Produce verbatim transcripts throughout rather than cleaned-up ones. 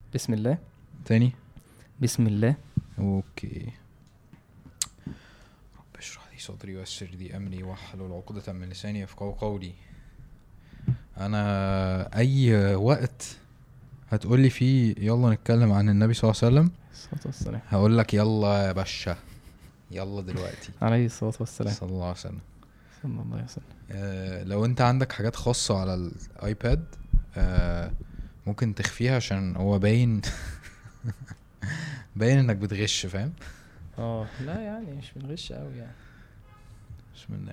بسم الله. تاني. بسم الله. اوكي. رب اشرح لي صدري ويسر لي امري واحلل عقدة من لساني يفقهوا قولي. انا اي وقت هتقول لي فيه يلا نتكلم عن النبي صلى الله عليه وسلم الصلاة والسلام هقول لك يلا يا باشا، يلا دلوقتي عليه الصلاة والسلام صلى الله عليه وسلم. صلى الله عليه وسلم. آه لو انت عندك حاجات خاصة على الايباد آه ممكن تخفيها عشان هو باين باين انك بتغش، فاهم؟ اه لا يعني مش بنغش قوي يعني. بسم الله.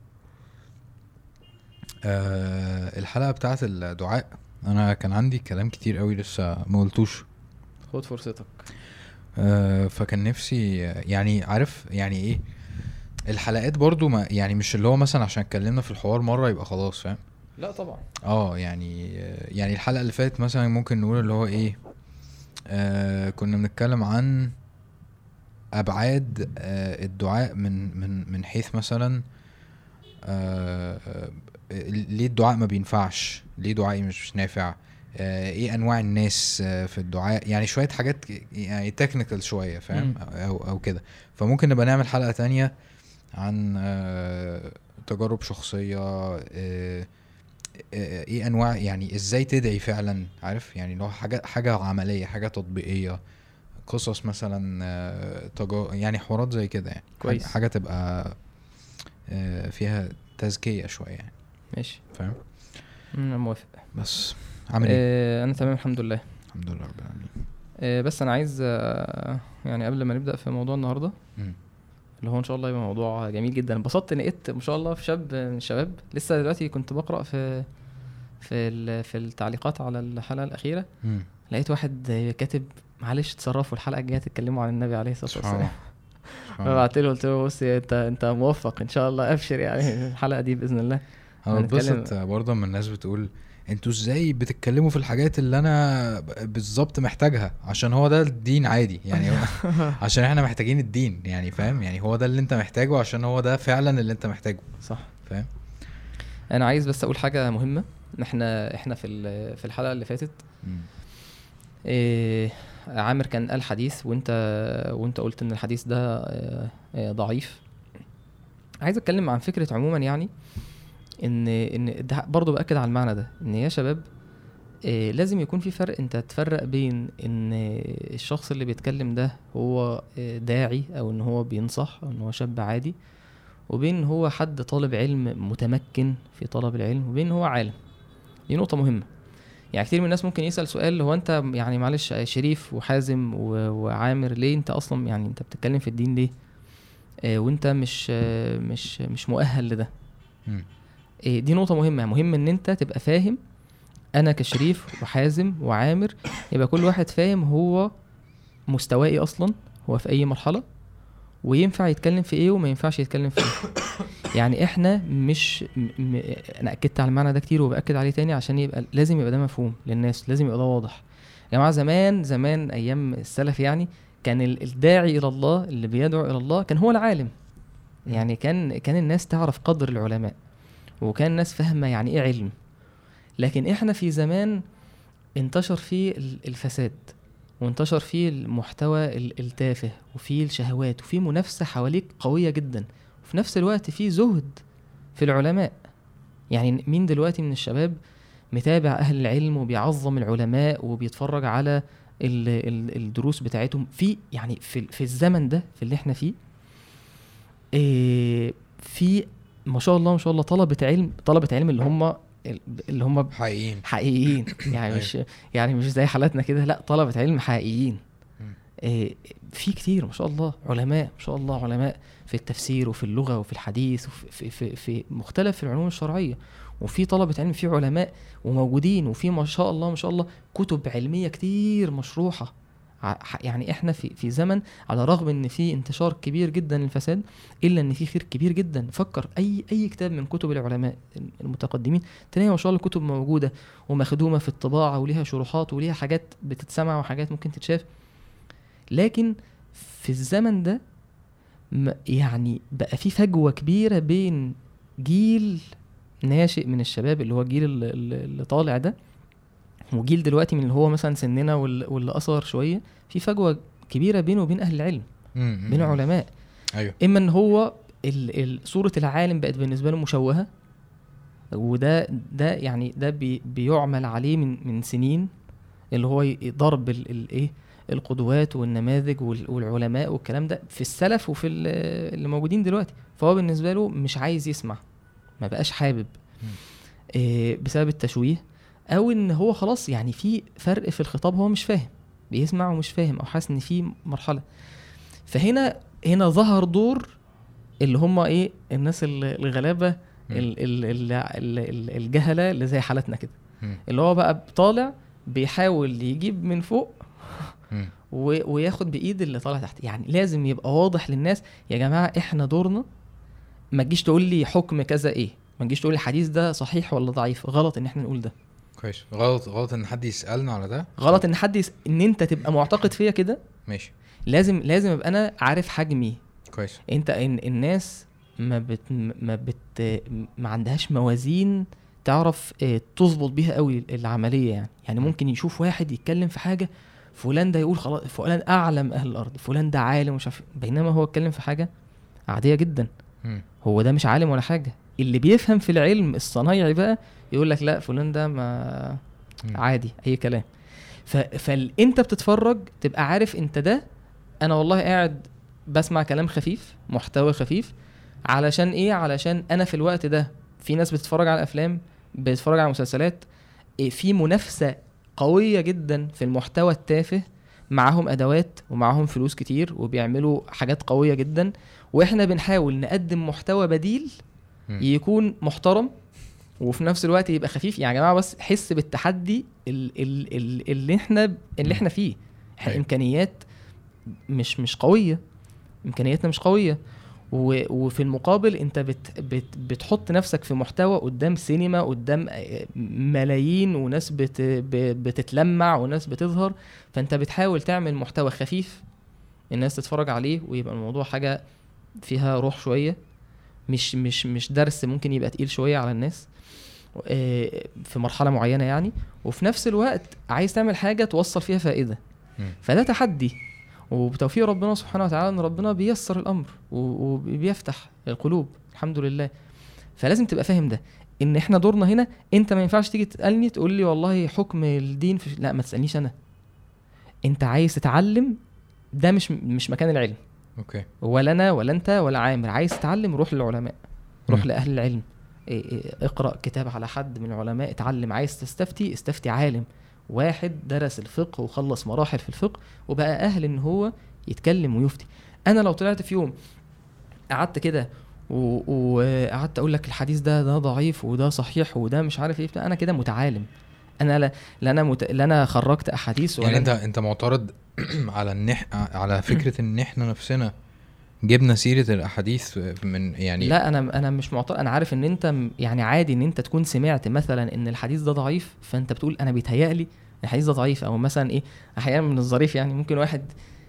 آه الحلقة بتاعت الدعاء انا كان عندي كلام كتير قوي لسه ما قلتوش، خد فرصتك. آه فكان نفسي يعني عارف يعني ايه الحلقات برضو، ما يعني مش اللي هو مثلا عشان اتكلمنا في الحوار مرة يبقى خلاص، فاهم؟ لا طبعا. اه يعني يعني الحلقة اللي فاتت مثلا ممكن نقول اللي هو ايه، آه كنا بنتكلم عن ابعاد آه الدعاء من من من حيث مثلا آه آه ليه الدعاء ما بينفعش، ليه دعائي مش, مش نافع، آه ايه انواع الناس آه في الدعاء، يعني شوية حاجات يعني تكنيكال شوية، فاهم؟ او او كده. فممكن نبقى نعمل حلقة تانية عن آه تجارب شخصية، آه ايه انواع يعني ازاي تدعي فعلا، عارف يعني لو حاجه حاجه عمليه، حاجه تطبيقيه، قصص مثلا تجا يعني حوارات زي كده يعني. كويس. حاجه تبقى فيها تزكيه شويه يعني. ماشي فاهم؟ انا موافق. بس عامل ايه؟ آه انا تمام الحمد لله. الحمد لله رب العالمين. آه بس انا عايز آه يعني قبل ما نبدا في موضوع النهارده م. اللي هو ان شاء الله يبقى موضوع جميل جدا. انبسطت ان لقيت ما شاء الله في شاب من الشباب لسه دلوقتي كنت بقرا في في في التعليقات على الحلقه الاخيره، م. لقيت واحد كاتب معلش تصرفوا الحلقه الجايه تتكلموا عن النبي عليه الصلاه والسلام. فبعت له قلت له بص انت انت موفق ان شاء الله، ابشر يعني الحلقه دي باذن الله. انا بتبسط برضه من الناس بتقول انتوا ازاي بتتكلموا في الحاجات اللي انا بالظبط محتاجها، عشان هو ده الدين عادي يعني عشان احنا محتاجين الدين يعني، فاهم؟ يعني هو ده اللي انت محتاجه عشان هو ده فعلا اللي انت محتاجه، صح؟ فاهم؟ انا عايز بس اقول حاجه مهمه. احنا احنا في في الحلقه اللي فاتت إيه عامر كان قال حديث وانت وانت قلت ان الحديث ده إيه ضعيف. عايز اتكلم عن فكره عموما، يعني ان ان برضه باكد على المعنى ده ان يا شباب إيه لازم يكون في فرق. انت تفرق بين ان الشخص اللي بيتكلم ده هو داعي او ان هو بينصح او ان هو شاب عادي، وبين هو حد طالب علم متمكن في طلب العلم، وبين هو عالم. دي نقطة مهمة. يعني كتير من الناس ممكن يسأل سؤال، هو انت يعني معلش شريف وحازم وعامر ليه انت اصلا يعني انت بتتكلم في الدين ليه اه وانت مش اه مش مش مؤهل لده؟ اه دي نقطة مهمة. مهم ان انت تبقى فاهم. انا كشريف وحازم وعامر يبقى كل واحد فاهم هو مستوائي اصلا، هو في اي مرحلة وينفع يتكلم في ايه وما ينفعش يتكلم في ايه. يعني احنا مش م... م... انا اكدت على المعنى ده كتير وباكد عليه تاني عشان يبقى لازم يبقى ده مفهوم للناس، لازم يبقى ده واضح. يا جماعه زمان زمان ايام السلف يعني كان الداعي الى الله اللي بيدعو الى الله كان هو العالم. يعني كان كان الناس تعرف قدر العلماء وكان الناس فاهمه يعني ايه علم. لكن احنا في زمان انتشر فيه الفساد وانتشر فيه المحتوى التافه وفيه الشهوات وفيه منافسه حواليك قويه جدا، وفي نفس الوقت فيه زهد في العلماء. يعني مين دلوقتي من الشباب متابع أهل العلم وبيعظم العلماء وبيتفرج على ال ال الدروس بتاعتهم في يعني في, في الزمن ده في اللي احنا فيه؟ إيه في ما شاء الله ما شاء الله طلبة علم طلبة علم اللي هم اللي هم حقيقيين حقيقيين يعني مش يعني مش زي حالاتنا كده، لا طلبة علم حقيقيين. إيه في كتير ما شاء الله علماء ما شاء الله علماء في التفسير وفي اللغة وفي الحديث وفي في في مختلف العلوم الشرعية، وفي طلبة علم في علماء وموجودين، وفي ما شاء الله ما شاء الله كتب علمية كتير مشروحة. يعني احنا في في زمن على رغم ان في انتشار كبير جدا للفساد الا ان في خير كبير جدا. فكر اي اي كتاب من كتب العلماء المتقدمين تلاقي ما شاء الله كتب موجودة ومخدومة في الطباعة وليها شروحات وليها حاجات بتتسمع وحاجات ممكن تتشاف. لكن في الزمن ده يعني بقى في فجوة كبيرة بين جيل ناشئ من الشباب اللي هو الجيل اللي طالع ده وجيل دلوقتي من اللي هو مثلا سننا وال- واللي اصغر شويه، في فجوه كبيره بينه وبين اهل العلم، مم. بين علماء. ايوه اما ان هو ال- ال- صوره العالم بقت بالنسبه له مشوهه، وده ده يعني ده بي بيعمل عليه من من سنين، اللي هو ي- ضرب الايه القدوات والنماذج وال- والعلماء والكلام ده في السلف وفي ال- اللي موجودين دلوقتي. فهو بالنسبه له مش عايز يسمع، ما بقاش حابب إيه بسبب التشويه، او ان هو خلاص يعني في فرق في الخطاب، هو مش فاهم، بيسمع ومش فاهم، او حاسس ان في مرحله. فهنا هنا ظهر دور اللي هم ايه الناس ال- الغلابه، ال- ال- ال- ال- ال- الجهله اللي زي حالتنا كده، مم. اللي هو بقى طالع بيحاول يجيب من فوق مم. و- وياخد بايد اللي طالع تحت. يعني لازم يبقى واضح للناس يا جماعه احنا دورنا، ما تجيش تقول لي حكم كذا ايه، ما تجيش تقول لي الحديث ده صحيح ولا ضعيف، غلط ان احنا نقول ده، كويس. غلط غلط ان حد يسالنا على ده، غلط ان حد يس... ان انت تبقى معتقد فيا كده. ماشي لازم لازم ابقى انا عارف حجمي. كويس. انت إن الناس ما بت ما بت ما عندهاش موازين تعرف اه، تظبط بيها قوي العمليه. يعني يعني ممكن يشوف واحد يتكلم في حاجه، فلان ده يقول خلاص فلان اعلم اهل الارض، فلان ده عالم ومش عارف، بينما هو اتكلم في حاجه عاديه جدا، مم. هو ده مش عالم ولا حاجه. اللي بيفهم في العلم الصنايعي بقى يقول لك لا فلان ده ما مم. عادي اي كلام. ف... فانت بتتفرج تبقى عارف انت ده، انا والله قاعد بسمع كلام خفيف، محتوى خفيف، علشان ايه؟ علشان انا في الوقت ده في ناس بتتفرج على افلام، بتتفرج على مسلسلات، إيه، في منافسة قوية جدا في المحتوى التافه، معاهم ادوات ومعاهم فلوس كتير وبيعملوا حاجات قوية جدا، واحنا بنحاول نقدم محتوى بديل مم. يكون محترم وفي نفس الوقت يبقى خفيف. يعني يا جماعه بس حس بالتحدي ال ال ال اللي احنا اللي احنا فيه. احنا أيوة. امكانيات مش مش قويه، امكانياتنا مش قويه، و وفي المقابل انت بت بت بتحط نفسك في محتوى قدام سينما، قدام ملايين وناس بت بتتلمع وناس بتظهر، فانت بتحاول تعمل محتوى خفيف الناس تتفرج عليه، ويبقى الموضوع حاجه فيها روح شويه، مش مش مش درس ممكن يبقى تقيل شويه على الناس في مرحله معينه يعني، وفي نفس الوقت عايز تعمل حاجه توصل فيها فائده. مم. فده تحدي، وبتوفيق ربنا سبحانه وتعالى ان ربنا بيسر الامر وبيفتح القلوب الحمد لله. فلازم تبقى فاهم ده، ان احنا دورنا هنا. انت ما ينفعش تيجي تسالني تقول لي والله حكم الدين في... لا ما تسالنيش انا، انت عايز تتعلم، ده مش مش مكان العلم. اوكي. ولا انا ولا انت ولا عامر، عايز تتعلم روح للعلماء، روح م. لاهل العلم، إيه إيه اقرا كتاب على حد من العلماء، اتعلم. عايز تستفتي، استفتي عالم واحد درس الفقه وخلص مراحل في الفقه وبقى اهل ان هو يتكلم ويفتي. انا لو طلعت في يوم قعدت كده وقعدت اقول لك الحديث ده ده ضعيف وده صحيح وده مش عارف ايه، انا كده متعالم. انا لا لا انا مت... لا انا خرجت احاديث ولا يعني انت انت معترض على النح على فكره ان احنا نفسنا جبنا سيره الاحاديث من يعني. لا انا انا مش معترض، انا عارف ان انت يعني عادي ان انت تكون سمعت مثلا ان الحديث ده ضعيف، فانت بتقول انا بيتهيألي الحديث ده ضعيف. او مثلا ايه، احيانا من الظريف يعني ممكن واحد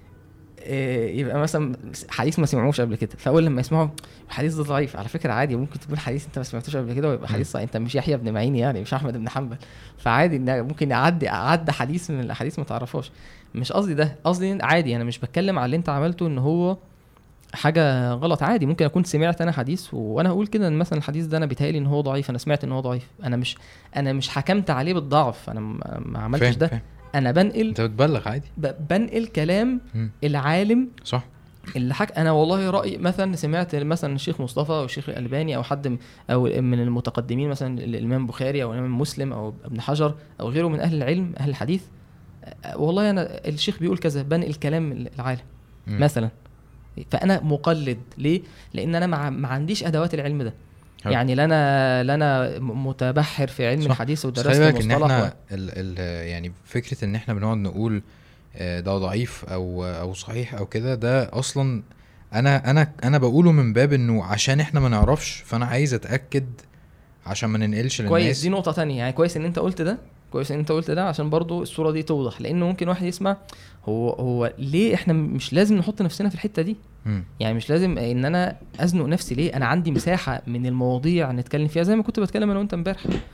إيه يبقى مثلا حديث ما سمعوش قبل كده، فاول لما يسمعوا الحديث ده ضعيف، على فكره عادي ممكن تقول حديث انت ما سمعتوش قبل كده ويبقى حديث صحيح. انت مش يحيى بن معين يعني، مش احمد بن حنبل، فعادي ان ممكن يعدي عدى حديث من الاحاديث ما تعرفهاش. مش قصدي ده، قصدي عادي انا مش بتكلم على اللي انت عملته ان هو حاجه غلط. عادي ممكن اكون سمعت انا حديث وانا اقول كده ان مثلا الحديث ده انا بيتهيألي ان هو ضعيف، انا سمعت ان هو ضعيف، انا مش انا مش حكمت عليه بالضعف، انا ما عملتش فهم ده فهم. انا بنقل، انت بتبلغ عادي، بنقل كلام م. العالم صح اللي حك... انا والله رايي مثلا سمعت مثلا الشيخ مصطفى او الشيخ الالباني او حد او من المتقدمين مثلا الامام بخاري او الامام مسلم او ابن حجر او غيره من اهل العلم اهل الحديث، والله انا الشيخ بيقول كذا، بنقل كلام العالم م. مثلا، فانا مقلد. ليه؟ لان انا ما مع... عنديش ادوات العلم ده. هل. يعني لنا لنا متبحر في علم صح. الحديث ودرست مصطلح و... ال... ال... يعني فكره ان احنا بنقعد نقول ده ضعيف او او صحيح او كده، ده اصلا انا انا انا بقوله من باب انه عشان احنا ما نعرفش، فانا عايز اتاكد عشان ما ننقلش للناس. كويس، دي نقطه تانية يعني. كويس ان انت قلت ده، كويس ان انت قلت ده عشان برضو الصوره دي توضح، لانه ممكن واحد يسمع هو هو ليه احنا مش لازم نحط نفسنا في الحته دي. م. يعني مش لازم ان انا ازنق نفسي، ليه؟ انا عندي مساحه من المواضيع نتكلم فيها زي ما كنت بتكلم انا وانت امبارح،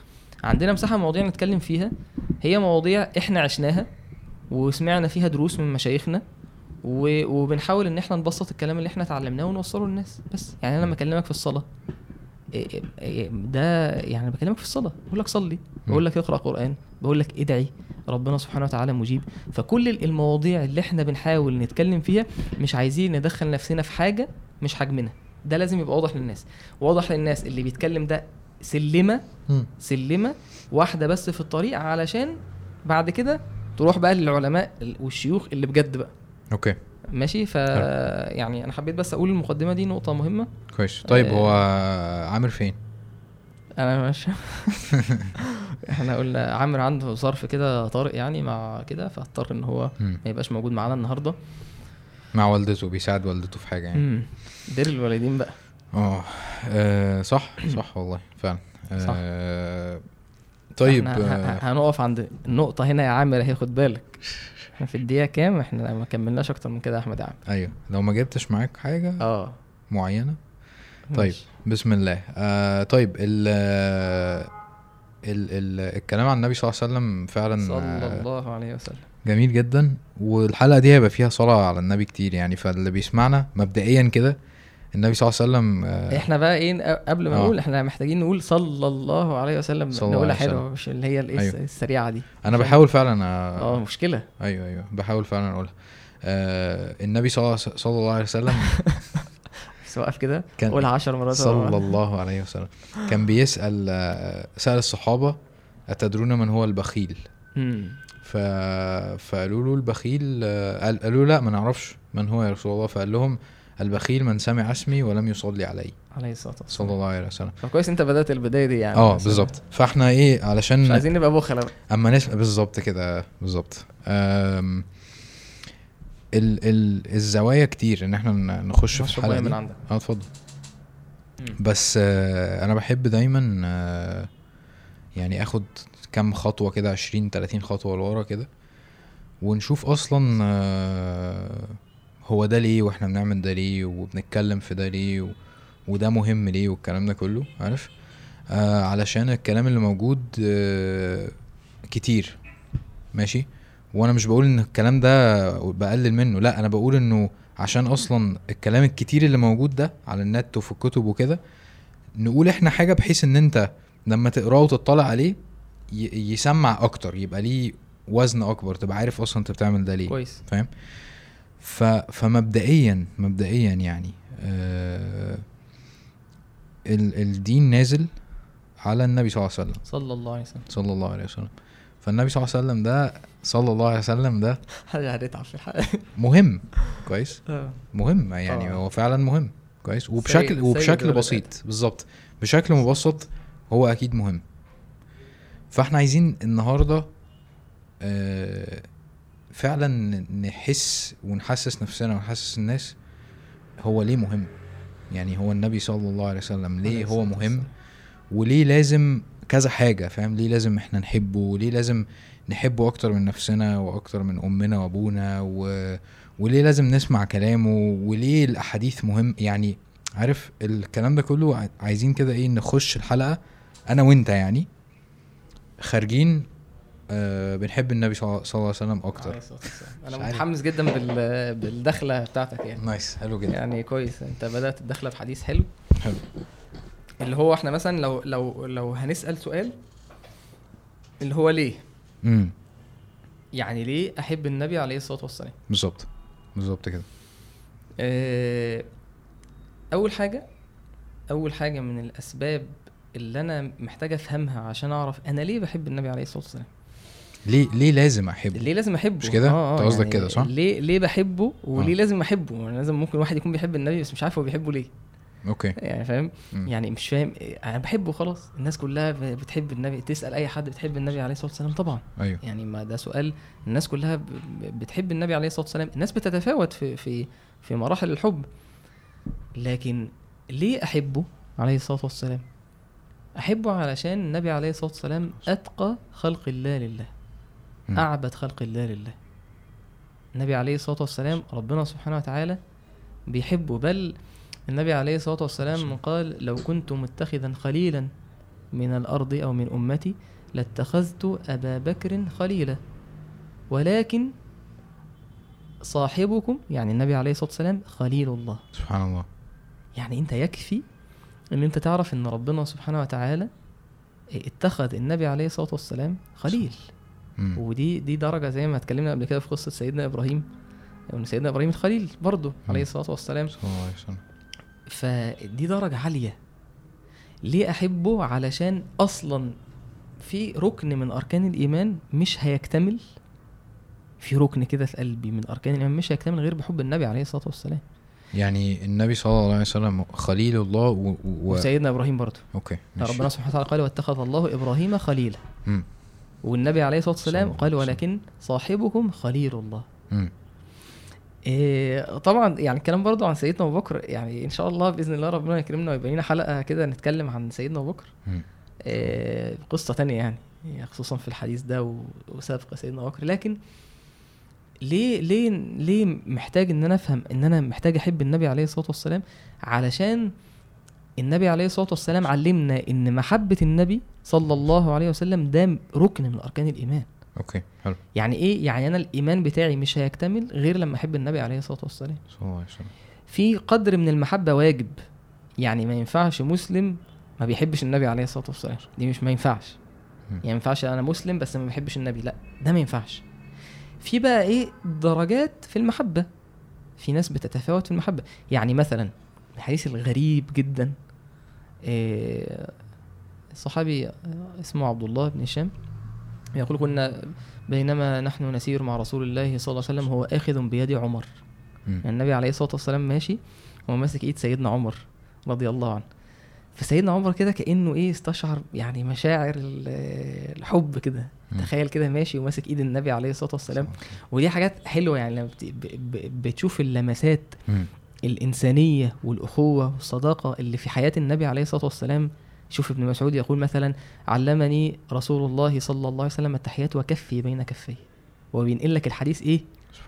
عندنا مساحه مواضيع نتكلم فيها، هي مواضيع احنا عشناها وسمعنا فيها دروس من مشايخنا، و- وبنحاول ان احنا نبسط الكلام اللي احنا اتعلمناه ونوصله للناس بس. يعني انا لما اكلمك في الصلاه إيه- إيه- ده يعني بكلمك في الصلاه، بقول لك صلي، بقول لك اقرا قران، بقول لك ادعي ربنا سبحانه وتعالى مجيب. فكل المواضيع اللي احنا بنحاول نتكلم فيها مش عايزين ندخل نفسنا في حاجه مش حجمنا، ده لازم يبقى واضح للناس. واضح للناس اللي بيتكلم ده سلمه مم. سلمه واحده بس في الطريق، علشان بعد كده تروح بقى للعلماء والشيوخ اللي بجد بقى. اوكي ماشي. ف يعني انا حبيت بس اقول المقدمه دي نقطه مهمه. كويس. طيب هو آه، عامر فين؟ انا مش احنا قلنا عامر عنده ظرف كده طارئ يعني مع كده، فاضطر ان هو مم. ما يبقاش موجود معانا النهارده. مع والدته، بيساعد والدته في حاجه يعني. امم بر الوالدين بقى. اه آه، صح صح والله فعلا. صح. آه طيب احنا ه- آه ه- هنقف عند النقطه هنا يا عامر اهي، خد بالك احنا في الدقيقه كام؟ احنا ما كملناش اكتر من كده يا احمد يا عامر. ايوه لو ما جبتش معاك حاجه اه معينه. طيب ماشي. بسم الله. آه طيب ال ال ال الكلام عن النبي صلى الله عليه وسلم فعلا صلى آه الله عليه وسلم. جميل جدا، والحلقه دي هيبقى فيها صلاه على النبي كتير يعني. فاللي بيسمعنا مبدئيا كده النبي صلى الله عليه وسلم آه احنا بقى ايه قبل ما آه. نقول، احنا محتاجين نقول صلى الله عليه وسلم، صلى الله نقولها عليه وسلم. حلوه مش اللي هي الايه أيوه. السريعه دي. انا عشان- بحاول فعلا آه اه مشكله. ايوه ايوه بحاول فعلا اقولها. آه النبي صلى الله صلى الله عليه وسلم بس وقف كده كان قولها عشر مرات. صلى الله عليه وسلم كان بيسأل آه، سأل الصحابة أتدرون من هو البخيل؟ امم ف... فقالوا له البخيل آه، قال- قالوا لا ما نعرفش من هو يا رسول الله. فقال لهم البخيل من سمع اسمي ولم يصلي علي عليه الصلاه والسلام. صلى الله عليه وسلم. فكويس انت بدات البدايه دي يعني. اه بس بالظبط. فاحنا ايه مش علشان عايزين نبقى بخلة بقى. اما نسمع بالظبط كده بالظبط. آم، ال ال الزوايا كتير ان احنا ن- نخش في نشرب الحلقه مية من دي. عندك. اه اتفضل. مم. بس آه، انا بحب دايما آه، يعني اخد كام خطوه كده عشرين تلاتين خطوه لورا كده، ونشوف اصلا آه، هو ده ليه واحنا بنعمل ده ليه وبنتكلم في ده ليه و- وده مهم ليه والكلام ده كله عارف. آه علشان الكلام اللي موجود آه كتير ماشي. وانا مش بقول ان الكلام ده بقلل منه، لا انا بقول انه عشان اصلا الكلام الكتير اللي موجود ده على النت وفي الكتب وكده، نقول احنا حاجة بحيث ان انت لما تقراه وتطلع عليه ي- يسمع اكتر، يبقى ليه وزن اكبر، تبقى عارف اصلا انت بتعمل ده ليه. كويس. فاهم؟ ف فمبدئيا مبدئيا يعني آه ال الدين نازل على النبي صلى الله عليه وسلم صلى الله عليه وسلم. صلى الله عليه وسلم. فالنبي صلى الله عليه وسلم ده صلى الله عليه وسلم ده حاجه هنتعب في الحلقه. مهم كويس، اه مهم يعني آه. هو فعلا مهم كويس، وبشكل سيد- وبشكل سيد بسيط بالظبط، بشكل مبسط هو اكيد مهم. فاحنا عايزين النهارده آه فعلا نحس ونحسس نفسنا ونحسس الناس هو ليه مهم. يعني هو النبي صلى الله عليه وسلم ليه عليه هو الصلاة مهم، والسلام. وليه لازم كذا حاجة. فاهم؟ ليه لازم احنا نحبه، وليه لازم نحبه اكتر من نفسنا واكتر من امنا وابونا و... وليه لازم نسمع كلامه، وليه الاحاديث مهم. يعني عارف الكلام ده كله ع- عايزين كده ايه نخش الحلقة انا وانت يعني خارجين آه بنحب النبي صلى صلى الله عليه وسلم عليه اكتر. الصلاة والسلام. مش انا عارف. متحمس جدا بال... بالدخله بتاعتك يعني. نايس حلو جدا. يعني كويس انت بدات الدخله بحديث حلو، حلو. اللي هو احنا مثلا لو لو لو هنسال سؤال اللي هو ليه، امم يعني ليه احب النبي عليه الصلاه والسلام. بالظبط بالظبط كده. آه، اول حاجه اول حاجه من الاسباب اللي انا محتاج افهمها عشان اعرف انا ليه بحب النبي عليه الصلاه والسلام. ليه ليه لازم احبه؟ ليه لازم احبه؟ مش كده؟ آه، انت آه، قصدك يعني كده، صح؟ ليه ليه بحبه وليه آه. لازم احبه؟ يعني لازم ممكن واحد يكون بيحب النبي بس مش عارف هو بيحبه ليه. اوكي. يعني فاهم؟ مم. يعني مش فاهم. انا بحبه خلاص. الناس كلها ب- بتحب النبي. تسال اي حد بتحب النبي عليه الصلاه والسلام طبعا. ايوه يعني ما ده سؤال. الناس كلها ب- ب- بتحب النبي عليه الصلاه والسلام. الناس بتتفاوت في في في مراحل الحب، لكن ليه احبه عليه الصلاه والسلام؟ احبه علشان النبي عليه الصلاه والسلام اتقى خلق الله لله، مم. اعبد خلق الله لله. النبي عليه الصلاه والسلام ربنا سبحانه وتعالى بيحبه، بل النبي عليه الصلاه والسلام قال لو كنت متخذا خليلا من الارض او من امتي لاتخذت أبا بكر خليلا ولكن صاحبكم يعني النبي عليه الصلاة والسلام خليل الله. سبحان الله. يعني انت يكفي ان انت تعرف ان ربنا سبحانه وتعالى اتخذ النبي عليه الصلاة والسلام خليل. مم. ودي دي درجة زي ما اتكلمنا قبل كده في قصة سيدنا إبراهيم، ان سيدنا إبراهيم الخليل برضو عليه الصلاة والسلام. صلى الله عليه وسلم. فدي درجة عالية. ليه أحبه؟ علشان أصلا في ركن من أركان الإيمان مش هيكتمل، في ركن كده في قلبي من أركان الإيمان مش هيكتمل غير بحب النبي عليه الصلاة والسلام. يعني النبي صلى الله عليه وسلم خليل الله و... و... وسيدنا إبراهيم برضو. أوكي. ربنا سبحانه وتعالى قال واتخذ الله إبراهيم خليلا. مم. والنبي عليه الصلاة والسلام قال ولكن صاحبكم خليل الله. مم. إيه طبعا يعني الكلام برضو عن سيدنا أبو بكر، يعني إن شاء الله بإذن الله ربنا يكرمنا ويبقى لنا حلقة كده نتكلم عن سيدنا أبو بكر. إيه قصة تانية يعني خصوصا في الحديث ده وسابق سيدنا أبو بكر. لكن ليه ليه ليه محتاج ان انا افهم ان انا محتاج احب النبي عليه الصلاة والسلام؟ علشان النبي عليه الصلاة والسلام علمنا ان محبة النبي صلى الله عليه وسلم ده ركن من اركان الايمان. اوكي حلو. يعني ايه؟ يعني انا الايمان بتاعي مش هيكتمل غير لما احب النبي عليه الصلاة والسلام. صلى الله عليه وسلم. في قدر من المحبة واجب، يعني ما ينفعش مسلم ما بيحبش النبي عليه الصلاة والسلام، دي مش ما ينفعش. يعني ما ينفعش انا مسلم بس ما بحبش النبي، لا ده ما ينفعش. في بقى ايه درجات في المحبة، في ناس بتتفاوت في المحبة. يعني مثلا الحديث الغريب جدا، إيه صحابي اسمه عبد الله بن هشام يقول كنا بينما نحن نسير مع رسول الله صلى الله عليه وسلم هو آخذ بيد عمر. يعني النبي عليه الصلاة والسلام ماشي هو ماسك ايد سيدنا عمر رضي الله عنه. فسيدنا عمر كده كأنه ايه استشعر يعني مشاعر الحب كده. تخيل كده ماشي وماسك ايد النبي عليه الصلاة والسلام. ودي حاجات حلوة يعني لما بتشوف اللمسات الإنسانية والأخوة والصداقة اللي في حياة النبي عليه الصلاة والسلام. شوف ابن مسعود يقول مثلا علمني رسول الله صلى الله عليه وسلم التحيات وكفي بين كفيه، وبينقل لك الحديث ايه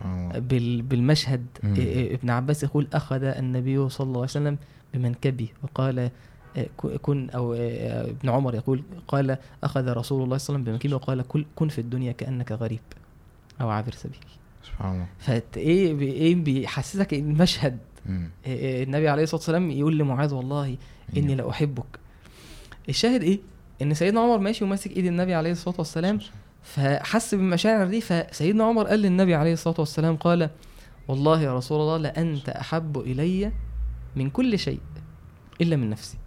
بالمشهد. إيه ابن عباس يقول أخذ النبي صلى الله عليه وسلم بمنكبي وقال كن، أو ابن عمر يقول قال أخذ رسول الله صلى الله عليه وسلم بمنكبي وقال كن في الدنيا كأنك غريب أو عابر سبيل. سبحان الله. فات ايه ايه بيحسسك المشهد. إيه النبي عليه الصلاة والسلام يقول لمعاذ والله إني لا أحبك. الشاهد ايه؟ ان سيدنا عمر ماشي وماسك ايد النبي عليه الصلاة والسلام، فحس بالمشاعر دي. فسيدنا عمر قال للنبي عليه الصلاة والسلام قال والله يا رسول الله لأنت أحب إلي من كل شيء إلا من نفسي.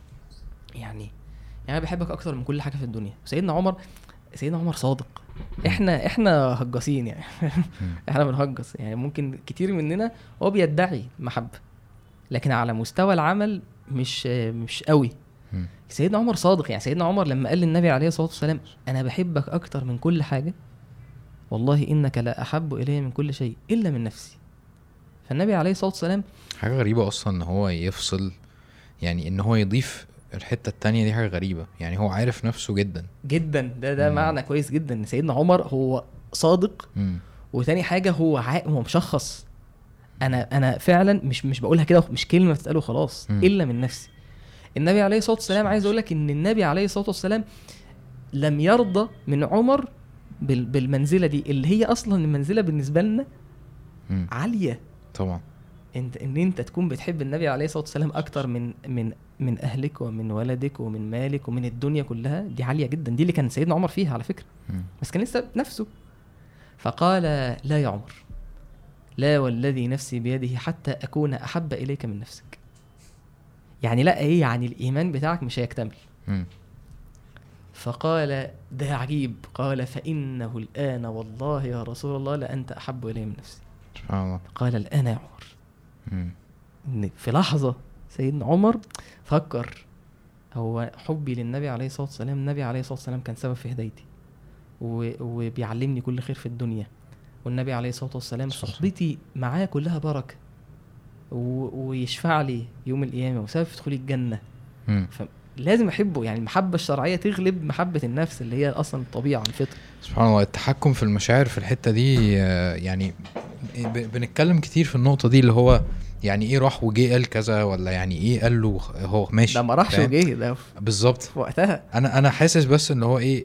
يعني يعني بحبك أكثر من كل حاجة في الدنيا. سيدنا عمر سيدنا عمر صادق. احنا احنا هجاسين يعني احنا بنهجس يعني. ممكن كتير مننا هو بيدعي محبة لكن على مستوى العمل مش مش قوي. سيدنا عمر صادق. يعني سيدنا عمر لما قال للنبي عليه الصلاة والسلام أنا بحبك أكتر من كل حاجة والله إنك لا أحب إلي من كل شيء إلا من نفسي. فالنبي عليه الصلاة والسلام حاجة غريبة أصلا إن هو يفصل، يعني إن هو يضيف الحتة التانية دي حاجة غريبة. يعني هو عارف نفسه جدا جدا. ده ده مم. معنى كويس جدا إن سيدنا عمر هو صادق. مم. وتاني حاجة هو عا... هو مشخص. أنا أنا فعلا مش مش بقولها كده مش كلمة تتقاله خلاص مم. إلا من نفسي. النبي عليه الصلاة والسلام عايز أقول لك إن النبي عليه الصلاة والسلام لم يرضى من عمر بالمنزلة دي اللي هي أصلا المنزلة بالنسبة لنا م. عالية طبعا. انت ان انت تكون بتحب النبي عليه الصلاة والسلام أكتر من من من أهلك ومن ولدك ومن مالك ومن الدنيا كلها، دي عالية جدا. دي اللي كان سيدنا عمر فيها على فكرة م. بس كان لسه نفسه. فقال لا يا عمر لا والذي نفسي بيده حتى أكون أحب إليك من نفسك. يعني لا ايه يعني الايمان بتاعك مش هيكتمل. م. فقال ده عجيب. قال فانه الان والله يا رسول الله لانت احب الي من نفسي. سبحان الله. قال الان يا عمر. م. في لحظه سيدنا عمر فكر هو حبي للنبي عليه الصلاه والسلام. النبي عليه الصلاه والسلام كان سبب في هدايتي وبيعلمني كل خير في الدنيا، والنبي عليه الصلاه والسلام صحبتي معاه كلها بركه ويشفع لي يوم القيامة وسبب في دخول الجنة. فلازم أحبه. يعني المحبة الشرعية تغلب محبة النفس اللي هي أصلا الطبيعة الفطر. سبحان الله. التحكم في المشاعر في الحتة دي يعني بنتكلم كتير في النقطة دي اللي هو يعني ايه راح وجي قال كذا ولا يعني ايه قال له هو ماشي. ده ما راحش وجي ده بالظبط في وقتها. انا انا حاسس بس ان هو ايه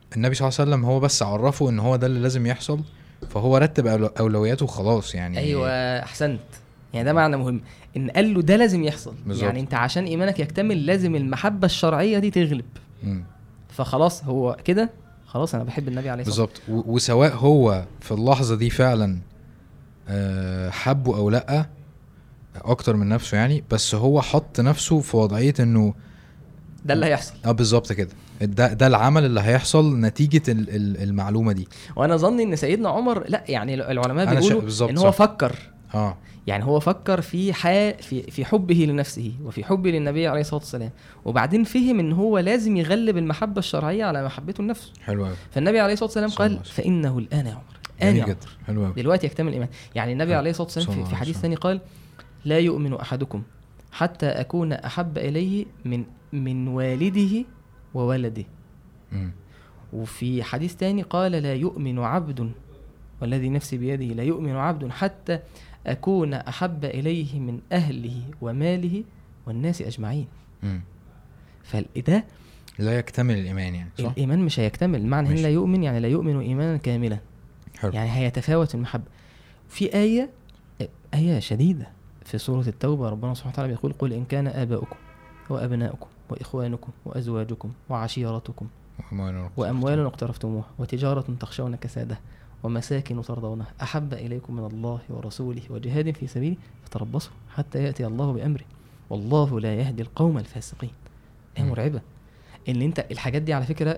النبي صلى الله عليه وسلم هو بس عرفه ان هو ده اللي لازم يحصل، فهو رتب أولو- اولوياته وخلاص يعني. ايوه احسنت، يعني ده معنى مهم، ان قال له ده لازم يحصل بالظبط. يعني انت عشان ايمانك يكتمل لازم المحبه الشرعيه دي تغلب. مم. فخلاص هو كده خلاص انا بحب النبي عليه الصلاه بالظبط. و- وسواء هو في اللحظه دي فعلا آه، حبه او لا اكتر من نفسه يعني، بس هو حط نفسه في وضعيه انه ده اللي هيحصل. اه بالظبط كده، ده ده العمل اللي هيحصل نتيجه ال- ال- المعلومه دي. وانا ظني ان سيدنا عمر لا، يعني العلماء أنا شا- بيقولوا بالظبط ان هو صح. فكر، اه يعني هو فكر في حا في في حبه لنفسه وفي حبه للنبي عليه الصلاه والسلام، وبعدين فهم ان هو لازم يغلب المحبه الشرعيه على محبته لنفسه. حلو قوي. فالنبي عليه الصلاه والسلام صلى قال الله عليه وسلم. فانه الان يا عمر، آن يا جميل عمر جدا. حلو قوي. دلوقتي يكتمل الايمان. يعني النبي حلو. عليه الصلاه والسلام صلى في, الله في عليه حديث وسلم. ثاني قال لا يؤمن احدكم حتى اكون احب اليه من من والده وولده. مم. وفي حديث تاني قال لا يؤمن عبد والذي نفسي بيده لا يؤمن عبد حتى أكون أحب إليه من أهله وماله والناس أجمعين. مم. فالإده لا يكتمل الايمان يعني صح. الإيمان مش هيكتمل، معنى هنا لا يؤمن يعني لا يؤمن إيمانا كاملا. حلو. يعني هيتفاوت المحبة. في آية آية شديدة في سورة التوبة ربنا سبحانه وتعالى بيقول قل إن كان آباؤكم وأبناؤكم وإخوانكم وأزواجكم وعشيرتكم وأموال اقترفتموها وتجارة تخشون كسادها ومساكن ترضونها أحب إليكم من الله ورسوله وجهاد في سبيله فتربصوا حتى يأتي الله بأمره والله لا يهدي القوم الفاسقين. هي مرعبة إن أنت الحاجات دي على فكرة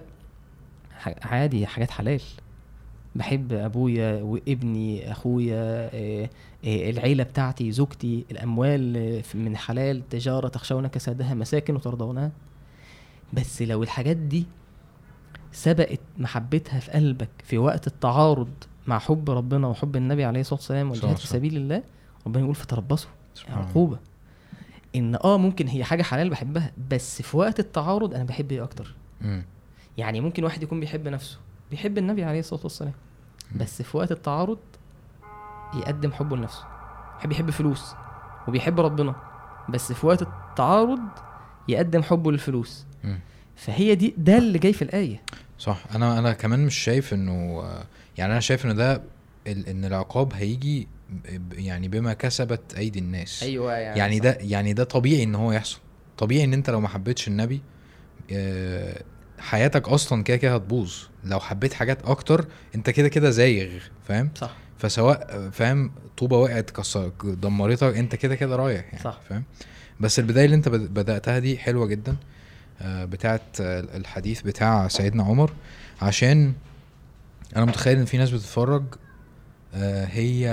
عادي، حاجات حلال، بحب أبويا وابني أخويا إيه إيه العيلة بتاعتي زوجتي، الأموال من حلال، تجارة تخشون كسادها مساكن ترضونها. بس لو الحاجات دي سبقت محبتها في قلبك في وقت التعارض مع حب ربنا وحب النبي عليه الصلاة والسلام والجهاد في سبيل الله، ربنا يقول فتربصوا عقوبة. ان اه ممكن هي حاجة حلال بحبها بس في وقت التعارض انا بحب ايه اكتر. مم. يعني ممكن واحد يكون بيحب نفسه بيحب النبي عليه الصلاة والسلام بس في وقت التعارض يقدم حبه لنفسه، يحب يحب فلوس وبيحب ربنا بس في وقت التعارض يقدم حبه للفلوس. مم. فهي دي ده اللي جاي في الآية صح. انا انا كمان مش شايف انه يعني انا شايف انه ده ان العقاب هيجي يعني بما كسبت ايدي الناس. ايوه يعني, يعني ده يعني ده طبيعي ان هو يحصل. طبيعي ان انت لو ما حبيتش النبي حياتك اصلا كده كده هتبوظ. لو حبيت حاجات اكتر انت كده كده زايغ فاهم صح. فسواء فاهم طوبه وقعت كسر دمرتك انت كده كده رايح يعني صح. فاهم. بس البدايه اللي انت بداتها دي حلوه جدا بتاعت الحديث بتاع سيدنا عمر، عشان انا متخيل ان في ناس بتتفرج هي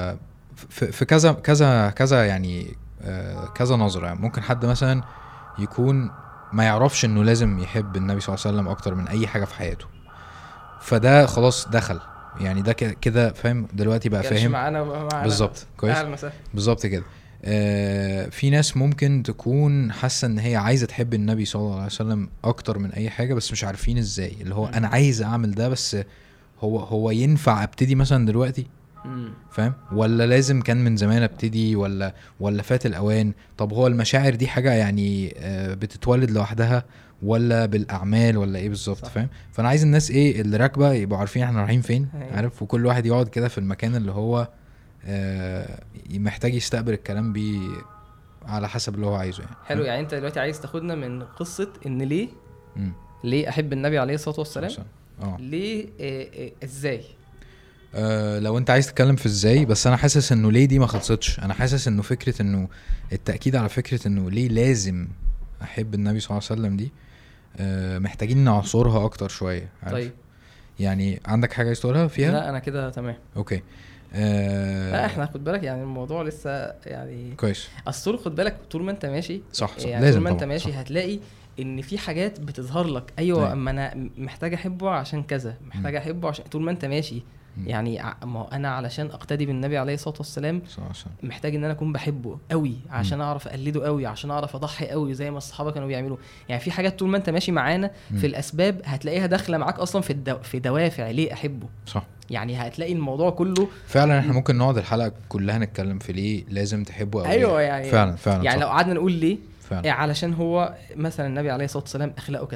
في كذا كذا كذا يعني كذا نظرة. ممكن حد مثلا يكون ما يعرفش انه لازم يحب النبي صلى الله عليه وسلم اكتر من اي حاجة في حياته، فده خلاص دخل يعني ده كده فاهم دلوقتي بقى فاهم بالظبط كويس بالظبط كده. آه في ناس ممكن تكون حاسه ان هي عايزه تحب النبي صلى الله عليه وسلم اكتر من اي حاجه بس مش عارفين ازاي، اللي هو انا عايز اعمل ده بس هو هو ينفع ابتدي مثلا دلوقتي فاهم ولا لازم كان من زمان ابتدي ولا ولا فات الاوان. طب هو المشاعر دي حاجه يعني آه بتتولد لوحدها ولا بالاعمال ولا ايه بالظبط فاهم. فانا عايز الناس ايه اللي راكبه يبقوا عارفين احنا رايحين فين عارف، وكل واحد يقعد كده في المكان اللي هو آه محتاج يستقبل الكلام بيه على حسب اللي هو عايزه يعني. حلو. يعني انت دلوقتي عايز تاخدنا من قصة ان ليه م. ليه احب النبي عليه الصلاة والسلام اه ليه آه آه ازاي آه لو انت عايز تتكلم في ازاي، بس انا حاسس انه ليه دي ما خلصتش. انا حاسس انه فكرة انه التأكيد على فكرة انه ليه لازم احب النبي صلى الله عليه وسلم دي آه محتاجين نعصرها اكتر شوية عارف؟ طيب يعني عندك حاجة يستقولها فيها؟ لا انا كده تمام اوكي. آه لا احنا خد بالك يعني الموضوع لسه يعني كويس. اصل خد بالك طول ما انت ماشي صح, صح. يعني لازم طول ما انت ماشي صح. هتلاقي ان في حاجات بتظهر لك ايوه اما انا محتاج احبه عشان كذا محتاج احبه عشان طول ما انت ماشي م. يعني ما انا علشان اقتدي بالنبي عليه الصلاه والسلام محتاج ان انا اكون بحبه قوي عشان م. اعرف اقلده قوي عشان اعرف اضحي قوي زي ما الصحابه كانوا بيعملوا. يعني في حاجات طول ما انت ماشي معانا في الاسباب هتلاقيها داخله معاك اصلا في الدو... في دوافع ليه احبه صح. يعني هتلاقي الموضوع كله فعلا. احنا ممكن نقعد الحلقه كلها نتكلم في ليه لازم تحبه. ايوه يعني فعلا فعلا يعني صح. لو قعدنا نقول ليه فعلا. إيه علشان هو مثلا النبي عليه الصلاه والسلام اخلاقه كذا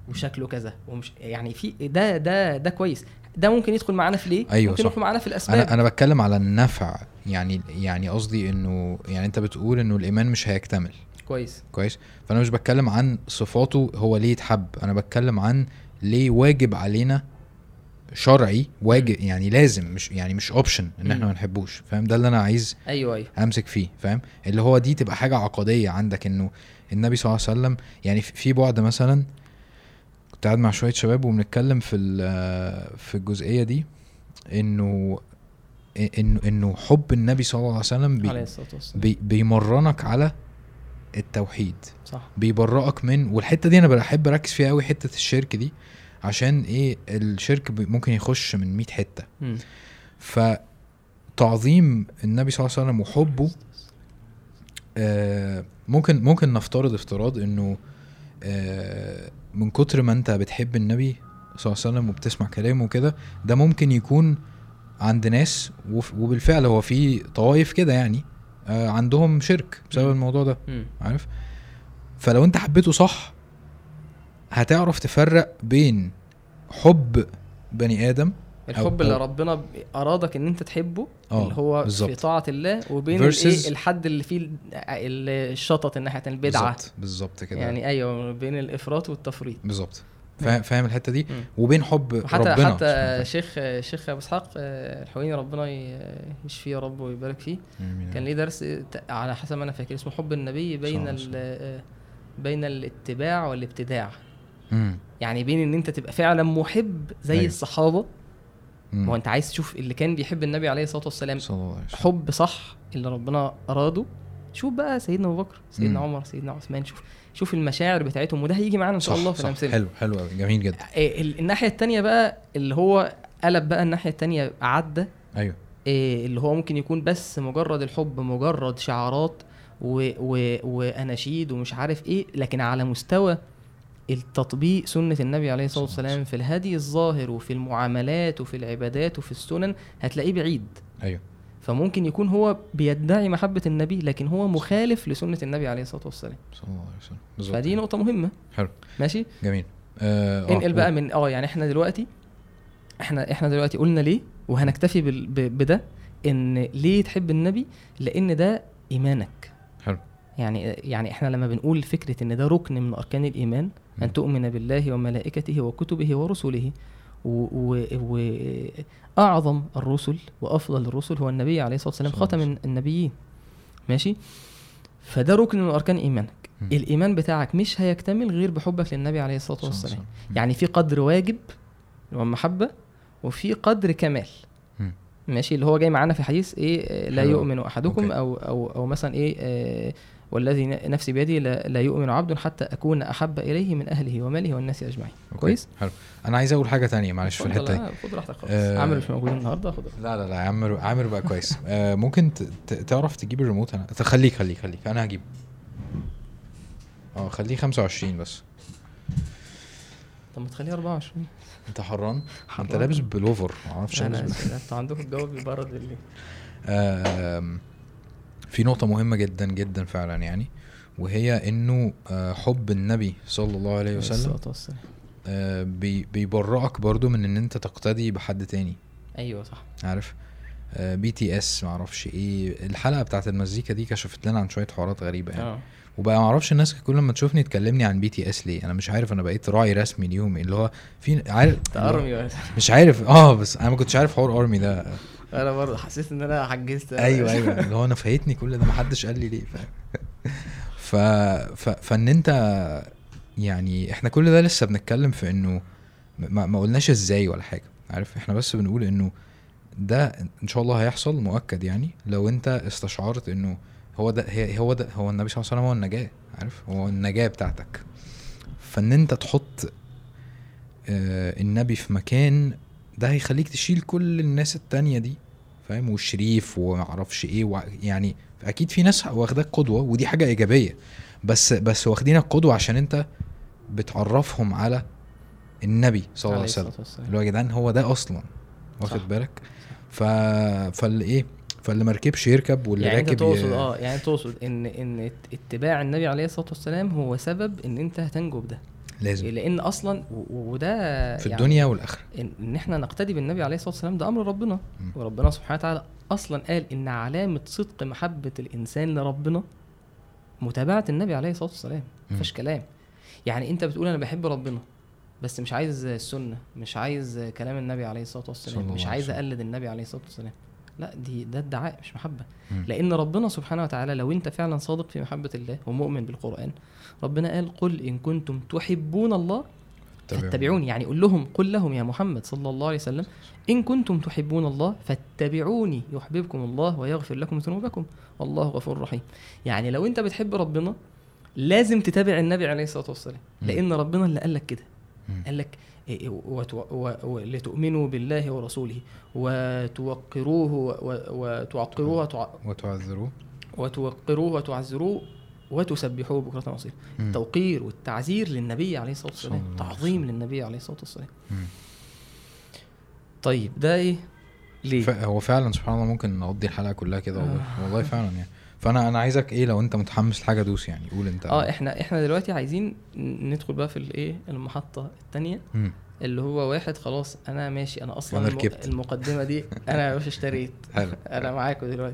وشكله كذا ومش يعني في ده ده ده كويس. ده ممكن يدخل معانا في ليه؟ أيوة ممكن صح. يدخل معانا في الاسباب. انا انا بتكلم على النفع يعني يعني قصدي انه يعني انت بتقول انه الايمان مش هيكتمل كويس كويس. فانا مش بتكلم عن صفاته هو ليه يتحب، انا بتكلم عن ليه واجب علينا شرعي واجب، يعني لازم، مش يعني مش اوبشن ان احنا مم. ما نحبوش. فاهم؟ ده اللي انا عايز ايوه ايوه امسك فيه. فاهم؟ اللي هو دي تبقى حاجه عقديه عندك انه النبي صلى الله عليه وسلم يعني في في بعد. مثلا كنت قاعد مع شويه شباب وبنتكلم في ال- في الجزئيه دي انه انه انه حب النبي صلى الله عليه وسلم بي عليه الصلاه والسلام. بي بيمرنك على التوحيد، صح بيبرئك من، والحته دي انا بحب اركز فيها قوي، حته الشرك دي، عشان ايه الشرك بي- ممكن يخش من مية حته. مم. فتعظيم النبي صلى الله عليه وسلم وحبه آه ممكن ممكن نفترض افتراض انه آه من كتر ما انت بتحب النبي صلى الله عليه وسلم وبتسمع كلامه وكده، ده ممكن يكون عند ناس وف- وبالفعل هو في طوائف كده يعني آه عندهم شرك بسبب مم. الموضوع ده، مم. عارف؟ فلو انت حبيته صح هتعرف تفرق بين حب بني ادم الحب أو- اللي أو- ربنا ب- ارادك ان انت تحبه آه، اللي هو بالظبط. في طاعه الله، وبين versus- الايه الحد اللي فيه ال- ال- الشطط الناحيه البدعه. بالظبط بالظبط كده يعني ايوه بين الافراط والتفريط. بالظبط. فاهم فاهم الحته دي. مم. وبين حب وحتى ربنا حتى سبحانه شيخ شيخ ابو اسحاق آه، الحويني ربنا ي- يشفيه يا رب ويبارك فيه. وتعالى. كان ليه درس ت- على حسب ما انا فاكر اسمه حب النبي بين صلى الله عليه ال- آه، بين الاتباع والابتداع. مم. يعني بين ان انت تبقى فعلا محب زي أيوة. الصحابه، مم. ما هو انت عايز تشوف اللي كان بيحب النبي عليه الصلاه والسلام صلى الله عليه وسلم. حب صح اللي ربنا اراده. شوف بقى سيدنا ابو بكر سيدنا مم. عمر سيدنا عثمان، شوف شوف المشاعر بتاعتهم، وده هيجي معانا ان شاء صح الله في صح. الامثله. حلو حلو قوي جميل جدا. إيه ال- الناحيه التانية بقى اللي هو قلب بقى الناحيه التانية عدى ايوه إيه اللي هو ممكن يكون بس مجرد الحب مجرد شعارات و و واناشيد ومش عارف ايه، لكن على مستوى التطبيق سنة النبي عليه الصلاة والسلام في الهدي الظاهر وفي المعاملات وفي العبادات وفي السنن هتلاقيه بعيد. ايوه فممكن يكون هو بيدعي محبة النبي لكن هو مخالف لسنة النبي عليه الصلاة والسلام. صلى الله عليه وسلم. بالظبط. فدي نقطة مهمة. حلو ماشي جميل. آه انقل بقى من اه يعني احنا دلوقتي احنا احنا دلوقتي قلنا ليه، وهنكتفي بال- ب- بده ان ليه تحب النبي، لان ده ايمانك. حلو. يعني يعني احنا لما بنقول فكرة ان ده ركن من اركان الايمان م. ان تؤمن بالله وملائكته وكتبه ورسله، واعظم الرسل وافضل الرسل هو النبي عليه الصلاة والسلام صلى الله عليه خاتم النبيين. ماشي، فده ركن من اركان ايمانك. م. الايمان بتاعك مش هيكتمل غير بحبك للنبي عليه الصلاة صلى الله عليه والسلام. وسلم. يعني في قدر واجب والمحبة وفي قدر كمال. م. ماشي، اللي هو جاي معانا في حديث ايه لا حلو. يؤمن احدكم أوكي. او او او مثلا ايه آه والذي نفسي بيده لا, لا يؤمن عبد حتى اكون احب اليه من اهله وماله والناس اجمعين. كويس. حلو. انا عايز اقول حاجه تانية معلش في الحته دي. خد راحتك خالص. آه عامر مش موجود النهارده، خد. لا لا لا عامر عامر بقى كويس. آه ممكن ت- ت- تعرف تجيب الريموت؟ انا خليك خليك خليك انا هجيب. اه خليه خمسة وعشرين بس. طب ما تخليها أربعة وعشرين. انت حران؟ حران. انت لابس بلوفر ما اعرفش. انا انتوا عندكم الجو بيبرد الليل. آم، في نقطة مهمة جدا جدا فعلا يعني، وهي انه آه، حب النبي صلى الله عليه وسلم آه، بي- بيبرئك برضو من ان انت تقتدي بحد تاني. ايوه صح. عارف بي تي اس معرفش ايه، الحلقة بتاعت المزيكا دي كشفت لنا عن شوية حوارات غريبة يعني. اه وبقى معرفش الناس كل ما تشوفني تكلمني عن بي تي اس ليه، انا مش عارف، انا بقيت راعي رسمي ليهم اللي هو في عارف ارمي. مش عارف اه بس انا ما كنتش عارف حوار ارمي ده. انا برضه حسيت ان انا عجزت. ايوه ايوه اللي هو انا فايتني كل ده ما حدش قال لي ليه. ف... ف... فان انت يعني احنا كل ده لسه بنتكلم في انه ما, ما قلناش ازاي ولا حاجه، عارف؟ احنا بس بنقول انه ده ان شاء الله هيحصل مؤكد يعني لو انت استشعرت انه هو ده هي هو ده هو النبي صلى الله عليه وسلم هو النجاه، عارف؟ هو النجاه بتاعتك. فان انت تحط آه النبي في مكان ده هيخليك تشيل كل الناس التانية دي، فاهم؟ والشريف ومعرفش ايه و... يعني اكيد في ناس واخداك قدوة ودي حاجة ايجابية، بس بس واخدينك قدوة عشان انت بتعرفهم على النبي صلى الله عليه وسلم اللي هو يا جدعان هو ده اصلا، واخد بالك؟ ف فاللي ايه فاللي مركبش يركب واللي يعني راكب انت تقصد ي... اه يعني تقصد ان ان اتباع النبي عليه الصلاه والسلام هو سبب ان انت هتنجو بده. لازم. لان اصلا وده في الدنيا يعني والاخره ان احنا نقتدي بالنبي عليه الصلاه والسلام، ده امر ربنا. م. وربنا سبحانه وتعالى اصلا قال ان علامه صدق محبه الانسان لربنا متابعه النبي عليه الصلاه والسلام، مفيش كلام. يعني انت بتقول انا بحب ربنا بس مش عايز السنه، مش عايز كلام النبي عليه الصلاه والسلام، مش عايز اقلد النبي عليه الصلاه والسلام، لا دي ده ادعاء مش محبه. م. لان ربنا سبحانه وتعالى لو انت فعلا صادق في محبه الله ومؤمن بالقران، ربنا قال قل ان كنتم تحبون الله فاتبعوني. يعني قل لهم، قل لهم يا محمد صلى الله عليه وسلم ان كنتم تحبون الله فاتبعوني يحببكم الله ويغفر لكم ذنوبكم والله غفور رحيم. يعني لو انت بتحب ربنا لازم تتابع النبي عليه الصلاه والسلام، لان ربنا اللي قال لك كده، قال لك لتؤمنوا بالله ورسوله وتوقروه وتعقروه وتعذروه وتوقروه وتعذروه وتسبحوه بكرة وأصيلا. التوقير والتعزير للنبي عليه الصلاة والسلام، تعظيم للنبي عليه الصلاة والسلام. طيب ده ايه ليه؟ ف... هو فعلا سبحان الله ممكن نقضي الحلقة كلها كده والله. آه. والله فعلا يعني. فانا انا عايزك ايه لو انت متحمس لحاجه دوس يعني قول انت. اه احنا احنا دلوقتي عايزين ندخل بقى في الايه المحطه الثانيه اللي هو واحد خلاص انا ماشي، انا اصلا أنا الم... المقدمه دي انا مش اشتريت انا معاكم دلوقتي.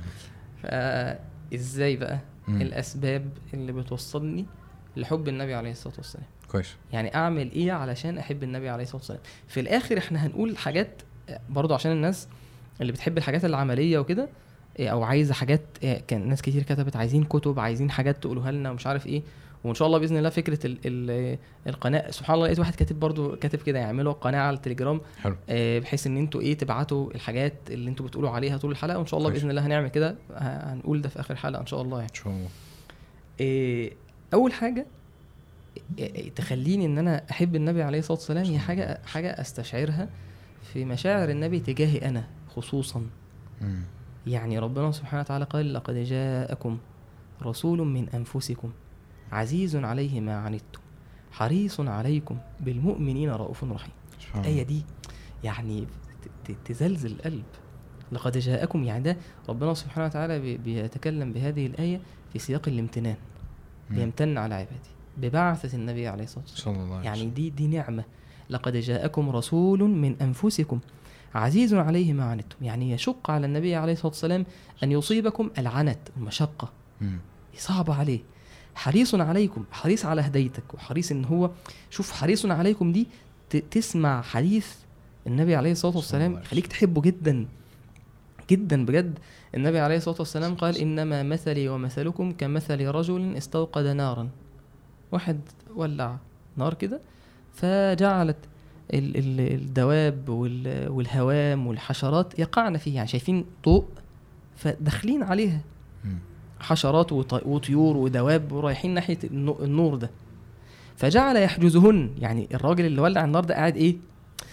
فازاي بقى مم. الاسباب اللي بتوصلني لحب النبي عليه الصلاه والسلام؟ كويس. يعني اعمل ايه علشان احب النبي عليه الصلاه والسلام؟ في الاخر احنا هنقول حاجات برضو عشان الناس اللي بتحب الحاجات العمليه وكده، او عايزه حاجات، كان ناس كتير كتبت عايزين كتب، عايزين حاجات تقولوها لنا ومش عارف ايه. وان شاء الله باذن الله فكره ال ال القناه، سبحان الله لقيت واحد كاتب برضو كاتب كده يعملوا قناه على التليجرام حلو. آه بحيث ان انتوا ايه تبعتوا الحاجات اللي انتوا بتقولوا عليها طول الحلقه، وان شاء الله باذن الله هنعمل كده، هنقول ده في اخر حلقه ان شاء الله يعني. ان شاء الله. آه اول حاجه تخليني ان انا احب النبي عليه الصلاه والسلام هي حاجه حاجه استشعرها في مشاعر النبي تجاهي انا خصوصا. م. يعني ربنا سبحانه وتعالى قال لقد جاءكم رسول من أنفسكم عزيز عليه ما عنتم حريص عليكم بالمؤمنين رؤوف رحيم. الآية دي يعني تزلزل القلب. لقد جاءكم، يعني ده ربنا سبحانه وتعالى بيتكلم بهذه الآية في سياق الامتنان، بيمتن على عباده ببعثة النبي عليه الصلاة والسلام. يعني دي دي نعمة. لقد جاءكم رسول من أنفسكم عزيز عليه ما عنتم، يعني يشق على النبي عليه الصلاة والسلام أن يصيبكم العنت المشقة، صعب عليه. حريص عليكم، حريص على هدايتك، وحريص ان هو شوف حريص عليكم دي تسمع حديث النبي عليه الصلاة والسلام خليك تحبه جدا جدا بجد. النبي عليه الصلاة والسلام قال إنما مثلي ومثلكم كمثل رجل استوقد نارا. واحد ولع نار كده فجعلت الدواب والهوام والحشرات يقعن فيه، يعني شايفين ضوء فدخلين عليها حشرات وطيور ودواب ورايحين ناحية النور ده، فجعل يحجزهن. يعني الراجل اللي ولع النار ده قاعد ايه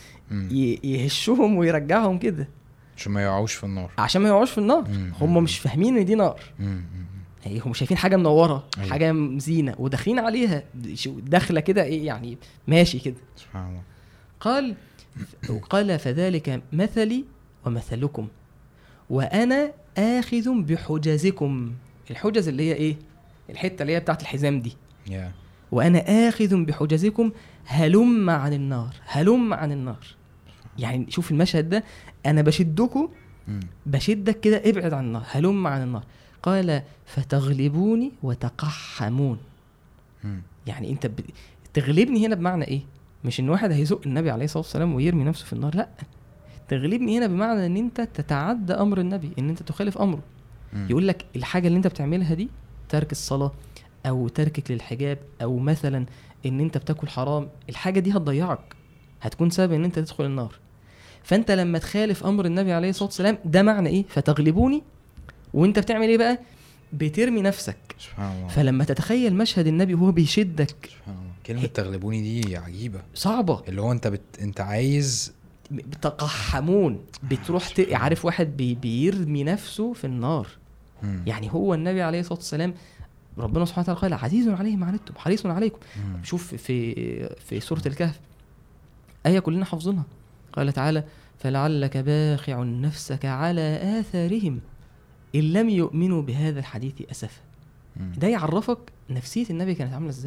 يهشهم ويرجعهم كده عشان ما يقعوش في النار، عشان ما يقعوش في النار. هم مش فاهمين ان دي نار، هم شايفين حاجة منورة، حاجة زينة وداخلين عليها داخلة كده ايه يعني ماشي كده. سبحان الله. قال وقال فذلك مثلي ومثلكم وانا آخذ بحجزكم. الحجز اللي هي ايه؟ الحتة اللي هي بتاعت الحزام دي. yeah. وانا آخذ بحجزكم هلم عن النار، هلم عن النار. يعني شوف المشهد ده، انا بشدكم بشدك كده ابعد عن النار، هلم عن النار. قال فتغلبوني وتقحمون. يعني انت ب... تغلبني هنا بمعنى ايه؟ مش ان واحد هيزق النبي عليه الصلاة والسلام ويرمي نفسه في النار، لا، تغلبني هنا بمعنى ان انت تتعدى امر النبي، ان انت تخالف امره. م. يقول لك الحاجة اللي انت بتعملها دي، ترك الصلاة او تركك للحجاب او مثلا ان انت بتاكل حرام، الحاجة دي هتضيعك، هتكون سبب ان انت تدخل النار. فانت لما تخالف امر النبي عليه الصلاة والسلام ده معنى ايه؟ فتغلبوني. وانت بتعمل ايه بقى؟ بترمي نفسك. سبحان الله. فلما تتخيل مشهد النبي وهو بيشدك، سبحان الله، كلمة تغلبوني دي عجيبة صعبة، اللي هو انت بت... انت عايز بتقحمون، بتروح ت... عارف واحد بي... بيرمي نفسه في النار. مم. يعني هو النبي عليه الصلاة والسلام ربنا سبحانه وتعالى قال عزيز عليه ما عنتم حريص عليكم. مم. شوف في في سورة الكهف آية كلنا حافظينها، قال تعالى فلعلك باخع نفسك على آثارهم إن لم يؤمنوا بهذا الحديث أسفا. ده يعرفك نفسية النبي كانت عاملة ازاي.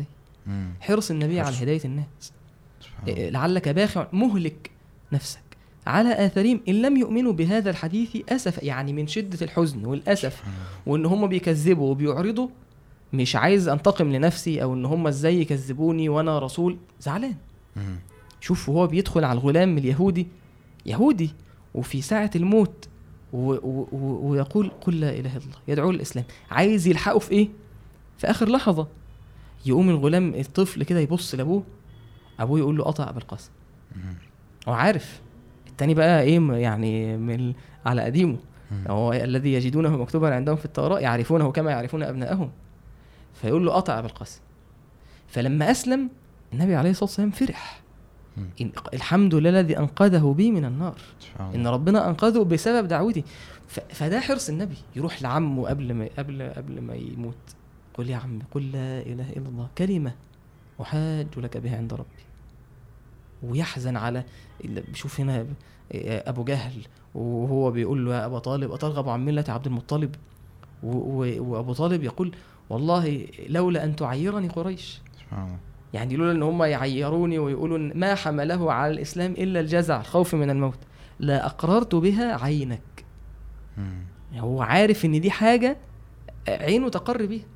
مم. حرص النبي حرص. على هداية الناس. سبحان الله. إيه، لعلك باخع مهلك نفسك على آثارهم إن لم يؤمنوا بهذا الحديث أسف، يعني من شدة الحزن والأسف سبحان الله. وإن هم بيكذبوا وبيعرضوا، مش عايز أنتقم لنفسي أو إن هم إزاي يكذبوني وأنا رسول، زعلان. مم. شوف وهو بيدخل على الغلام اليهودي، يهودي وفي ساعة الموت و و و ويقول قل لا إله إلا الله، يدعو الإسلام، عايز يلحقه في إيه؟ في آخر لحظة. يقوم الغلام الطفل كده يبص لأبوه، أبوه يقول له قطع بالقسم. مم. هو عارف التاني بقى إيه يعني من على قديمه، مم. هو الذي يجدونه مكتوبا عندهم في التوراة يعرفونه كما يعرفون أبنائهم، فيقول له قطع بالقسم. فلما أسلم النبي عليه الصلاة والسلام فرح، مم. إن الحمد لله الذي أنقذه بي من النار، سبحان إن الله. ربنا أنقذه بسبب دعوتي. ف- فده حرص النبي، يروح لعمه قبل ما قبل قبل ما يموت، قل يا عمي قل لا إله إلا الله كلمة أحاج لك بها عند ربي. ويحزن على اللي بشوف هنا أبو جهل وهو بيقول له يا أبا طالب أترغب عن ملة عبد المطلب، و- و- وأبو طالب يقول والله لولا أن تعيرني قريش، سبحان الله. يعني لولا ان هم يعيروني ويقولوا إن ما حمله على الاسلام الا الجزع الخوف من الموت لا اقررت بها عينك. مم. يعني هو عارف ان دي حاجه عينه تقر بيها.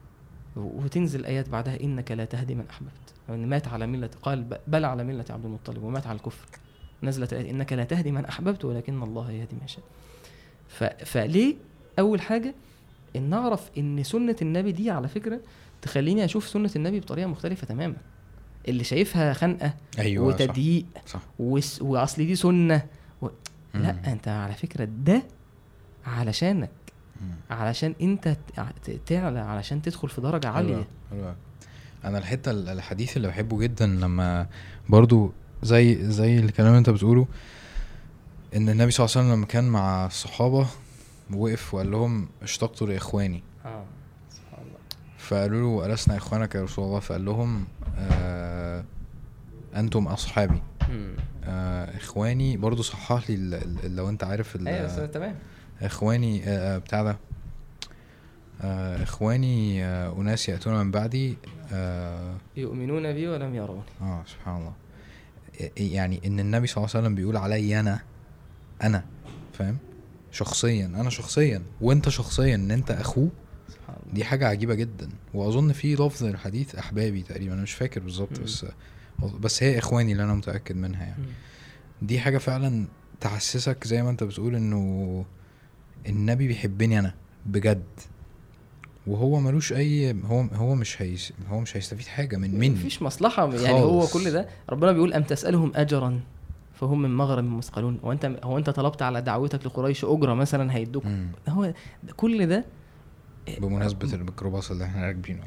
وتنزل ايات بعدها انك لا تهدي من احببت، يعني مات على مله، قال بل على مله عبد المطلب ومات على الكفر. نزلت الايه انك لا تهدي من احببت ولكن الله يهدي من يشاء. ف- فليه اول حاجه ان نعرف ان سنه النبي دي على فكره تخليني اشوف سنه النبي بطريقه مختلفه تماما. اللي شايفها خنقه ايوه وتضييق صح. وس- واصل دي سنه و... مم. لا انت على فكره ده علشانك، مم. علشان انت ت- ت- تعلى، علشان تدخل في درجه عاليه. حلوة. حلوة. انا الحته ال- الحديث اللي بحبه جدا لما برضو زي زي الكلام اللي انت بتقوله، ان النبي صلى الله عليه وسلم لما كان مع الصحابه وقف وقال لهم اشتقت لاخواني، اه سبحان الله. فقالوا له ألسنا إخوانك يا رسول الله؟ فقال لهم آه أنتم أصحابي. مم. آه إخواني برضو صحح لي ال- ال- لو أنت عارف ال- ايوه بس تمام. إخواني آه بتاع ده آه إخواني آه أناس يأتون من بعدي آه, يؤمنون بي ولم يروني. آه سبحان الله. يعني إن النبي صلى الله عليه وسلم بيقول علي أنا أنا فاهم شخصيا، أنا شخصيا وأنت شخصيا إن أنت أخوه، سبحان الله. دي حاجة عجيبة جدا. واظن في لفظ الحديث احبابي تقريبا، انا مش فاكر بالظبط، مم. بس بس هي اخواني اللي انا متأكد منها يعني. مم. دي حاجة فعلا تحسسك زي ما انت بتقول انه النبي بيحبني انا بجد، وهو ملوش اي هو هو مش هيس هو مش هيستفيد حاجة من مني. مفيش مصلحه يعني. هو خالص. كل ده ربنا بيقول ام تسالهم اجرا فهم من مغرم مثقلون، وانت هو انت طلبت على دعوتك لقريش اجره مثلا هيدوك؟ مم. هو ده كل ده بمناسبة الميكروباص اللي احنا راكبينه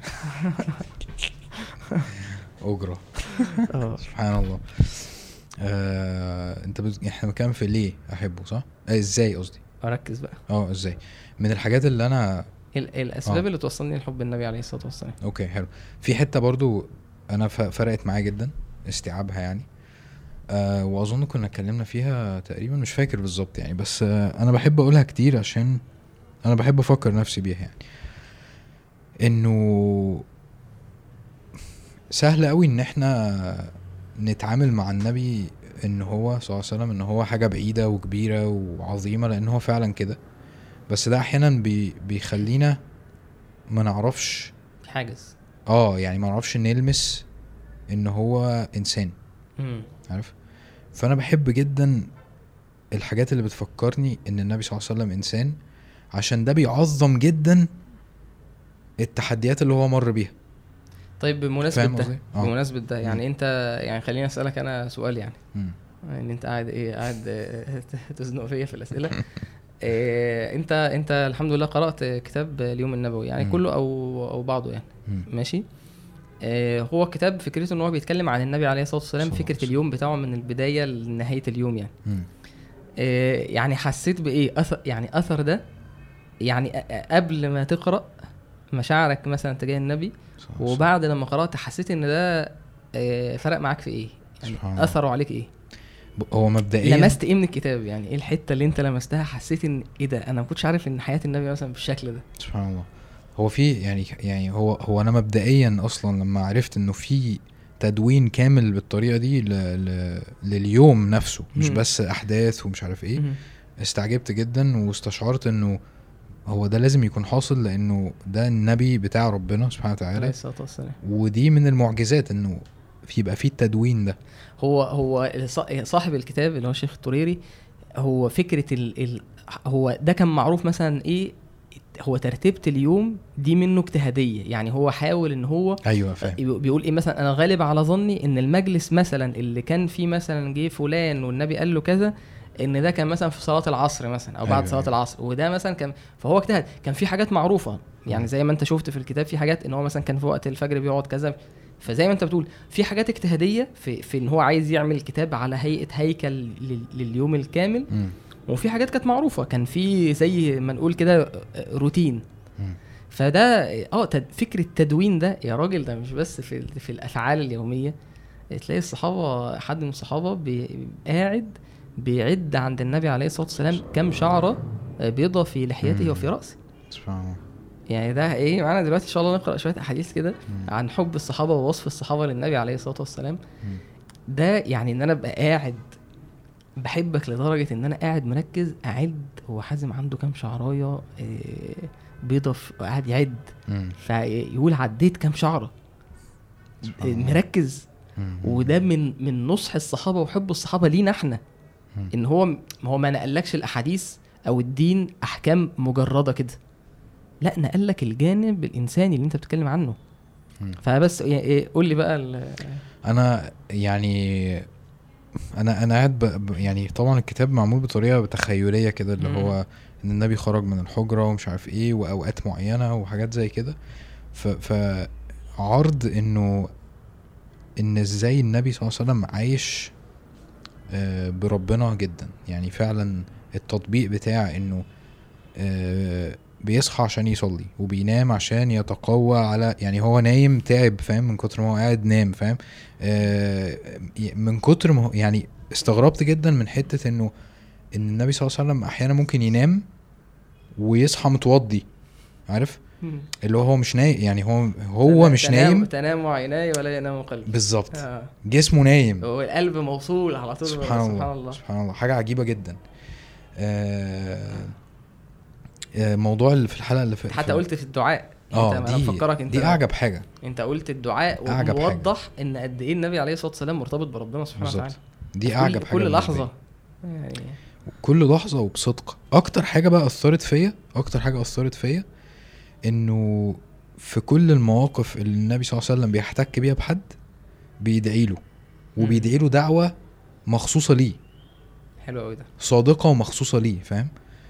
اجرة. اه سبحان الله. آه، انت بز... احنا كان في ليه احبه صح؟ آه ازاي قصدي؟ اركز بقى اه ازاي من الحاجات اللي انا ال- الاسباب آه. اللي توصلني لحب النبي عليه الصلاه والسلام. اوكي حلو. في حته برضو انا ف... فرقت معايا جدا استيعابها يعني، آه واظن كنا اتكلمنا فيها تقريبا مش فاكر بالظبط يعني، بس آه انا بحب اقولها كتير عشان انا بحب افكر نفسي بيها يعني. انه سهل قوي ان احنا نتعامل مع النبي ان هو صلى الله عليه وسلم ان هو حاجه بعيده وكبيره وعظيمه، لان هو فعلا كده، بس ده احيانا بي بيخلينا ما نعرفش حاجز. اه يعني ما نعرفش نلمس ان هو انسان، امم عارف. فانا بحب جدا الحاجات اللي بتفكرني ان النبي صلى الله عليه وسلم انسان، عشان ده بيعظم جدا التحديات اللي هو مر بيها. طيب بمناسبه فاهم ده قصدي؟ آه. بمناسبه ده يعني مم. انت يعني خليني اسالك انا سؤال يعني مم. ان انت قاعد ايه قاعد آه، تزنق فيا في الاسئله. إيه انت انت الحمد لله قرات كتاب اليوم النبوي يعني مم. كله او او بعضه يعني مم. ماشي. إيه هو كتاب فكرته ان هو بيتكلم عن النبي عليه الصلاه والسلام، صلى الله عليه فكره اليوم بتاعه من البدايه لنهايه اليوم يعني. مم. إيه يعني حسيت بايه اثر يعني اثر ده يعني أ- أ- قبل ما تقرا مشاعرك مثلا تجاه النبي، صلى الله عليه وسلم. وبعد لما قرات حسيت ان ده إيه فرق معاك في ايه يعني سبحان الله. اثره عليك ايه؟ ب- هو مبدئيا لمست ايه من الكتاب يعني؟ ايه الحته اللي انت لمستها حسيت ان ايه ده؟ انا ما كنتش عارف ان حياه النبي مثلا بالشكل ده. سبحان الله. هو في يعني يعني هو هو انا مبدئيا اصلا لما عرفت انه في تدوين كامل بالطريقه دي ل... ل... لليوم نفسه، مش مم. بس احداث ومش عارف ايه، مم. استعجبت جدا واستشعرت انه هو ده لازم يكون حاصل، لانه ده النبي بتاع ربنا سبحانه عليه وتعالى، الصلاة والسلام. ودي من المعجزات انه في يبقى في التدوين ده. هو هو ص- صاحب الكتاب اللي هو الشيخ الطريري، هو فكرة ال ال هو ده كان معروف مثلا ايه، هو ترتيبة اليوم دي منه اجتهادية. يعني هو حاول ان هو ايوه فاهم. بيقول ايه مثلا، انا غالب على ظني ان المجلس مثلا اللي كان فيه مثلا جه فلان والنبي قال له كذا، ان ده كان مثلا في صلاة العصر مثلا او بعد أيوة صلاة أيوة. العصر، وده مثلا كان، فهو اجتهد. كان في حاجات معروفة يعني زي ما انت شفت في الكتاب، في حاجات ان هو مثلا كان في وقت الفجر بيقعد كذا، فزي ما انت بتقول في حاجات اجتهادية في في ان هو عايز يعمل كتاب على هيئة هيكل لل- لليوم الكامل، مم. وفي حاجات كانت معروفة، كان في زي ما نقول كده روتين. مم. فده اه تد... فكرة التدوين ده يا راجل، ده مش بس في ال- في الافعال اليومية. تلاقي الصحابة، حد من الصحابة بي... قاعد بيعد عند النبي عليه الصلاة والسلام كم شعرة بيضة في لحيته مم. وفي رأسه. سبحان الله. يعني ده ايه معانا دلوقتي ان شاء الله نقرأ شوية احاديث كده مم. عن حب الصحابة ووصف الصحابة للنبي عليه الصلاة والسلام. مم. ده يعني ان انا ابقى قاعد بحبك لدرجة ان انا قاعد مركز اعد هو حازم عنده كام شعرايه إيه بيضة، قاعد يعد مم. فيقول عديت كام شعرة، سبحان الله. مركز. مم. وده من من نصح الصحابة وحب الصحابة لينا احنا، مم. ان هو ما هو ما نقلكش الاحاديث او الدين احكام مجردة كده، لا نقلك الجانب الانساني اللي انت بتتكلم عنه. مم. فبس يعني قول لي بقى ال- انا يعني انا انا قاعد ب- ب- يعني طبعا الكتاب معمول بطريقه تخيليه كده، اللي مم. هو ان النبي خرج من الحجره ومش عارف ايه واوقات معينه وحاجات زي كده، ف فعرض انه ان ازاي النبي صلى الله عليه وسلم عايش آه، بربنا جدا. يعني فعلا التطبيق بتاع انه آه، بيصحى عشان يصلي وبينام عشان يتقوى على، يعني هو نايم تعب فاهم من كتر ما هو قاعد نام فاهم، آه، من كتر ما هو يعني استغربت جدا من حتة انه ان النبي صلى الله عليه وسلم احيانا ممكن ينام ويصحى متوضي، عارف مم. اللي هو هو مش نايم، يعني هو هو مش تنام نايم تنام عيناي ولا ينام قلبي. بالظبط، آه. جسمه نايم. هو القلب موصول على طول. سبحان الله. سبحان الله. سبحان الله، حاجة عجيبة جدا. آه، آه، موضوع اللي في الحلقة اللي في حتى قلت في الدعاء، اه انت انا دي بفكرك انت دي اعجب حاجة. انت قلت الدعاء أعجب وموضح ان قد ايه النبي عليه الصلاه والسلام مرتبط بربنا سبحانه بالظبط. وتعالى. دي كل- اعجب حاجة كل بالنسبة لحظه لي. يعني. كل لحظة وبصدق. اكتر حاجة بقى اثرت فيا، اكتر حاجة اثرت فيا انه في كل المواقف اللي النبي صلى الله عليه وسلم بيحتك بيها بحد بيدعي له، وبيدعي له دعوة مخصوصة ليه، حلو قوي ده. صادقة ومخصوصة ليه فاهم.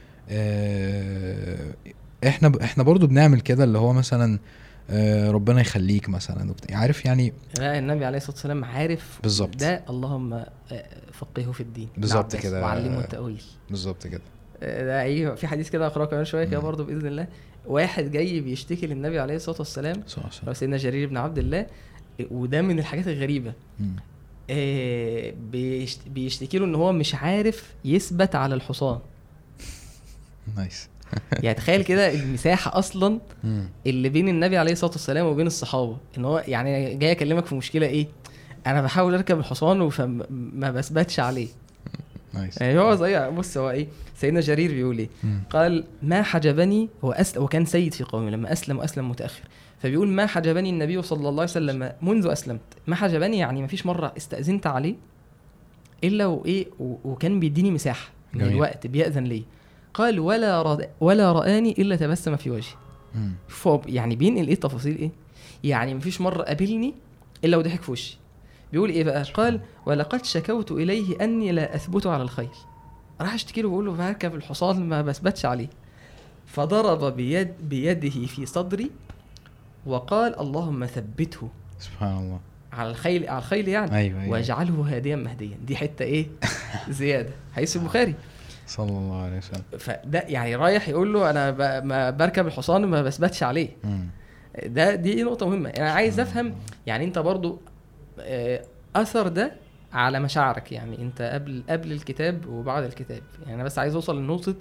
آه، احنا ب... احنا برضو بنعمل كده، اللي هو مثلا آه، ربنا يخليك مثلا وبتاع، عارف يعني. لا النبي عليه الصلاه والسلام عارف بالظبط. ده، اللهم آه، فقهه في الدين بالظبط نعم، كده. وعلمه التاويل. بالظبط كده. آه، ده ايوه في حديث كده اقراه كمان شويه كده مم. برضه باذن الله. واحد جاي بيشتكي للنبي عليه الصلاه والسلام، صح صح. هو سيدنا جرير بن عبد الله، وده من الحاجات الغريبه. مم. آه، بيشت- بيشتكي له ان هو مش عارف يثبت على الحصان. نايس. يعني تخيل كده المساحه اصلا مم. اللي بين النبي عليه الصلاه والسلام وبين الصحابه، ان هو يعني جاي اكلمك في مشكله ايه، انا بحاول اركب الحصان وما بثبتش عليه. نايس. يعني هو زي بص هو ايه، سيدنا جرير بيقول ايه، مم. قال ما حجبني، هو أسلم وكان سيد في قومه لما اسلم واسلم متاخر، فبيقول ما حجبني النبي صلى الله عليه وسلم منذ اسلمت، ما حجبني يعني ما فيش مره استاذنت عليه الا وايه و- وكان بيديني مساحه من جميل. الوقت بيأذن لي. قال ولا رد ولا رآني الا تبسم في وجهي. مم. فهو يعني بينقل ايه التفاصيل ايه، يعني مفيش مره قابلني الا وضحك في وشي. بيقول ايه بقى، قال ولقد شكوت اليه اني لا اثبت على الخيل، راح اشتكي له بقول له بركب الحصان ما بثبتش عليه، فضرب بيد بيده في صدري وقال اللهم ثبته سبحان الله. على الخيل، على الخيل يعني، ايوه ايوه. واجعله هاديا مهديا. دي حته ايه زياده حديث البخاري. صلى الله عليه وسلم. فده يعني رايح يقول له انا ب- ما بركب الحصان ما بثبتش عليه. مم. ده دي نقطة مهمة. انا عايز افهم يعني انت برضو آه، اثر ده على مشاعرك، يعني انت قبل قبل الكتاب وبعد الكتاب. يعني انا بس عايز اوصل لنقطة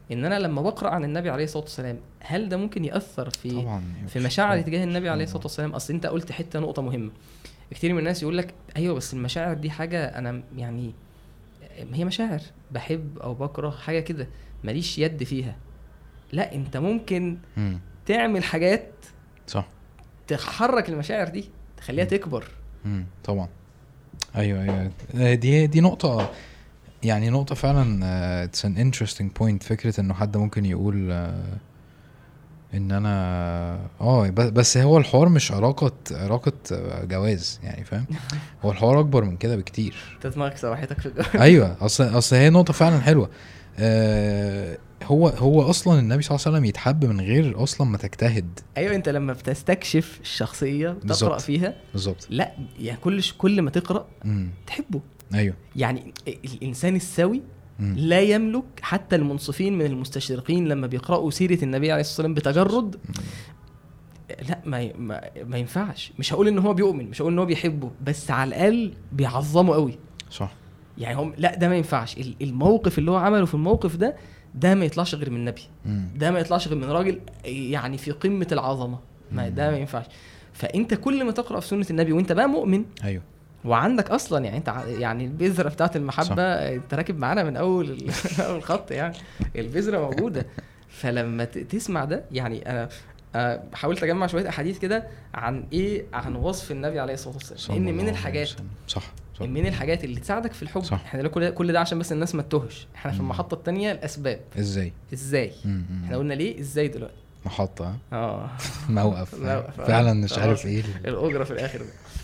ان انا لما بقرا عن النبي عليه الصلاه والسلام هل ده ممكن ياثر في طبعا في مشاعر تجاه النبي عليه الصلاه والسلام؟ اصل انت قلت حته نقطه مهمه. كتير من الناس يقول لك ايوه بس المشاعر دي حاجه انا يعني هي مشاعر بحب او بكره حاجه كده ماليش يد فيها. لا انت ممكن مم. تعمل حاجات صح تحرك المشاعر دي تخليها تكبر. مم. طبعا ايوه ايوه دي دي نقطه يعني نقطه فعلا. uh, it's an interesting point. فكره انه حد ممكن يقول uh, ان انا اه بس هو الحوار مش علاقه علاقه جواز يعني فاهم. هو الحوار اكبر من كده بكتير. تدماغك سواحتك في الجواز. ايوه اصل اصل هي نقطه فعلا حلوه. آه هو هو اصلا النبي صلى الله عليه وسلم يتحب من غير اصلا ما تجتهد. ايوه انت لما بتستكشف الشخصيه تقرا بالزبط. فيها بالظبط. لا يعني كل كل ما تقرا مم. تحبه. ايوه يعني الانسان السوي مم. لا يملك. حتى المنصفين من المستشرقين لما بيقرأوا سيرة النبي عليه الصلاة والسلام بتجرد لا ما, ما, ما ينفعش. مش هقول ان هو بيؤمن مش هقول ان هو بيحبه بس على الأقل بيعظمه قوي. صح. يعني هم لا ده ما ينفعش. الموقف اللي هو عمله في الموقف ده ده ما يطلعش غير من النبي. مم. ده ما يطلعش غير من راجل يعني في قمة العظمة. ما ده ما ينفعش. فانت كل ما تقرأ في سنة النبي وانت بقى مؤمن ايوه وعندك اصلا يعني انت يعني البذره بتاعت المحبه صح. انت راكب معانا من اول اول خط يعني البذره موجوده. فلما تسمع ده يعني انا حاولت اجمع شويه احاديث كده عن ايه عن وصف النبي عليه الصلاه والسلام ان من الحاجات صح, صح من الحاجات اللي تساعدك في الحب. صح. احنا كل كل ده عشان بس الناس ما تتوهش. احنا في المحطه الثانيه الاسباب ازاي ازاي احنا قلنا ليه ازاي دلوقتي محطه اه موقف فعلا مش عارف ايه الاجره في الاخر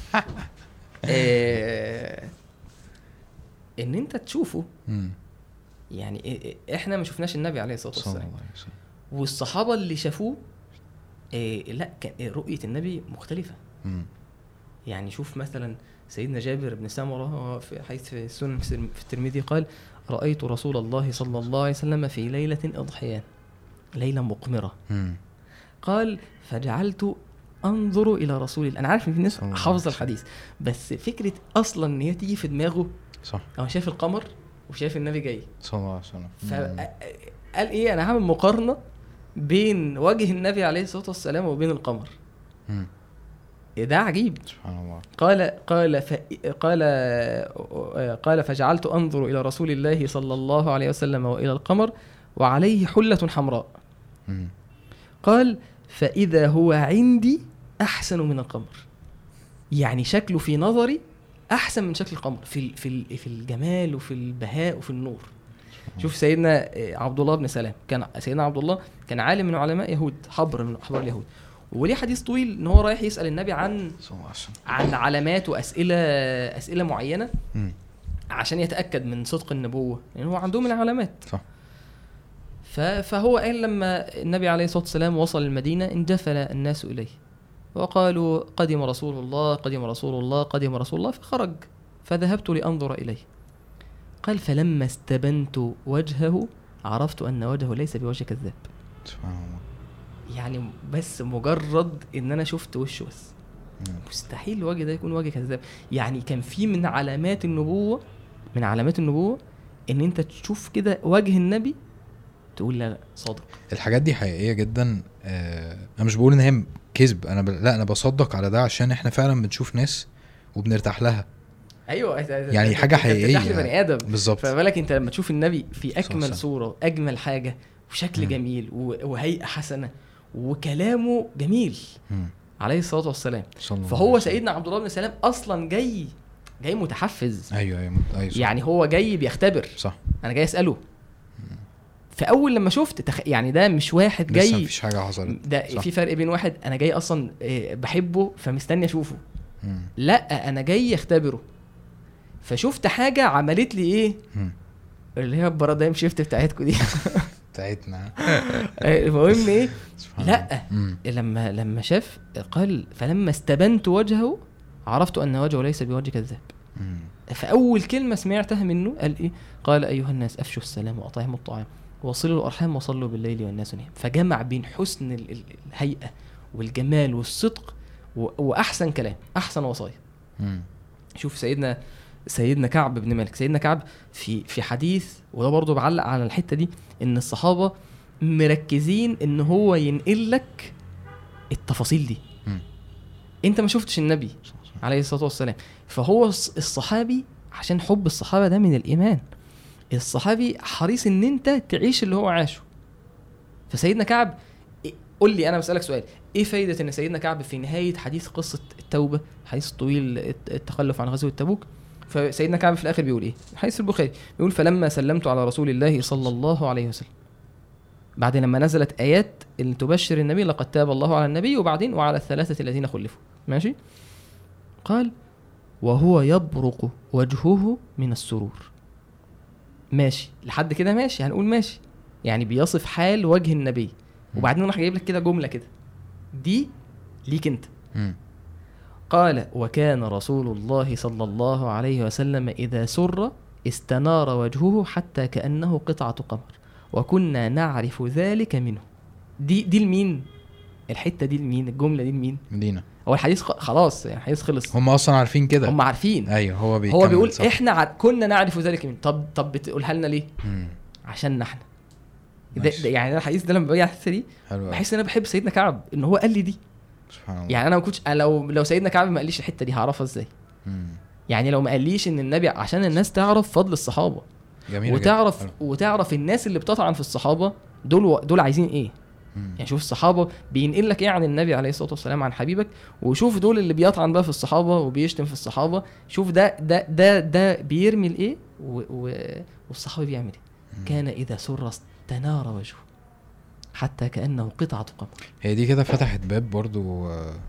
إيه ان انت تشوفه. مم. يعني إيه احنا ما شفناش النبي عليه الصلاه والسلام والصحابه اللي شافوه إيه لا كان رؤيه النبي مختلفه. مم. يعني شوف مثلا سيدنا جابر بن سمره في حيث في السنن في الترمذي قال رايت رسول الله صلى الله عليه وسلم في ليله اضحيان ليله مقمره. مم. قال فجعلت انظر الى رسول الله. انا عارف ان في ناس حافظه الحديث بس فكره اصلا ان هي تيجي في دماغه صح. هو شايف القمر وشايف النبي جاي صلى الله عليه وسلم فقال ايه انا هعمل مقارنه بين وجه النبي عليه الصلاه والسلام وبين القمر. امم ده عجيب سبحان الله. قال قال ف... قال قال فجعلت انظر الى رسول الله صلى الله عليه وسلم والى القمر وعليه حله حمراء. امم قال فاذا هو عندي احسن من القمر. يعني شكله في نظري احسن من شكل القمر في في في الجمال وفي البهاء وفي النور. شوف سيدنا عبد الله بن سلام كان سيدنا عبد الله كان عالم من علماء يهود حبر من احبار اليهود وليه حديث طويل ان هو رايح يسال النبي عن عن علامات واسئله اسئله معينه م. عشان يتاكد من صدق النبوه لان هو عندهم العلامات. صح. فهو قال لما النبي عليه الصلاه والسلام وصل المدينه انجفل الناس اليه وقالوا قدم رسول الله قدم رسول الله قدم رسول الله فخرج فذهبت لأنظر إليه. قال فلما استبنت وجهه عرفت أن وجهه ليس بوجه كذاب. سبحان الله. يعني بس مجرد إن أنا شفت وشه بس مستحيل الوجه ده يكون وجه كذاب. يعني كان في من علامات النبوة من علامات النبوة إن أنت تشوف كده وجه النبي تقول لا صادق. الحاجات دي حقيقية جدا. آه أنا مش بقول إن هي كذب انا ب... لا انا بصدق على ده عشان احنا فعلا بنشوف ناس وبنرتاح لها. ايوه يعني حاجه حقيقيه بترتاح لبني ادم بالظبط. فبالك انت لما تشوف النبي في اكمل صح صوره اجمل حاجه وشكل م. جميل وهيئه حسنه وكلامه جميل م. عليه الصلاه والسلام. فهو سيدنا عبد الله بن سلام اصلا جاي جاي متحفز. ايوه ايوه, أيوة يعني هو جاي بيختبر. صح. انا جاي اساله فاول لما شفت تخ... يعني ده مش واحد جاي لسه مفيش حاجه حصلت. ده صح. في فرق بين واحد انا جاي اصلا بحبه فمستني اشوفه م. لا انا جاي اختبره فشفت حاجه عملت لي ايه م. اللي هي البارادايم شيفت بتاعتكم دي بتاعتنا. المهم ايه لا م. لما لما شاف قال فلما استبنت وجهه عرفت ان وجهه ليس بوجه كذاب. فاول كلمه سمعتها منه قال ايه قال ايها الناس افشوا السلام واطعموا الطعام وصلوا الارحام وصلوا بالليل والناس نيام. فجمع بين حسن الهيئه والجمال والصدق واحسن كلام احسن وصايا. شوف سيدنا سيدنا كعب بن مالك. سيدنا كعب في في حديث، وده برضو بعلق على الحتة دي، ان الصحابة مركزين ان هو ينقل لك التفاصيل دي. م. انت ما شفتش النبي عليه الصلاة والسلام، فهو الصحابي عشان حب الصحابة ده من الإيمان، الصحابي حريص ان انت تعيش اللي هو عاشه. فسيدنا كعب، قول لي انا بسألك سؤال، ايه فايدة ان سيدنا كعب في نهاية حديث قصة التوبة، حديث طويل التخلف عن غزوة تبوك، فسيدنا كعب في الاخر بيقول ايه؟ حديث البخاري بيقول فلما سلمت على رسول الله صلى الله عليه وسلم، بعد لما نزلت ايات اللي تبشر النبي لقد تاب الله على النبي، وبعدين وعلى الثلاثة الذين خلفوا، ماشي، قال وهو يبرق وجهه من السرور. ماشي لحد كده، ماشي هنقول ماشي، يعني بيصف حال وجه النبي، وبعدين راح جايب لك كده جملة كده دي ليك انت. م. قال وكان رسول الله صلى الله عليه وسلم إذا سر استنار وجهه حتى كأنه قطعة قمر وكنا نعرف ذلك منه. دي دي لمين الحتة دي؟ لمين الجملة دي؟ لمين؟ لينا. هو الحديث خلاص يعني الحديث خلص، هم اصلا عارفين كده، هم عارفين. ايوه هو بيكمل، هو بيقول صح. احنا ع... كنا نعرف ذلك منه. طب طب بتقولها لنا ليه؟ مم. عشان احنا ده, ده يعني انا الحديث ده لما باجي احس دي بحس ان انا بحب سيدنا كعب ان هو قال لي دي. سبحان الله. يعني انا ما كنتش، لو لو سيدنا كعب ما قاليش الحته دي هعرفها ازاي؟ مم. يعني لو ما قاليش ان النبي، عشان الناس تعرف فضل الصحابه، جميل وتعرف جدا. وتعرف الناس اللي بتطعن في الصحابه دول دول عايزين ايه. مم. يعني شوف الصحابه بينقل لك ايه عن النبي عليه الصلاه والسلام، عن حبيبك، وشوف دول اللي بيطعن بقى في الصحابه وبيشتم في الصحابه، شوف ده ده ده ده بيرمي الايه والصحابي بيعمل ايه. كان اذا سر استنار وجهه حتى كانه قطعه قمر. هي دي كده فتحت باب برضو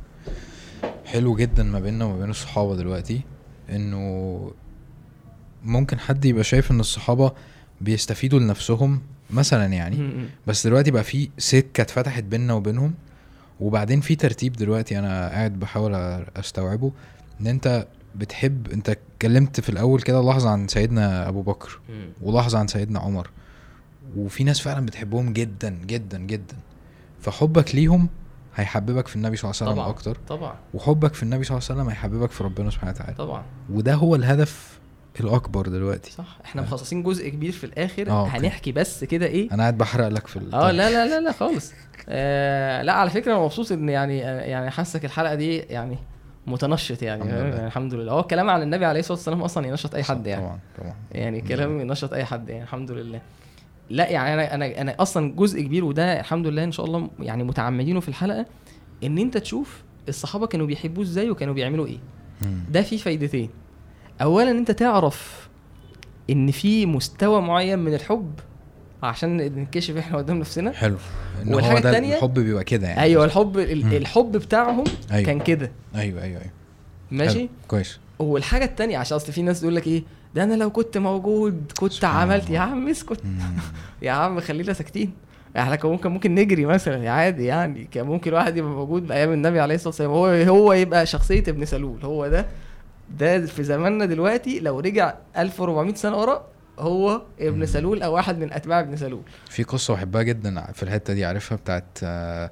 حلو جدا ما بيننا وما بين الصحابه دلوقتي، انه ممكن حد يبقى شايف ان الصحابه بيستفيدوا لنفسهم مثلا يعني، بس دلوقتي بقى في سكه اتفتحت بيننا وبينهم، وبعدين في ترتيب دلوقتي انا قاعد بحاول استوعبه، ان انت بتحب، انت اتكلمت في الاول كده لحظه عن سيدنا ابو بكر ولحظه عن سيدنا عمر، وفي ناس فعلا بتحبهم جدا جدا جدا، فحبك ليهم هيحببك في النبي صلى الله عليه وسلم طبعًا اكتر طبعا، وحبك في النبي صلى الله عليه وسلم هيحببك في ربنا سبحانه وتعالى طبعا، وده هو الهدف الاكبر دلوقتي. صح. احنا مخصصين جزء كبير في الاخر آه هنحكي بس كده ايه. انا قاعد بحرق لك في ال... اه لا لا لا لا خالص. آه لا على فكره انا مبسوط ان يعني يعني حاسك الحلقه دي يعني متنشط يعني الحمد لله. يعني الحمد لله. هو الكلام عن النبي عليه الصلاه والسلام اصلا ينشط اي حد يعني، طبعا طبعا يعني كلام ينشط اي حد يعني الحمد لله. لا يعني انا انا انا اصلا جزء كبير، وده الحمد لله ان شاء الله يعني متعمدينه في الحلقه، ان انت تشوف الصحابه كانوا بيحبوه ازاي وكانوا بيعملوا ايه. مم. ده فيه فايدتين. اولا انت تعرف ان في مستوى معين من الحب عشان نكشف احنا قدام نفسنا. حلو. إن والحاجه هو ده الثانيه الحب بيبقى كده يعني. ايوه الحب مم. الحب بتاعهم أيوة. كان كده. ايوه ايوه ايوه ماشي حلو. كويس. والحاجه الثانيه عشان اصل في ناس تقول لك ايه ده انا لو كنت موجود كنت عملت. يا عم اسكت يا عم خلينا ساكتين. احنا كان ممكن ممكن نجري مثلا عادي يعني، كان ممكن واحد يبقى موجود بايام النبي عليه الصلاه والسلام، هو هو يبقى شخصيه ابن سلول. هو ده ده في زماننا دلوقتي لو رجع ألف وأربعمية سنه ورا هو ابن سلول او واحد من اتباع ابن سلول. في قصه بحبها جدا في الحته دي، عارفها، بتاعت آآ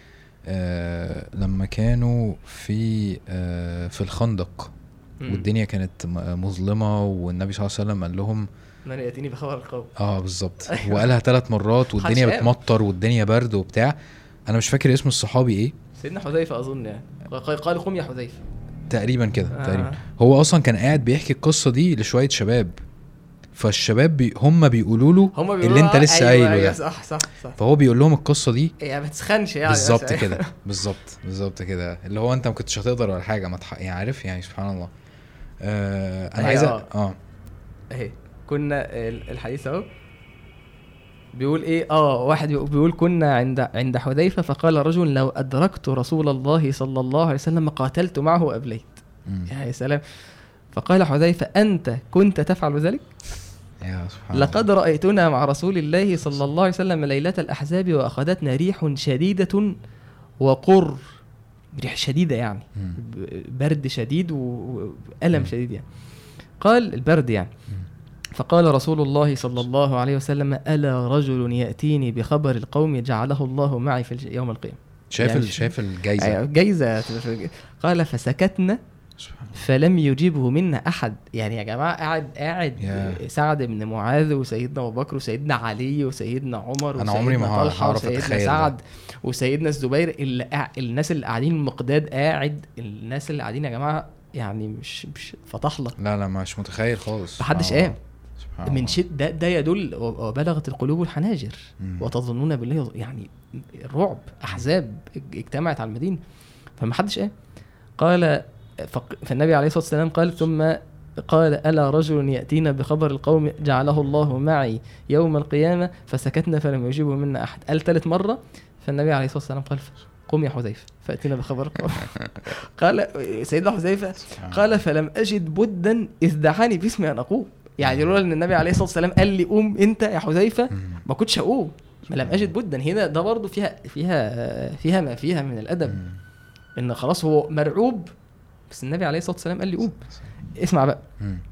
آآ لما كانوا في في الخندق والدنيا كانت مظلمه، والنبي صلى الله عليه وسلم قال لهم من ياتيني بخبر القوم. اه بالظبط. وقالها ثلاث مرات والدنيا بتمطر والدنيا برد وبتاع. انا مش فاكر اسم الصحابي ايه، سيدنا حذيفه اظن يعني، قال قم يا حذيفه تقريبا كده. آه. تقريبا هو اصلا كان قاعد بيحكي القصه دي لشويه شباب، فالشباب بي هم بيقولوا له هم اللي انت لسه قايله. أيوة أيوة صح صح صح. فهو بيقول لهم القصه دي يعني ما تسخنش يعني بالظبط كده. بالظبط بالظبط كده، اللي هو انت ما كنتش هتقدر ولا حاجه ما تح... يعني عارف يعني سبحان الله. آه انا عايز اه اهي كنا الحديث اهو بيقول ايه. اه واحد بيقول كنا عند عند حذيفه فقال رجل لو ادركت رسول الله صلى الله عليه وسلم قاتلت معه وابليت. يا سلام. فقال حذيفه انت كنت تفعل ذلك؟ يا سبحان الله. لقد رايتنا مع رسول الله صلى الله عليه وسلم ليله الاحزاب واخذتنا ريح شديده وقر، ريح شديده يعني م. برد شديد والم شديد يعني. قال البرد يعني. م. فقال رسول الله صلى الله عليه وسلم ألا رجل يأتيني بخبر القوم جعله الله معي في يوم القيامة. شايف يعني شايف الجايزة جايزة. قال فسكتنا فلم يجيبه منا احد. يعني يا جماعه قاعد قاعد يا. سعد بن معاذ وسيدنا ابو بكر وسيدنا علي وسيدنا عمر أنا عمري ما وسيدنا طلحه هعرف وسيدنا أتخيل ده. سعد وسيدنا الزبير، اللي قاع... الناس اللي قاعدين، المقداد قاعد، الناس اللي قاعدين يا جماعه يعني مش مش فطحله. لا لا مش متخيل خالص. محدش قام من شد ده, ده يدل وبلغت القلوب الحناجر وتظنون بالله، يعني الرعب، احزاب اجتمعت على المدينه فمحدش قام. قال فالنبي عليه الصلاه والسلام قال ثم قال ألا رجل يأتينا بخبر القوم جعله الله معي يوم القيامة، فسكتنا فلم يجيبه منا أحد. قال ثالث مرة فالنبي عليه الصلاة والسلام قال قم يا حذيفة فأتينا بخبر القوم. قال سيدنا حذيفة قال فلم أجد بدا إذ دعاني باسمي أن أقوم. يعني لولا ان النبي عليه الصلاه والسلام قال لي قوم انت يا حذيفه ما كنتش هقوم، ما لم اجد بدا. هنا ده برضو فيها فيها فيها ما فيها من الادب، ان خلاص هو مرعوب بس النبي عليه الصلاه والسلام قال لي قوم. اسمع بقى.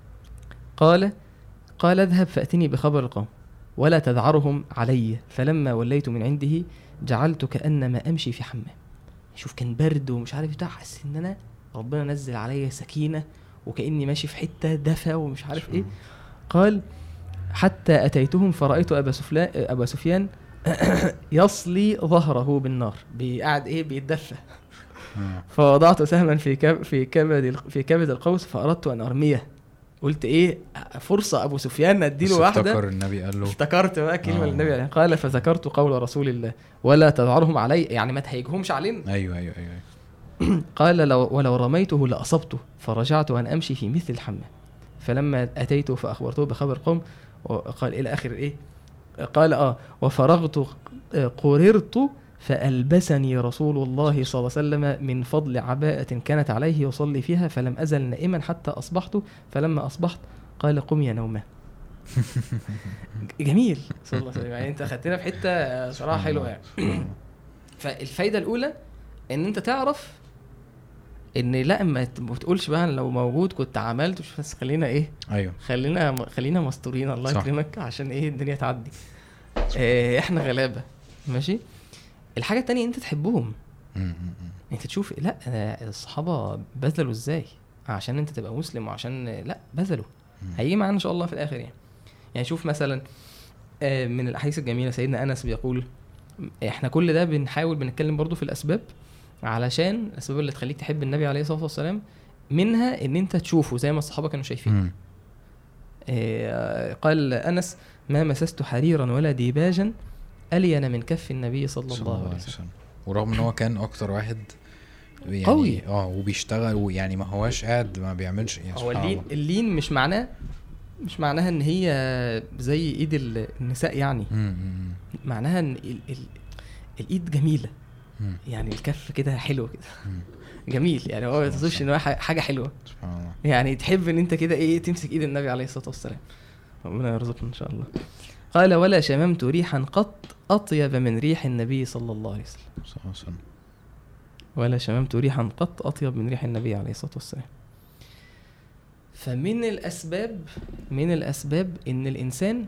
قال قال اذهب فاتني بخبر القوم ولا تذعرهم علي، فلما وليت من عنده جعلت كانما امشي في حمام. شوف كان برد ومش عارف بتاع، حس ان انا ربنا نزل عليا سكينه وكاني ماشي في حته دفا ومش عارف ايه. قال حتى اتيتهم فرأيت ابا سفيان ابا سفيان يصلي ظهره بالنار، بيقعد ايه بيتدفى. فوضعت سهما في كب في كبد في كبد القوس فاردت ان ارميه. قلت ايه فرصه ابو سفيان اديله واحده. افتكر النبي قال له، افتكرت بقى كلمه النبي عليه. قال فذكرت قول رسول الله ولا تذعرهم علي، يعني ما تهيجهمش علينا. ايوه ايوه ايوه. قال لو ولو رميته لأصبته، فرجعت أن أمشي في مثل الحمام. فلما أتيته فأخبرته بخبر قوم وقال إلى آخر إيه. قال آه وفرغت قررت فألبسني رسول الله صلى الله عليه وسلم من فضل عباءة كانت عليه يصلي فيها، فلم أزل نائما حتى أصبحت، فلما أصبحت قال قم يا نوما. جميل صلى الله عليه وسلم. يعني أنت خدتنا في حتة صراحة حلوة يعني. فالفايدة الأولى إن أنت تعرف ان لا ما تقولش بقى لو موجود كنت عملت، مش بس خلينا ايه ايوه خلينا خلينا مستورين الله يكرمك عشان ايه الدنيا تعدي. إيه احنا غلابه ماشي. الحاجه التانية انت تحبهم، انت تشوف لا الصحابه بذلوا ازاي عشان انت تبقى مسلم، وعشان لا بذلوا هيجي معانا ان شاء الله في الاخر. يعني يعني شوف مثلا من الاحاديث الجميله سيدنا انس بيقول، احنا كل ده بنحاول بنتكلم برضو في الاسباب علشان الاسباب اللي تخليك تحب النبي عليه الصلاه والسلام، منها ان انت تشوفه زي ما الصحابه كانوا شايفين. إيه قال انس ما مسست حريرا ولا ديباجا الين من كف النبي صلى الله عليه وسلم. ورغم ان هو كان اكتر واحد يعني قوي اه وبيشتغل، ويعني ما هواش قاعد ما بيعملش يعني. هو اللين, اللين مش معناه مش معناها ان هي زي ايد النساء يعني. مم. معناها ان ال ال الايد جميله، يعني الكف كده حلو كده جميل، يعني هو ما تصفش ان هو حاجه حلوه سبحان الله. يعني تحب ان انت كده ايه تمسك ايد النبي عليه الصلاه والسلام. ربنا يرزقنا ان شاء الله. قال ولا شممت ريحا قط اطيب من ريح النبي صلى الله عليه وسلم. ولا شممت ريحا قط اطيب من ريح النبي عليه الصلاه والسلام. فمن الاسباب من الاسباب ان الانسان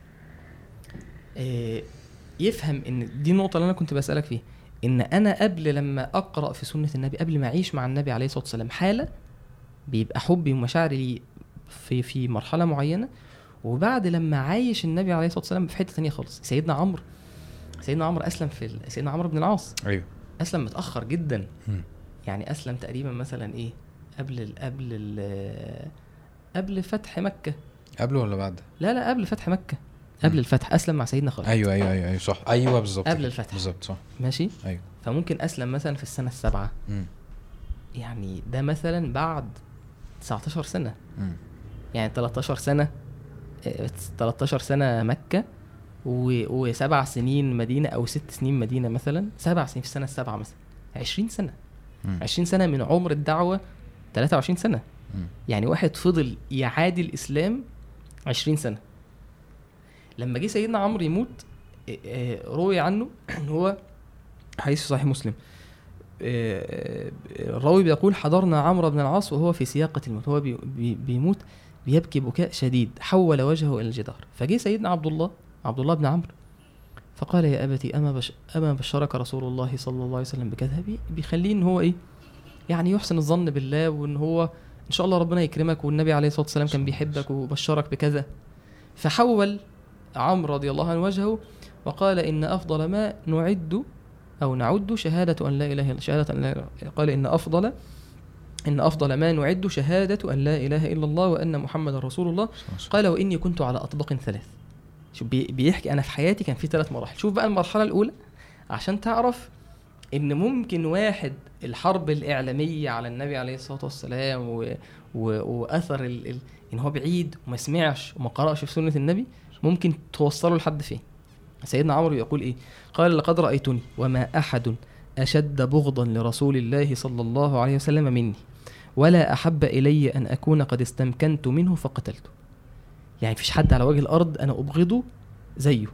يفهم ان دي النقطه اللي انا كنت بسالك فيها، ان انا قبل لما اقرا في سنه النبي، قبل ما اعيش مع النبي عليه الصلاه والسلام حاله بيبقى حبي ومشاعري لي في في مرحله معينه، وبعد لما عايش النبي عليه الصلاه والسلام في حته ثانيه خالص. سيدنا عمرو سيدنا عمرو اسلم في سيدنا عمرو بن العاص. ايوه اسلم متاخر جدا. م. يعني اسلم تقريبا مثلا ايه قبل ال قبل ال قبل فتح مكه. قبل ولا بعد؟ لا لا قبل فتح مكه، قبل الفتح. اسلم مع سيدنا خالد. ايوه ايوه ايوه صح. ايوه بالظبط قبل الفتح بالظبط صح ماشي. ايوه فممكن اسلم مثلا في السنه السابعه. م. يعني ده مثلا بعد تسعتاشر سنه. م. يعني تلتاشر سنه تلتاشر سنه مكه و... وسبع سنين مدينه او ست سنين مدينه مثلا. سبع سنين في السنه السابعه مثلا عشرين سنه. م. عشرين سنه من عمر الدعوه تلاتة وعشرين سنه. م. يعني واحد فضل يعادي الاسلام عشرين سنه. لما جه سيدنا عمرو يموت روي عنه ان هو حديث صحيح مسلم، الراوي بيقول حضرنا عمرو بن العاص وهو في سياقة الموت، هو بي بي بيموت بيبكي بكاء شديد، حول وجهه الى الجدار. فجاء سيدنا عبد الله عبد الله بن عمرو فقال يا ابتي اما بش اما بشرك رسول الله صلى الله عليه وسلم بكذا، بيخليه ان هو ايه يعني يحسن الظن بالله وان هو ان شاء الله ربنا يكرمك والنبي عليه الصلاه والسلام كان بيحبك وبشرك بكذا. فحول عمرو رضي الله عنه وجهه وقال ان افضل ما نعد او نعد شهاده ان لا اله الا شهاده ان لا قال ان افضل ان افضل ما نعد شهاده ان لا اله الا الله وان محمد رسول الله. قال واني كنت على اطباق ثلاث. شوف بيحكي انا في حياتي كان في ثلاث مراحل. شوف بقى المرحله الاولى عشان تعرف ان ممكن واحد الحرب الاعلاميه على النبي عليه الصلاه والسلام و... و... واثر ال... ال... ان هو بعيد وما سمعش وما قرأش في سنه النبي ممكن توصله لحد فين. سيدنا عمرو يقول ايه؟ قال لقد رايتني وما احد اشد بغضا لرسول الله صلى الله عليه وسلم مني ولا احب الي ان اكون قد استمكنت منه فقتلته. يعني فيش حد على وجه الارض انا ابغضه زيه،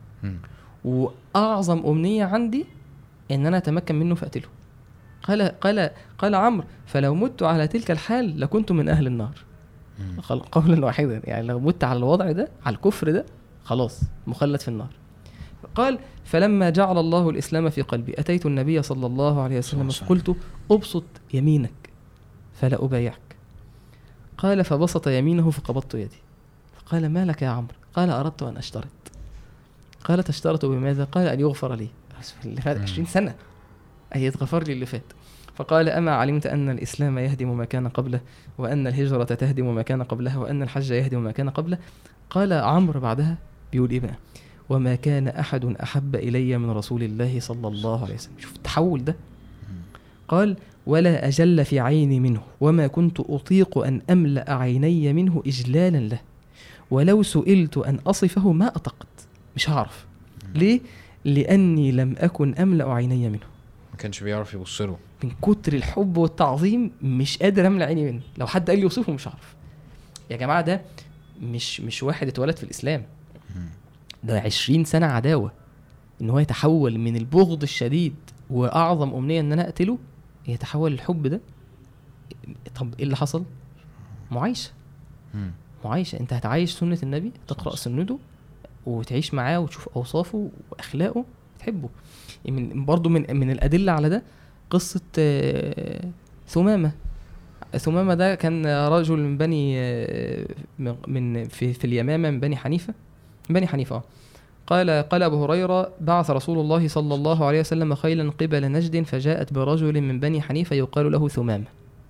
واعظم امنيه عندي ان انا اتمكن منه فاقتله. قال قال قال عمرو فلو مت على تلك الحال لكنت من اهل النار قولا واحدا. يعني لو مت على الوضع ده على الكفر ده خلاص مخلد في النار. قال فلما جعل الله الاسلام في قلبي اتيت النبي صلى الله عليه وسلم فقلت ابسط يمينك فلا ابايعك. قال فبسط يمينه فقبضت يدي. قال ما لك يا عمرو؟ قال اردت ان اشترط. قال تشترط بماذا؟ قال ان يغفر لي اللي فات عشرين سنة أي يتغفر لي اللي فات. فقال أما علمت أن الإسلام يهدم ما كان قبله وأن الهجرة تهدم ما كان قبلها وأن الحج يهدم ما كان قبله. قال عمرو بعدها بيقول إيه بقى؟ وما كان أحد أحب إلي من رسول الله صلى الله عليه وسلم. شوف التحول ده. قال ولا أجل في عيني منه وما كنت أطيق أن أملأ عيني منه إجلالا له ولو سئلت أن أصفه ما أطقت. مش هعرف. ليه؟ لأني لم أكن أملأ عيني منه. ما كانش بيعرف يبصره من كتر الحب والتعظيم مش قادر أملأ عيني منه. لو حد قال لي يوصفه مش عارف. يا جماعة ده مش مش واحد اتولد في الإسلام، ده عشرين سنة عداوة. إن هو يتحول من البغض الشديد وأعظم أمنية إن أنا أقتله يتحول الحب ده. طب إيه اللي حصل؟ معايشة معايشة. أنت هتعايش سنة النبي، تقرأ سنته وتعيش معاه وتشوف أوصافه وأخلاقه تحبه. من برضو من من الأدلة على ده قصة ثمامة. ثمامة ده كان رجل من بني من في في اليمامة من بني حنيفة من بني حنيفة. قال قال أبو هريرة بعث رسول الله صلى الله عليه وسلم خيلا قبل نجد فجاءت برجل من بني حنيفة يقال له ثمامة.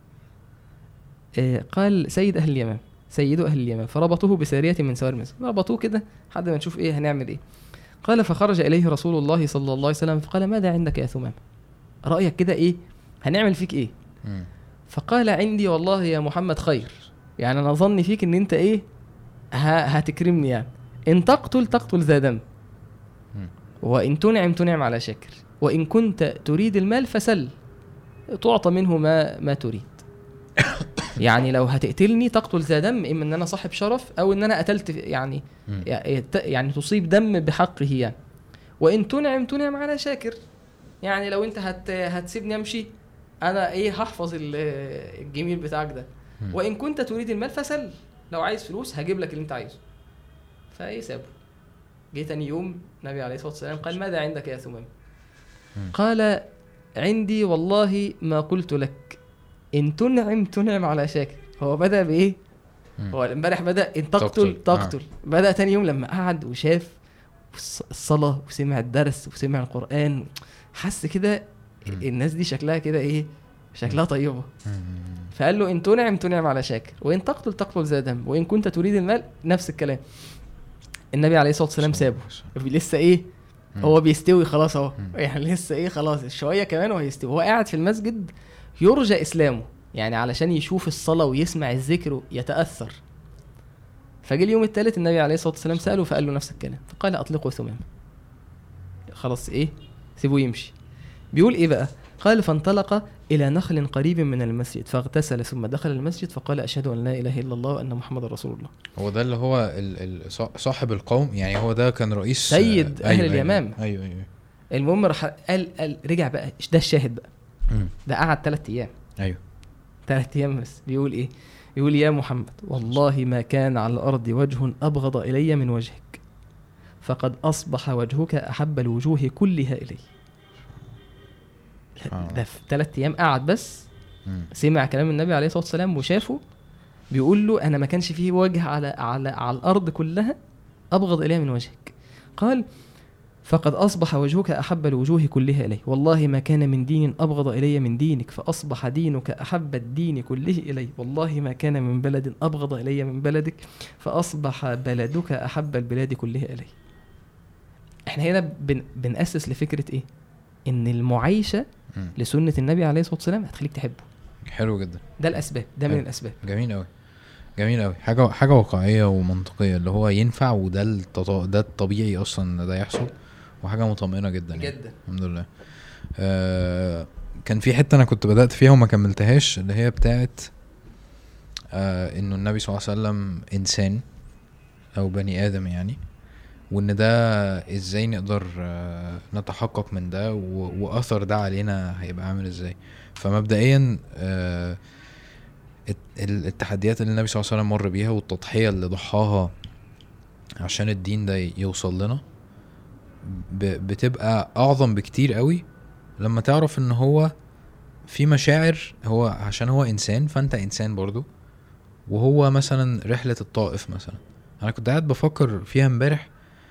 قال سيد أهل اليمام سيد أهل اليمن فربطوه بسارية من سوار مصر. ربطوه كده حد ما نشوف إيه هنعمل إيه. قال فخرج إليه رسول الله صلى الله عليه وسلم فقال ماذا عندك يا ثمامة؟ رأيك كده إيه هنعمل فيك إيه؟ م. فقال عندي والله يا محمد خير. يعني أنا ظني فيك إن أنت إيه هتكرمني. يعني إن تقتل تقتل ذا دم وإن تنعم تنعم على شاكر وإن كنت تريد المال فسل تعطى منه ما ما تريد. يعني لو هتقتلني تقتل ذا دم، إما ان انا صاحب شرف او ان انا قتلت يعني م. يعني تصيب دم بحقه يعني. وان تنعم تنعم على شاكر. يعني لو انت هت هتسيبني امشي انا ايه هحفظ الجميل بتاعك ده. م. وان كنت تريد المال فسل، لو عايز فلوس هجيب لك اللي انت عايزه. فايه سابه. جه تاني يوم النبي عليه الصلاه والسلام قال ماذا عندك يا ثمام؟ قال عندي والله ما قلت لك إن تنعم تنعم على شاكر. هو بدأ بإيه؟ هو امبارح بدأ إن تقتل تقتل. آه. بدأ تاني يوم لما قعد وشاف الصلاة وسمع الدرس وسمع القرآن حس كده الناس دي شكلها كده إيه؟ شكلها طيبة. فقال له إن تنعم تنعم على شاكر وإن تقتل تقتل ذا دم وإن كنت تريد المال. نفس الكلام. النبي عليه الصلاة والسلام سابه لسه إيه؟ هو بيستوي خلاص اهو. يعني لسه ايه خلاص شويه كمان وهيستوي. هو قاعد في المسجد يرجى اسلامه يعني علشان يشوف الصلاه ويسمع الذكر ويتاثر. فجاء اليوم الثالث النبي عليه الصلاه والسلام ساله فقال له نفس الكلام فقال اطلقه ثمامه خلاص ايه سيبه يمشي. بيقول ايه بقى؟ قال فانطلق الى نخل قريب من المسجد فاغتسل ثم دخل المسجد فقال اشهد ان لا اله الا الله وان محمد رسول الله. هو ده اللي هو ال ال صاحب القوم يعني. هو ده كان رئيس سيد اهل أيوة اليمام. ايوه ايوه المهم راح قال, قال رجع بقى ده الشاهد بقى. م. ده قعد ثلاث ايام. ايوه ثلاث ايام بس. بيقول ايه؟ يقول يا محمد والله ما كان على الارض وجه ابغض الي من وجهك فقد اصبح وجهك احب الوجوه كلها الي. ده في ثلاث ايام قعد بس مم. سمع كلام النبي عليه الصلاة والسلام وشافه بيقول له أنا ما كانش فيه وجه على على على الأرض كلها أبغض إليه من وجهك. قال فقد أصبح وجهك أحب الوجوه كلها إلي، والله ما كان من دين أبغض إلي من دينك، فأصبح دينك أحب الدين كله إلي، والله ما كان من بلد أبغض إلي من بلدك، فأصبح بلدك أحب البلاد كلها إلي. احنا هنا بن بنأسس لفكرة إيه؟ إن المعايشة مم. لسنة النبي عليه الصلاة والسلام هتخليك تحبه. حلو جدا. ده الأسباب، ده من حلو. الأسباب. جميل قوي، جميل قوي. حاجه حاجه واقعيه ومنطقيه اللي هو ينفع، وده التط... ده الطبيعي اصلا ان ده يحصل، وحاجه مطمئنه جدا يعني. جدا الحمد لله. آه كان في حته انا كنت بدات فيها وما كملتهاش، اللي هي بتاعت آه انه النبي صلى الله عليه وسلم انسان او بني ادم يعني، وان ده ازاي نقدر آه نتحقق من ده، و... واثر ده علينا هيبقى عامل ازاي. فمبدئيا آه التحديات اللي النبي صلى الله عليه وسلم مر بيها والتضحية اللي ضحاها عشان الدين ده يوصل لنا بتبقى اعظم بكتير قوي لما تعرف ان هو في مشاعر، هو عشان هو انسان فانت انسان برضو. وهو مثلا رحلة الطائف مثلا، انا كنت قاعد بفكر فيها امبارح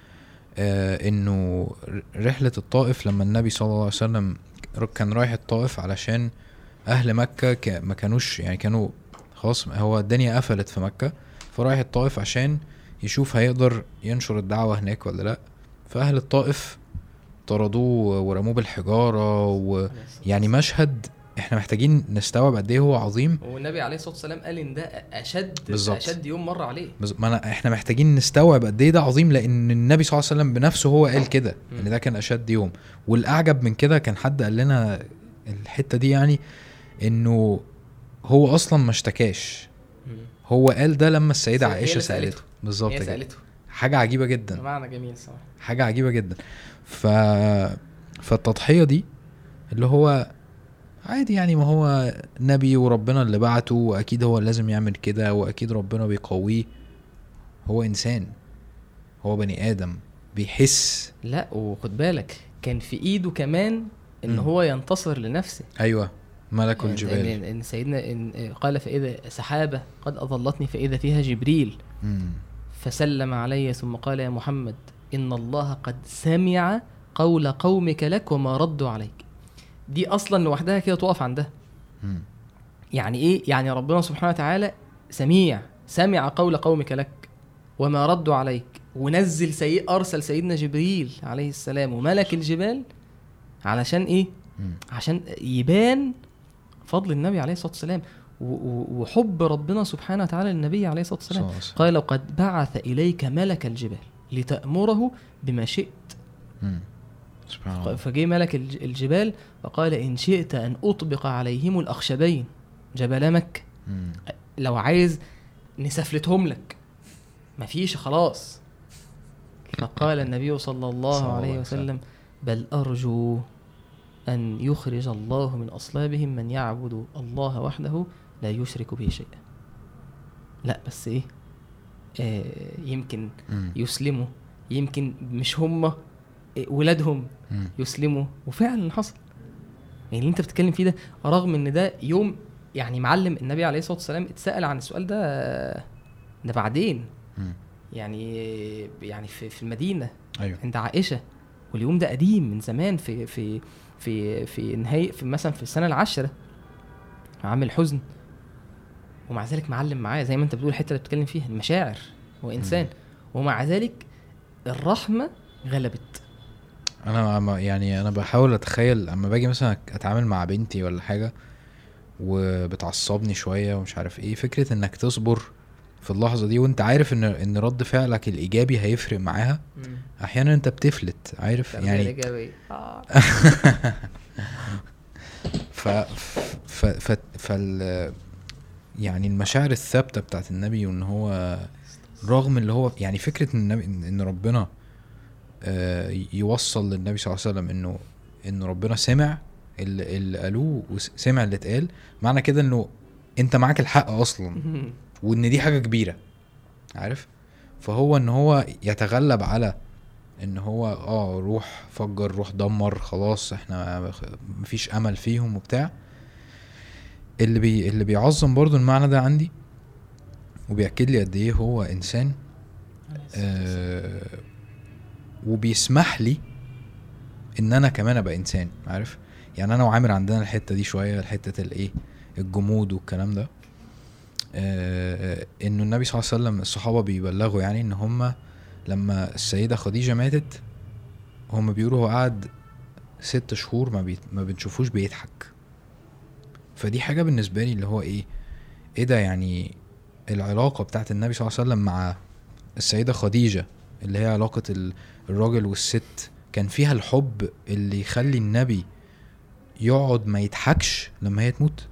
آه انه رحلة الطائف لما النبي صلى الله عليه وسلم كان رايح الطائف علشان اهل مكة ما كانوش يعني كانوا خلاص، هو الدنيا قفلت في مكة، فرايح الطائف عشان يشوف هيقدر ينشر الدعوة هناك ولا لا. فأهل الطائف طردوه ورموه بالحجارة، ويعني مشهد احنا محتاجين نستوعب قد ايه هو عظيم. والنبي عليه الصلاة والسلام قال ان ده اشد بالزبط. اشد يوم مر عليه. ما أنا احنا محتاجين نستوعب قد ايه ده عظيم، لان النبي صلى الله عليه وسلم بنفسه هو قال كده ان ده كان اشد يوم. والاعجب من كده كان حد قال لنا الحتة دي يعني انه هو اصلا ما اشتكاش، هو قال ده لما السيدة عائشة سألته. بالظبط كده، سألته. حاجة عجيبة جدا، معنى جميل صراحة، حاجة عجيبة جدا. ف فالتضحية دي اللي هو عادي يعني، ما هو نبي وربنا اللي بعته، واكيد هو لازم يعمل كده، واكيد ربنا بيقويه. هو انسان، هو بني ادم بيحس. لا وخد بالك كان في ايده كمان ان م. هو ينتصر لنفسه. ايوه ملك الجبال. إن, إن سيدنا إن قال فإذا سحابة قد أظلتني فإذا فيها جبريل مم. فسلم علي ثم قال يا محمد إن الله قد سمع قول قومك لك وما ردوا عليك. دي أصلا لوحدها كده تقف عندها. مم. يعني إيه؟ يعني ربنا سبحانه وتعالى سميع، سمع قول قومك لك وما ردوا عليك، ونزل سيء أرسل سيدنا جبريل عليه السلام وملك الجبال علشان إيه؟ مم. عشان يبان فضل النبي عليه الصلاة والسلام وحب ربنا سبحانه وتعالى للنبي عليه الصلاة والسلام. قال قد بعث إليك ملك الجبال لتأمره بما شئت. فجي ملك الجبال وقال إن شئت أن أطبق عليهم الأخشبين جبل مكة، لو عايز نسفلتهم لك مفيش خلاص. فقال النبي صلى الله عليه وسلم بل أرجو أن يخرج الله من أصلابهم من يعبد الله وحده لا يشرك به شيئا. لا بس إيه آه يمكن م. يسلموا، يمكن مش هم إيه ولادهم م. يسلموا. وفعلا حصل. يعني اللي انت بتتكلم فيه ده رغم ان ده يوم يعني معلم النبي عليه الصلاة والسلام اتسأل عن السؤال ده ده بعدين م. يعني يعني في, في المدينة أيوه. عند عائشة. واليوم ده قديم من زمان في في في في نهاية في مثلا في السنة العاشرة عام الحزن، ومع ذلك معلم معاه زي ما انت بتقول الحتة اللي بتتكلم فيها المشاعر وإنسان م. ومع ذلك الرحمة غلبت. انا يعني انا بحاول اتخيل اما باجي مثلا اتعامل مع بنتي ولا حاجة وبتعصبني شوية ومش عارف ايه، فكرة انك تصبر في اللحظة دي وانت عارف ان ان رد فعلك الايجابي هيفرق معاها. م. احيانا انت بتفلت عارف يعني آه. ف ف ف فال يعني المشاعر الثابتة بتاعت النبي، وان هو رغم اللي هو يعني فكرة ان النبي ان ربنا يوصل للنبي صلى الله عليه وسلم انه ان ربنا سمع اللي, اللي قالوه وسمع اللي اتقال، معنى كده انه انت معاك الحق اصلا وان دي حاجة كبيرة عارف. فهو ان هو يتغلب على ان هو اه روح فجر روح دمر خلاص احنا مفيش امل فيهم وبتاع، اللي بي اللي بيعظم برضو المعنى ده عندي وبيأكد لي قد ايه هو انسان آه وبيسمح لي ان انا كمان ابقى انسان. عارف يعني انا وعامر عندنا الحته دي شويه، الحته الايه الجمود والكلام ده. آه انه النبي صلى الله عليه وسلم الصحابه بيبلغوا يعني ان هم لما السيده خديجه ماتت هم بيقولوا هو قعد ست شهور ما, بي... ما بنشوفوش بيضحك. فدي حاجه بالنسبه لي اللي هو ايه ايه ده، يعني العلاقه بتاعت النبي صلى الله عليه وسلم مع السيده خديجه اللي هي علاقه الراجل والست كان فيها الحب اللي يخلي النبي يقعد ما يضحكش لما هي تموت.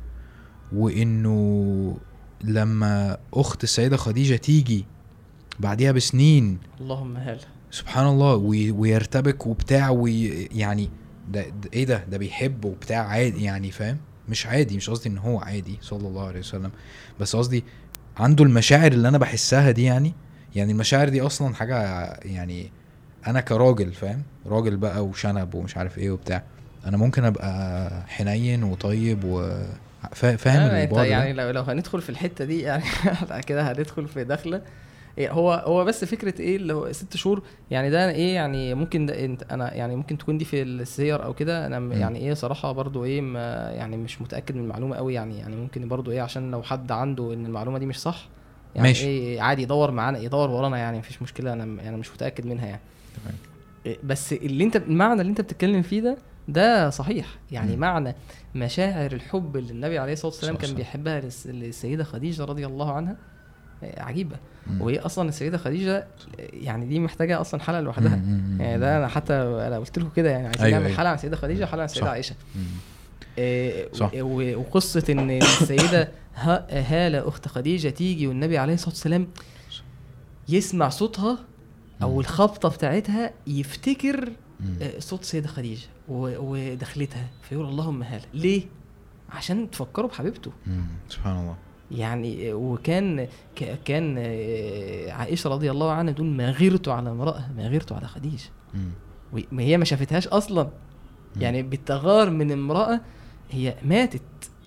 وانه لما اخت السيده خديجه تيجي بعديها بسنين اللهم هلا سبحان الله ويرتبك وبتاع ويعني ده, ده ايه ده ده بيحب وبتاع عادي يعني فاهم، مش عادي، مش قصدي ان هو عادي صلى الله عليه وسلم، بس قصدي عنده المشاعر اللي انا بحسها دي. يعني يعني المشاعر دي اصلا حاجه يعني انا كراجل فاهم، راجل بقى وشنب ومش عارف ايه وبتاع، انا ممكن ابقى حنين وطيب وفاهم البعد يعني لو لو هندخل في الحته دي يعني كده هندخل في دخله. هو هو بس فكره ايه اللي هو ست شهور يعني ده ايه يعني ممكن ده انت انا يعني ممكن تكون دي في السير او كده. انا م. يعني ايه صراحه برضو ايه ما يعني مش متاكد من المعلومه قوي يعني يعني ممكن برضو ايه عشان لو حد عنده ان المعلومه دي مش صح يعني ماشي. ايه عادي يدور معانا يدور ورانا يعني مفيش مشكله، انا يعني مش متاكد منها يعني تمام. إيه بس اللي انت المعنى اللي انت بتتكلم فيه ده ده صحيح يعني م. معنى مشاعر الحب اللي النبي عليه الصلاه والسلام كان بيحبها للسيده خديجه رضي الله عنها عجيبه. مم. وهي اصلا السيده خديجه يعني دي محتاجه اصلا حلقه لوحدها يعني ده انا حتى انا قلت لكم كده يعني عايزين أيوة نعمل حلقه عن السيده خديجه وحلقه عن السيده عائشه. إيه وقصه ان السيده هاله اخت خديجه تيجي والنبي عليه الصلاه والسلام يسمع صوتها او الخبطه بتاعتها يفتكر صوت السيده خديجه ودخلتها فيقول اللهم هاله ليه عشان تفكروا بحبيبته. سبحان الله يعني. وكان كان عائشه رضي الله عنها تقول ما غيرت على امراه ما غيرت على خديجه، ما هي ما شافتهاش اصلا يعني بالتغار من امراه هي ماتت.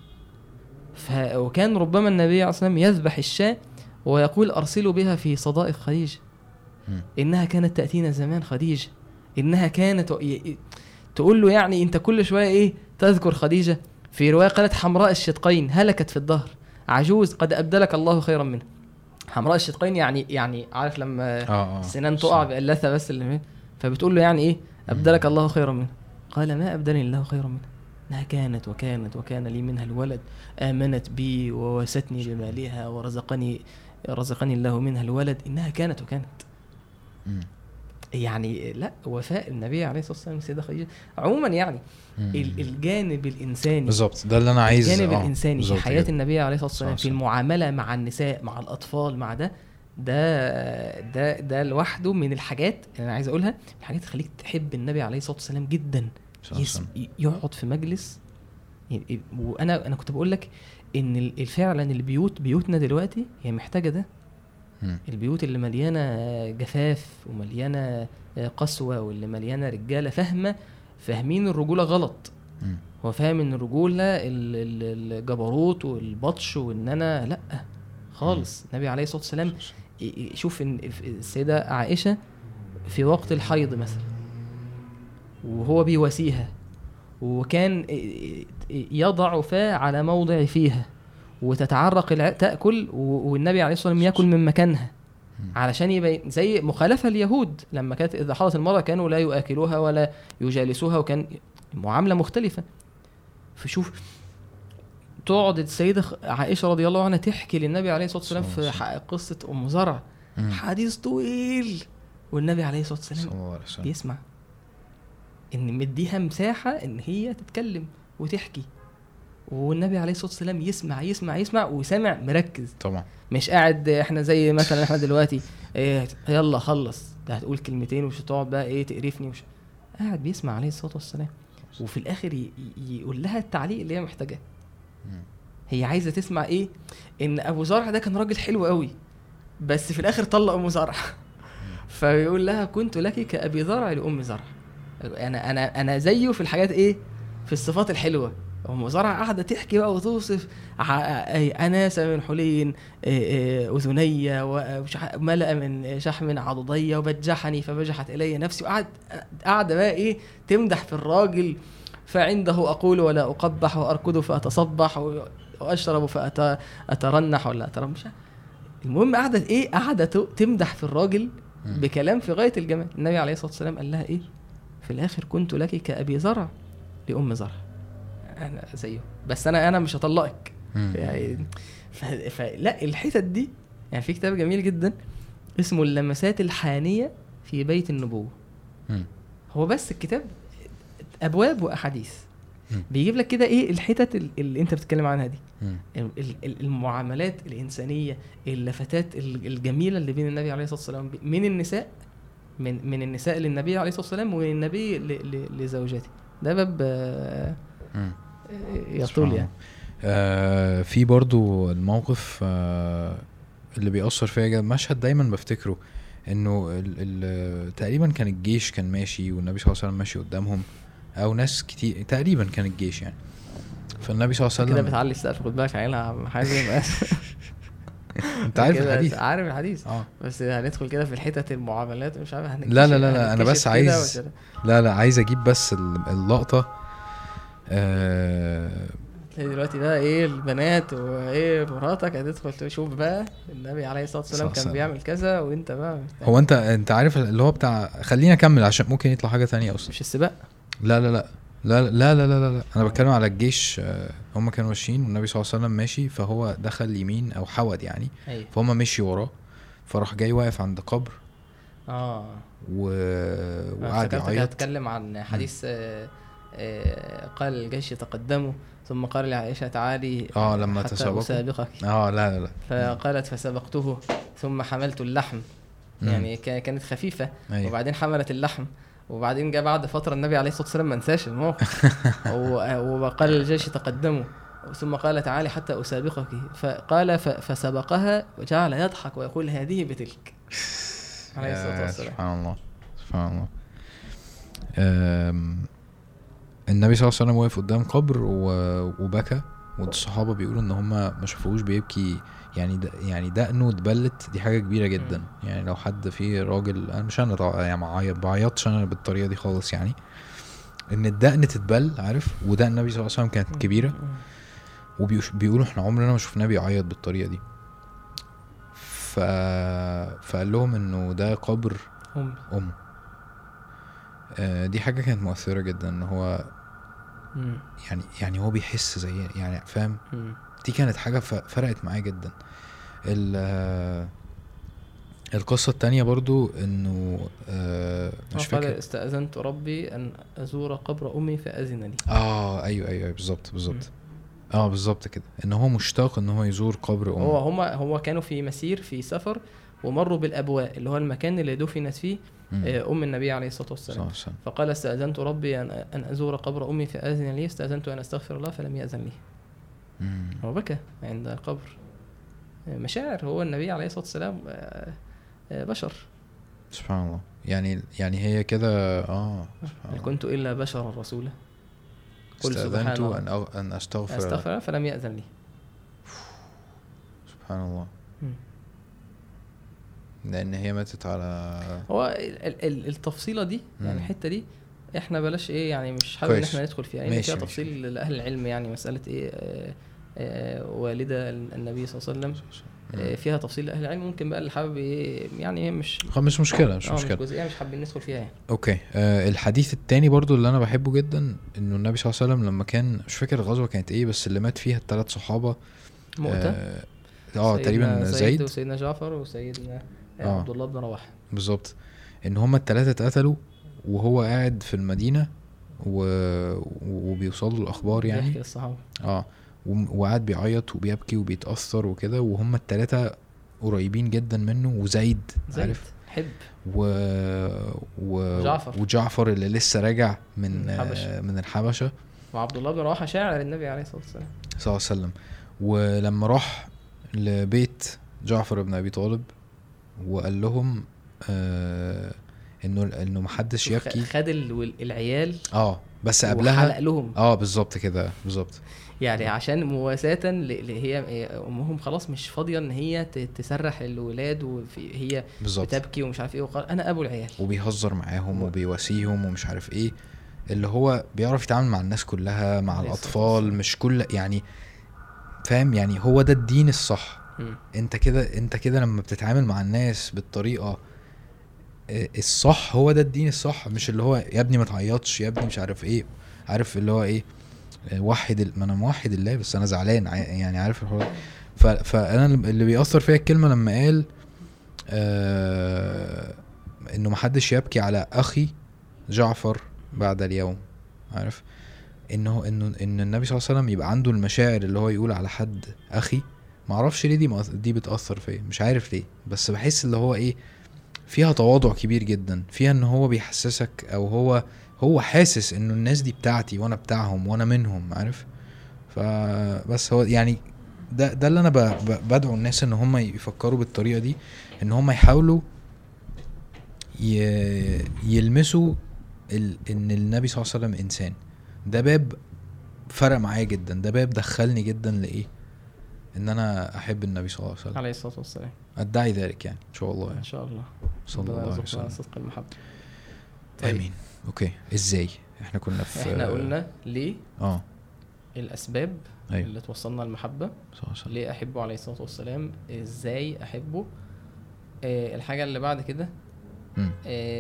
وكان ربما النبي عليه الصلاه والسلام يذبح الشاة ويقول ارسلوا بها في صدائق خديجه انها كانت تاتينا زمان خديجه انها كانت تقول له يعني انت كل شويه ايه تذكر خديجه. في روايه قالت حمراء الشدقين هلكت في الظهر عجوز قد أبدلك الله خيرا منها. حمراء الشدقين يعني يعني عارف لما آه آه السنان تقع بقلتها بس اللي فبتقول له يعني ايه أبدلك الله خيرا منها. قال ما أبدلني الله خيرا منها انها كانت وكانت وكان لي منها الولد آمنت بي ووستني بمالها ورزقني رزقني الله منها الولد انها كانت وكانت م. يعني لا وفاء النبي عليه الصلاه والسلام سيده خديجه عموما يعني مم. الجانب الانساني بالظبط ده اللي انا عايز الجانب آه. الانساني في حياه جدا. النبي عليه الصلاه والسلام في المعامله مع النساء مع الاطفال مع ده ده ده ده لوحده من الحاجات اللي انا عايز اقولها الحاجات اللي تخليك تحب النبي عليه الصلاه والسلام جدا. يس... يقعد في مجلس يعني وانا انا كنت بقول لك ان فعلا البيوت بيوتنا دلوقتي هي محتاجه ده. البيوت اللي مليانه جفاف ومليانه قسوه واللي مليانه رجاله فاهمه فاهمين الرجوله غلط. م. هو فاهم ان الرجوله الجبروت والبطش وان انا لا خالص. النبي عليه الصلاه والسلام شوف ان السيده عائشه في وقت الحيض مثلا وهو بيواسيها وكان يضع فاه على موضع فيها وتتعرق الع... تأكل والنبي عليه الصلاة والسلام يأكل من مكانها علشان يبقى زي مخالفة اليهود لما كانت إذا حضت المرأة كانوا لا يؤكلوها ولا يجالسوها وكان معاملة مختلفة. فشوف تقعد السيدة عائشة رضي الله عنها تحكي للنبي عليه الصلاة والسلام في قصة أم زرع حديث طويل والنبي عليه الصلاة والسلام بيسمع إن مديها مساحة إن هي تتكلم وتحكي والنبي عليه الصلاة والسلام يسمع يسمع يسمع وسامع مركز طبعا مش قاعد احنا زي مثلا احنا دلوقتي ايه يلا خلص ده هتقول كلمتين ومش هتقعد بقى ايه تقرفني وش قاعد بيسمع عليه الصلاة والسلام وفي الاخر ي- يقول لها التعليق اللي هي محتاجاه. هي عايزة تسمع ايه ان ابو زرع ده كان راجل حلو قوي بس في الاخر طلق ام زرع فيقول لها كنت لك كأبي زرع لأم زرع. انا انا انا زيه في الحاجات ايه في الصفات الحلوة ام زرعه قاعده تحكي بقى وتوصف اناس من حلين اذنيه وملأ من شحم عضديه وبجحني فبجحت الي نفسي، وقعد قاعده بقى ايه تمدح في الراجل. فعنده اقول ولا اقبح، واركض فاتصبح، واشرب فاترنح ولا اترمش. المهم قاعده ايه قاعده تمدح في الراجل بكلام في غايه الجمال. النبي عليه الصلاه والسلام قال لها ايه في الاخر؟ كنت لك كأبي زرع لأم زرع، انا زيه بس انا انا مش هطلقك يعني. فلا الحتت دي يعني في كتاب جميل جدا اسمه اللمسات الحانية في بيت النبوة. هو بس الكتاب ابواب واحاديث بيجيب لك كده ايه الحتت اللي انت بتتكلم عنها دي، المعاملات الانسانيه، اللفتات الجميله اللي بين النبي عليه الصلاه والسلام من النساء، من من النساء للنبي عليه الصلاه والسلام، ومن النبي لزوجاته. ده باب يطول يعني. آه في برضو الموقف آه اللي بيأثر فيا مشهد دايما بفتكره، انه ال ال تقريبا كان الجيش كان ماشي والنبي صلى الله عليه وسلم ماشي قدامهم، او ناس كتير تقريبا كان الجيش يعني. فالنبي صلى الله عليه وسلم كده بتعلي السقف، خد بالك عينها حاجه. انت عارف الحديث؟ عارف الحديث اه بس هندخل كده في الحته المعاملات مش عارف لا لا لا, لا انا بس عايز لا لا عايز اجيب بس اللقطه. آه دلوقتي بقى ايه البنات وايه مراتك هتدخل تشوف بقى النبي عليه الصلاه والسلام كان بيعمل كذا وانت بقى بتاع. هو انت انت عارف اللي هو بتاع، خلينا اكمل عشان ممكن يطلع حاجه تانية اصلا. مش السباق؟ لا لا لا لا لا لا لا, لا. انا بتكلم على الجيش. هم كانوا ماشيين والنبي صلى الله عليه وسلم ماشي، فهو دخل يمين او حود يعني. أيه. فهم مشي وراه، فراح جاي واقف عند قبر اه و... وقعد يعيط. هتكلم عن حديث آه آه قال الجيش تقدموا ثم قال لعائشة تعالي اه لما حتى تسابقوا أسابقك. اه لا لا لا فقالت فسبقته ثم حملت اللحم. مم. يعني كانت خفيفة. أيه. وبعدين حملت اللحم، وبعدين جاء بعد فترة النبي عليه الصلاة والسلام ما انساش الموقف. وقال الجيش تقدموا ثم قال تعالي حتى أسابقك، فقال فسبقها وجعل يضحك ويقول هذه بتلك عليه الصلاة والسلام. سبحان الله سبحان الله. النبي صلى الله عليه وسلم واقف قدام قبر وبكى، والصحابة بيقولوا ان هم ما شافوش بيبكي يعني د... يعني دقنه اتبلت. دي حاجة كبيرة جدا. م. يعني لو حد فيه راجل، انا مش انا يعني معيط بعيطش انا بالطريقة دي خالص يعني، ان الدقن تتبل عارف. وده النبي صلى الله عليه وسلم كانت كبيرة، وبيقولوا احنا عمرنا ما شفناه بيعيط بالطريقة دي. ف... فقال لهم انه ده قبر ام ام آه دي حاجة كانت مؤثرة جدا، ان هو م. يعني يعني هو بيحس زي يعني فاهم. دي كانت حاجة فرقت معايا جدا. القصة التانية برضو انه آه مش فاكر. استأذنت ربي ان ازور قبر امي فاذن لي. اه ايوه ايوه بالظبط بالظبط. اه بالظبط كده، ان هو مشتاق ان هو يزور قبر امه. هو هما هو كانوا في مسير في سفر ومروا بالابواء اللي هو المكان اللي دفنت فيه ام النبي عليه الصلاه والسلام. فقال استأذنت ربي ان ان ازور قبر امي فاذن لي، استأذنت ان استغفر الله فلم يأذن لي. مم. هو بكى عند القبر. مشاعر، هو النبي عليه الصلاه والسلام بشر. سبحان الله. يعني يعني هي كده اه هل كنت الا بشرا رسولا قل استأذنت ان أو ان استغفر استغفر فلم يأذن لي. سبحان الله. م. لان هي ماتت على هو التفصيله دي يعني الحته دي احنا بلاش ايه يعني مش حابب ان احنا ندخل فيها يعني فيها تفصيل لاهل العلم يعني مساله ايه آآ آآ والده النبي صلى الله عليه وسلم فيها تفصيل لاهل العلم. ممكن بقى اللي حابب ايه يعني مش مش مشكله مش مشكله مش جزئيه مش حابين ندخل فيها يعني. اوكي. آه الحديث التاني برضو اللي انا بحبه جدا، انه النبي صلى الله عليه وسلم لما كان مش فاكر الغزوه كانت ايه، بس اللي مات فيها الثلاث صحابه مؤتة اه, آه تقريبا زيد وسيدنا جعفر وسيدنا آه. عبد الله بن رواحه. بالظبط. ان هم الثلاثه اتقتلوا وهو قاعد في المدينه و... وبيوصلوا الاخبار يعني بيحكي الصحابه اه وقاعد بيعيط وبيبكي وبيتاثر وكده، وهم الثلاثه قريبين جدا منه، وزيد زيد عارف حب و... و... جعفر. وجعفر اللي لسه راجع من من الحبشه, من الحبشة. وعبد الله بن رواحه شاعر النبي عليه الصلاه والسلام صلى الله عليه وسلم. ولما راح لبيت جعفر بن ابي طالب وقال لهم آه انه انه محدش يبكي، خد العيال اه بس قبلها وحلق لهم اه بالظبط كده بالظبط يعني عشان مواساة اللي هي امهم خلاص مش فاضيه ان هي ت- تسرح الولاد وهي بالظبط بتبكي ومش عارف ايه، وقال انا ابو العيال. وبيهزر معاهم و- وبيواسيهم ومش عارف ايه، اللي هو بيعرف يتعامل مع الناس كلها، مع عليه الصلاة الاطفال، والسلام. مش كل يعني فاهم يعني هو ده الدين الصح. مم. انت كده انت كده لما بتتعامل مع الناس بالطريقه آه، الصح، هو ده الدين الصح، مش اللي هو يا ابني ما تعيطش يا ابني مش عارف ايه، عارف اللي هو ايه آه، وحد ال- ما انا موحد الله بس انا زعلان ع- يعني عارف الحوار. ف- فانا اللي بيأثر فيا الكلمه لما قال آه انه محدش يبكي على اخي جعفر بعد اليوم، عارف انه انه ان النبي صلى الله عليه وسلم يبقى عنده المشاعر اللي هو يقول على حد اخي. ما اعرفش ليه دي مأث- دي بتأثر فيا، مش عارف ليه، بس بحس اللي هو ايه فيها تواضع كبير جدا، فيها ان هو بيحسسك او هو هو حاسس انه الناس دي بتاعتي وانا بتاعهم وانا منهم، عارف. فبس هو يعني ده ده اللي انا ب- ب- بدعو الناس ان هم يفكروا بالطريقة دي، ان هم يحاولوا ي- يلمسوا ال... ان النبي صلى الله عليه وسلم انسان. ده باب فرق معايا جدا، ده باب دخلني جدا لايه ان انا احب النبي صلى الله عليه وسلم، عليه الصلاه والسلام. ادعي ذلك يعني ان شاء الله ان يعني. شاء الله صلى ربنا الله عليه يرزقنا وسلم. صدق المحبه. طيب. امين. اوكي ازاي احنا كنا في احنا قلنا ليه اه الاسباب أيوة. اللي توصلنا المحبه، صلى الله عليه وسلم. ليه احبه عليه الصلاه والسلام، ازاي احبه. آه الحاجه اللي بعد كده مم.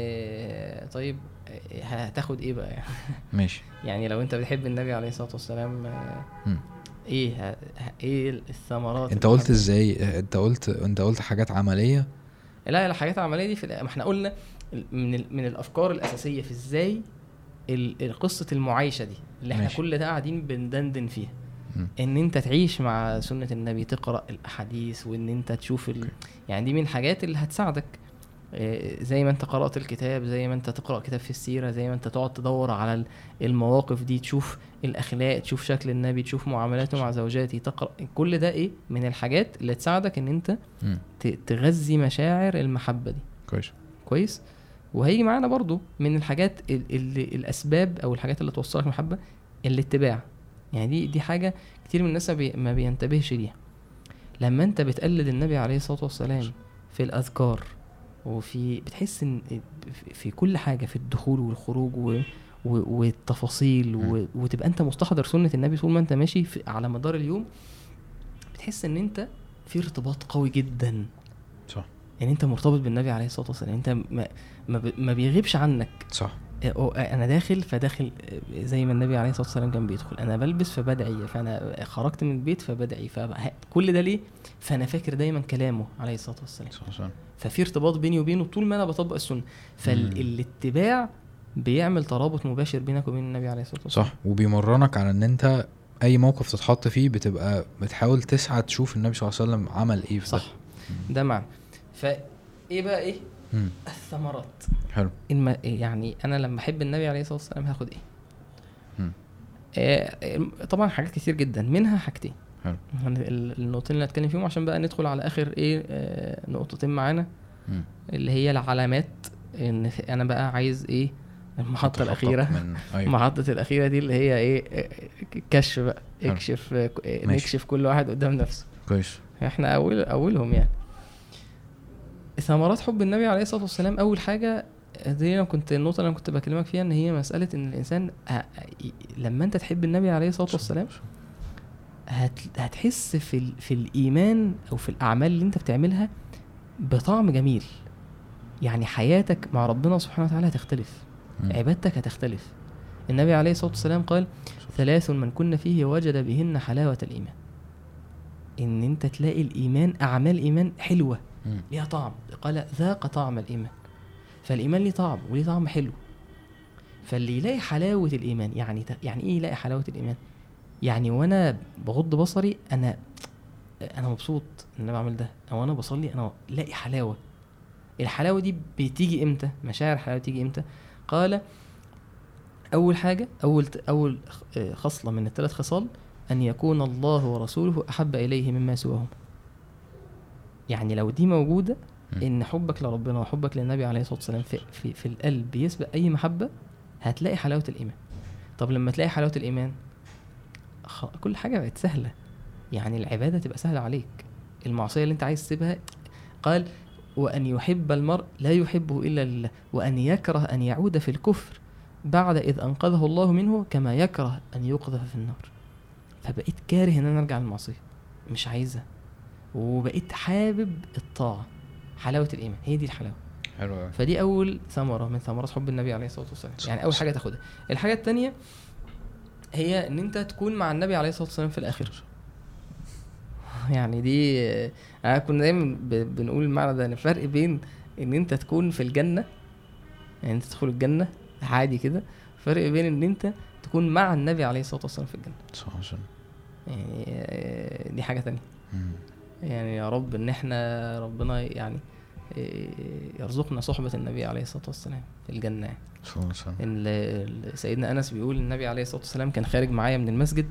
آه طيب آه، هتاخد ايه بقى يعني؟ ماشي. يعني لو انت بتحب النبي عليه الصلاه والسلام آه مم. ايه ه- ه- ايه الثمرات؟ انت قلت المحبة؟ ازاي انت قلت انت قلت حاجات عمليه. لا الحاجات العمليه دي في الآ- ما احنا قلنا ال- من ال- من الافكار الاساسيه في ازاي ال- ال- قصه المعايشه دي اللي احنا ماشي. كل ده قاعدين بندندن فيها، مم. ان انت تعيش مع سنه النبي، تقرا الاحاديث، وان انت تشوف ال... يعني دي من الحاجات اللي هتساعدك. آه، زي ما انت قرات الكتاب، زي ما انت تقرا كتاب في السيره، زي ما انت تقعد تدور على ال- المواقف دي، تشوف الاخلاق، تشوف شكل النبي، تشوف معاملاته مع زوجاته، تقرا كل ده ايه من الحاجات اللي تساعدك ان انت مم. ت- تغذي مشاعر المحبه دي. كويس. كويس. وهيجي معانا برضو من الحاجات اللي الاسباب او الحاجات اللي توصلك محبه الاتباع. يعني دي دي حاجه كتير من الناس ما بي- ما بينتبهش ليها. لما انت بتقلد النبي عليه الصلاه والسلام في الاذكار، وفي بتحس ان في- في كل حاجه، في الدخول والخروج و و- والتفاصيل و... وتبقى انت مستحضر سنه النبي طول ما انت ماشي في... على مدار اليوم، بتحس ان انت في ارتباط قوي جدا. صح. يعني انت مرتبط بالنبي عليه الصلاه والسلام، انت ما ما, ب... ما بيغيبش عنك. صح. اه، انا داخل فداخل زي ما النبي عليه الصلاه والسلام كان بيدخل، انا بلبس فبدعي، فانا خرجت من البيت فبدعي، فكل ده ليه؟ فانا فاكر دايما كلامه عليه الصلاه والسلام، صح. صح. ففي ارتباط بيني وبينه طول ما انا بطبق السنه. فالاتباع بيعمل ترابط مباشر بينك وبين النبي عليه الصلاه والسلام. صح. وبيمرنك على ان انت اي موقف تتحط فيه بتبقى بتحاول تسعى تشوف النبي صلى الله عليه وسلم عمل ايه في صح. ده معنى. فايه بقى ايه مم. الثمرات؟ حلو. الم... يعني انا لما احب النبي عليه الصلاه والسلام هاخد ايه؟ مم. آه طبعا حاجات كتير جدا، منها حاجتين. حلو. النقطتين اللي هتكلم فيهم عشان بقى ندخل على اخر ايه آه نقطتين معانا، مم. اللي هي العلامات ان انا بقى عايز ايه. المحطه تخطط الاخيره من... أيوة. المحطه الاخيره دي اللي هي ايه آه، كشف بقى، حلو. اكشف آه، ماشي. نكشف كل واحد قدام نفسه. كويس. احنا اول اولهم يعني ثمرات حب النبي عليه الصلاه والسلام. اول حاجه دي انا كنت النقطه اللي انا كنت بكلمك فيها، ان هي مساله ان الانسان ه... لما انت تحب النبي عليه الصلاه والسلام هت... هتحس في ال... في الايمان او في الاعمال اللي انت بتعملها بطعم جميل. يعني حياتك مع ربنا سبحانه وتعالى هتختلف، مم. عبادتك هتختلف. النبي عليه الصلاه والسلام قال ثلاث من كن فيه وجد بهن حلاوه الايمان. ان انت تلاقي الايمان، اعمال ايمان حلوه مم. ليها طعم. قال ذاق طعم الايمان. فالايمان ليه طعم وليه طعم حلو. فاللي يلاقي حلاوه الايمان، يعني يعني ايه يلاقي حلاوه الايمان؟ يعني وانا بغض بصري انا انا مبسوط ان انا بعمل ده، او انا بصلي انا لاقي حلاوه. الحلاوه دي بتيجي امتى؟ مشاعر الحلاوه تيجي امتى؟ قال اول حاجه، اول اول خصله من الثلاث خصال ان يكون الله ورسوله احب اليه مما سواهم. يعني لو دي موجوده، ان حبك لربنا وحبك للنبي عليه الصلاه والسلام في في, في القلب يسبق اي محبه، هتلاقي حلاوه الايمان. طب لما تلاقي حلاوه الايمان خ... كل حاجه بقت سهله، يعني العباده تبقى سهله عليك، المعصيه اللي انت عايز تسيبها. قال وان يحب المرء لا يحبه الا لله وان يكره ان يعود في الكفر بعد اذ انقذه الله منه كما يكره ان يقذف في النار. فبقيت كاره ان انا ارجع للمعصيه، مش عايزها، وبقيت حابب الطاعه. حلاوه الايمان هي دي الحلاوه. حلو. فدي اول ثمره من ثمرات حب النبي عليه الصلاه والسلام، يعني اول حاجه تاخدها. الحاجه الثانيه هي ان انت تكون مع النبي عليه الصلاه والسلام في الاخره. يعني دي انا كنا دايما بنقول المعنى ده، الفرق بين ان انت تكون في الجنه، يعني انت تدخل الجنه عادي كده، فرق بين ان انت تكون مع النبي عليه الصلاه والسلام في الجنه. صح. يعني دي حاجه تانية. يعني يا رب ان احنا ربنا يعني يرزقنا صحبه النبي عليه الصلاه والسلام في الجنه. يعني ان سيدنا انس بيقول النبي عليه الصلاه والسلام كان خارج معايا من المسجد،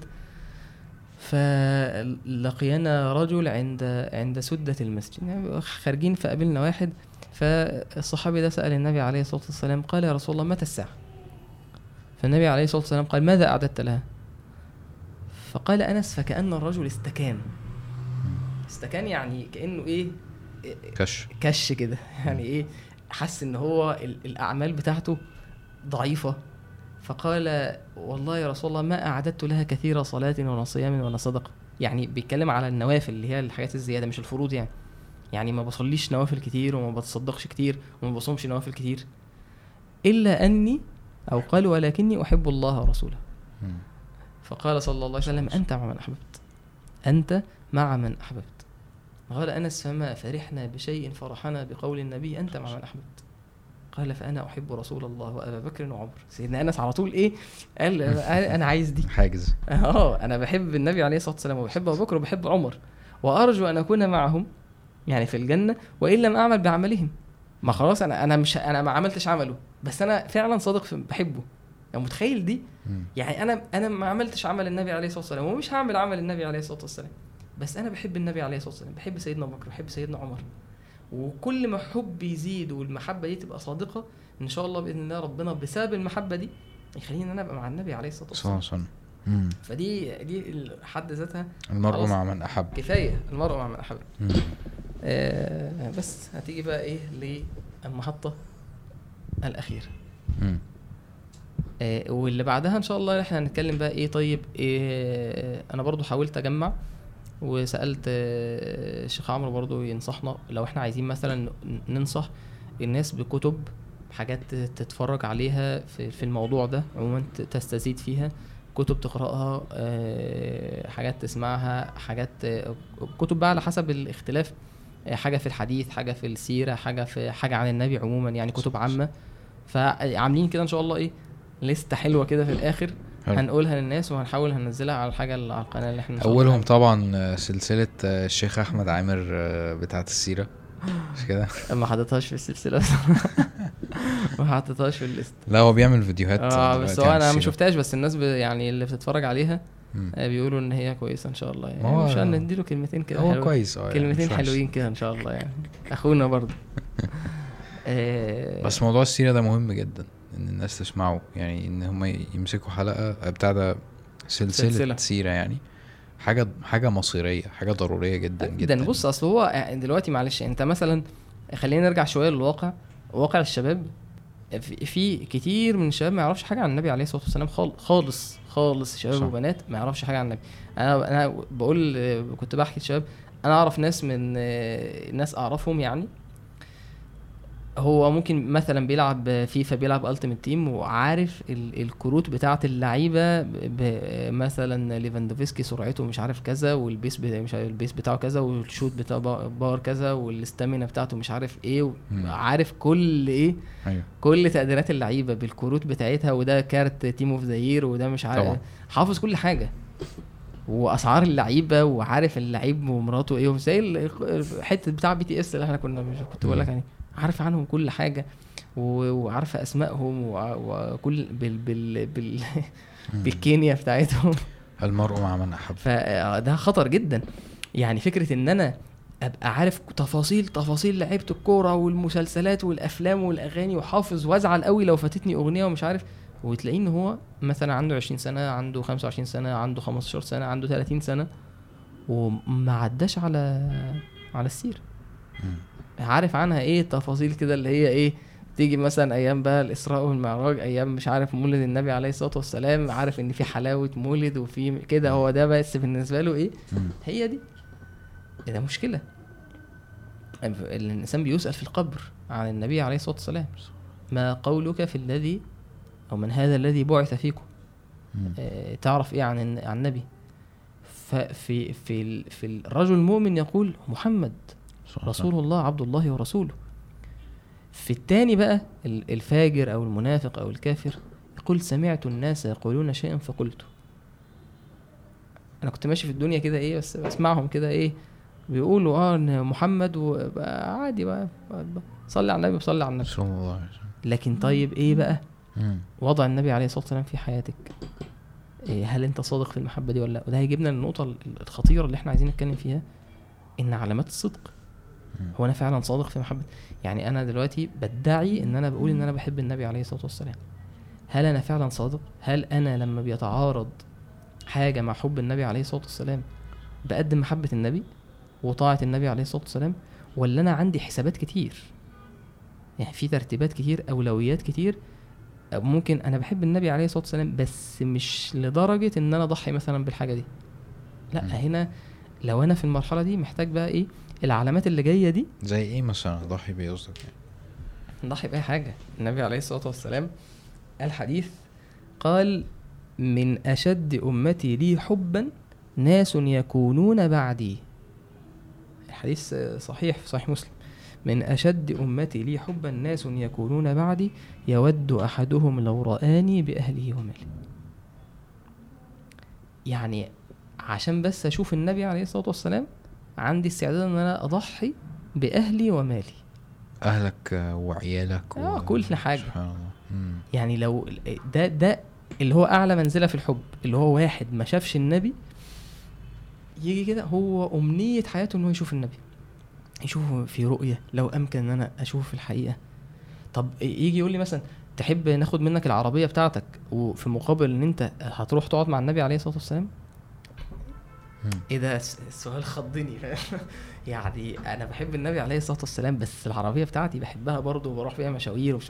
فلقينا رجل عند عند سدة المسجد، يعني خارجين فقابلنا واحد، فالصحابي ده سأل النبي عليه الصلاة والسلام قال يا رسول الله متى الساعة؟ فالنبي عليه الصلاة والسلام قال ماذا أعددت لها؟ فقال أنس فكأن الرجل استكان. استكان يعني كأنه إيه؟ كش كش كده، يعني إيه؟ حس إن هو الأعمال بتاعته ضعيفة. فقال والله يا رسول الله ما أعددت لها كثير صلاة ولا صيام ولا صدقة. يعني بيتكلم على النوافل اللي هي الحاجات الزيادة مش الفروض. يعني يعني ما بصليش نوافل كتير وما بتصدقش كتير وما بصومش نوافل كتير، إلا أني أو قال ولكني أحب الله ورسوله. فقال صلى الله عليه وسلم أنت مع من أحببت، أنت مع من أحببت. قال أنس فما فرحنا بشيء فرحنا بقول النبي أنت مع من أحببت. قال فأنا أحب رسول الله وأبا بكر وعمر. سيدنا أنس على طول إيه قال أنا عايز دي حاجز. اه أنا بحب النبي عليه الصلاة والسلام وبحب أبو بكر وبحب عمر، وأرجو أن أكون معهم يعني في الجنة وإن لم أعمل بعملهم. ما خلاص أنا أنا مش أنا ما عملتش عمله، بس أنا فعلا صادق في بحبه. يعني متخيل دي؟ يعني أنا أنا ما عملتش عمل النبي عليه الصلاة والسلام ومش هعمل عمل النبي عليه الصلاة والسلام، بس أنا بحب النبي عليه الصلاة والسلام، بحب سيدنا أبو بكر، بحب سيدنا عمر. وكل ما حب يزيد والمحبة دي تبقى صادقة ان شاء الله باذن الله ربنا بسبب المحبه دي يخليني انا ابقى مع النبي عليه الصلاه والسلام. صح. فدي دي حد ذاتها المرء مع من احب، كفايه المرء مع من احب. آه بس هتيجي بقى ايه للمحطه الاخيره آه واللي بعدها ان شاء الله احنا هنتكلم بقى ايه. طيب إيه انا برضو حاولت اجمع وسالت الشيخ عمرو برضو ينصحنا لو احنا عايزين مثلا ننصح الناس بكتب، حاجات تتفرج عليها في في الموضوع ده عموما تستزيد فيها، كتب تقراها، حاجات تسمعها، حاجات كتب بقى على حسب الاختلاف، حاجه في الحديث، حاجه في السيره، حاجه في حاجه عن النبي عموما، يعني كتب عامه. فعاملين كده ان شاء الله ايه لسته حلوه كده في الاخر هنقولها للناس وهنحاول هننزلها على الحاجه اللي على القناه اللي احنا اولهم طبعا سلسله الشيخ احمد عامر بتاعه السيره، مش كده؟ ما حطيتهاش في السلسله ما حطيتهاش في الليست. لا هو بيعمل فيديوهات اه بس هو انا ما شفتهاش، بس الناس يعني اللي بتتفرج عليها آه بيقولوا ان هي كويسه ان شاء الله. يعني مش هنديله كلمتين كده هو كويس اه كلمتين حلوين كده ان شاء الله، يعني اخونا برضه آه بس موضوع السيره ده مهم جدا ان الناس تسمعه، يعني ان هم يمسكوا حلقه بتاع ده سلسله, سلسلة سيره، يعني حاجه حاجه مصيريه، حاجه ضروريه جدا جدا. جدا بص اصل هو دلوقتي معلش انت مثلا خلينا نرجع شويه للواقع، واقع الشباب في كتير من الشباب ما يعرفش حاجه عن النبي عليه الصلاه والسلام خالص خالص، شباب وبنات ما يعرفش حاجه عن النبي. انا انا بقول كنت بحكي للشباب انا اعرف ناس من ناس اعرفهم، يعني هو ممكن مثلا بيلعب فيفا بيلعب التيمت تيم وعارف الكروت بتاعه اللعيبه، مثلا ليفاندوفسكي سرعته مش عارف كذا، والبيس مش عارف البيس بتاعه كذا، والشوت بتاع باور كذا، والاستامينا بتاعته مش عارف ايه، عارف كل ايه أيوه. كل تقديرات اللعيبه بالكروت بتاعتها، وده كارت تيم اوف ذا يير، وده مش عارف طبعا. حافظ كل حاجه واسعار اللعيبه، وعارف اللعيب ومراته ايه، زي الحته بتاع بي تي اس اللي احنا كنا مش كنت بقول لك يعني عارف عنهم كل حاجه وعارفه اسمائهم وكل بال بال بال بالكينيا بتاعتهم. المرء مع من احب. فده خطر جدا، يعني فكره ان انا ابقى عارف تفاصيل تفاصيل لعيبه الكوره والمسلسلات والافلام والاغاني وحافظ، وازعل قوي لو فاتتني اغنيه ومش عارف، وتلاقيه ان هو مثلا عنده عشرين سنة، عنده خمسة وعشرين سنة، عنده خمستاشر سنة، عنده ثلاثين سنة، وما عداش على على السيرة، عارف عنها ايه تفاصيل كده اللي هي ايه، تيجي مثلا ايام بقى الاسراء والمعراج، ايام مش عارف مولد النبي عليه الصلاه والسلام، عارف ان في حلاوه مولد وفي كده، هو ده بس بالنسبه له ايه. هي دي ده مشكله. الانسان بيسال في القبر عن النبي عليه الصلاه والسلام، ما قولك في الذي او من هذا الذي بعث فيكم، اه تعرف ايه عن عن النبي. ففي في في الرجل المؤمن يقول محمد رسول الله عبد الله ورسوله. في التاني بقى الفاجر او المنافق او الكافر يقول سمعت الناس يقولون شيئا فقلته. انا كنت ماشي في الدنيا كده ايه، بس بسمعهم كده ايه بيقولوا اه ان محمد، وعادي بقى صلي على النبي وصلي على النبي. لكن طيب ايه بقى وضع النبي عليه الصلاة والسلام في حياتك؟ إيه، هل انت صادق في المحبة دي ولا لا؟ وده هيجيبنا للنقطة الخطيرة اللي احنا عايزين نتكلم فيها، ان علامات الصدق. هو انا فعلا صادق في محبة؟ يعني انا دلوقتي بدعي ان انا بقول ان انا بحب النبي عليه الصلاة والسلام، هل انا فعلا صادق؟ هل انا لما بيتعارض حاجة مع حب النبي عليه الصلاة والسلام بقدم محبة النبي وطاعة النبي عليه الصلاة والسلام، ولا انا عندي حسابات كتير، يعني في ترتيبات كتير، اولويات كتير، ممكن انا بحب النبي عليه الصلاة والسلام بس مش لدرجة ان انا اضحي مثلا بالحاجة دي. لا، هنا لو انا في المرحلة دي محتاج بقى ايه العلامات اللي جاية دي. زي ايه مثلا ضحي بيه قصدك؟ يعني نضحي بأي حاجة. النبي عليه الصلاة والسلام الحديث قال من أشد أمتي لي حبا ناس يكونون بعدي. الحديث صحيح في صحيح مسلم، من أشد أمتي لي حبا ناس يكونون بعدي يود أحدهم لو رآني بأهله وماله. يعني عشان بس أشوف النبي عليه الصلاة والسلام عندي استعداد أن أنا أضحي بأهلي ومالي. أهلك وعيالك اه و... كل حاجة. سبحان الله. يعني لو ده ده اللي هو أعلى منزلة في الحب، اللي هو واحد ما شافش النبي يجي كده هو أمنية حياته إنه يشوف النبي، يشوفه في رؤية لو أمكن أن أنا أشوفه في الحقيقة. طب يجي يقول لي مثلا تحب ناخد منك العربية بتاعتك وفي مقابل ان انت هتروح تقعد مع النبي عليه الصلاة والسلام؟ ايه ده السؤال خضني. يعني انا بحب النبي عليه الصلاة والسلام بس العربية بتاعتي بحبها برضو وبروح فيها مشاوير ومش...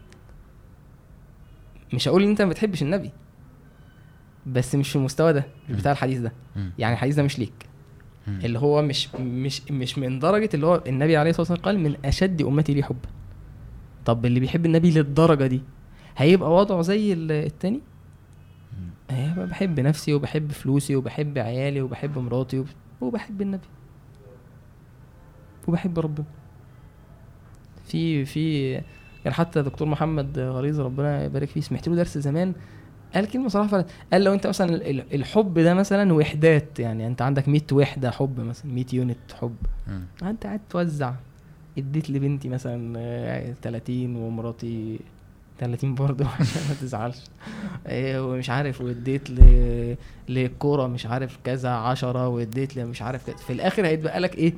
مش هقول ان انت ما بتحبش النبي، بس مش في المستوى ده بتاع الحديث ده. يعني الحديث ده مش ليك، اللي هو مش مش مش من درجة اللي هو النبي عليه الصلاة والسلام قال من اشد امتي لي حبا. طب اللي بيحب النبي للدرجة دي هيبقى وضعه زي التاني؟ هيبقى بحب نفسي وبحب فلوسي وبحب عيالي وبحب مراتي وبحب النبي وبحب ربنا. في في كان حتى دكتور محمد غريز ربنا يبارك فيه سمعت له درس زمان قال كلمة صراحة، قال لو انت مثلا الحب ده مثلا وحدات، يعني انت عندك مية وحدة حب مثلا، مية يونت حب، انت قاعد توزع، اديت لبنتي مثلا تلاتين ومراتي تلاتين برضو عشان ما تزعلش، ومش عارف، واديت ل للكوره مش عارف كذا عشرة، واديت ل مش عارف كذا، في الاخر هيتبقى لك ايه؟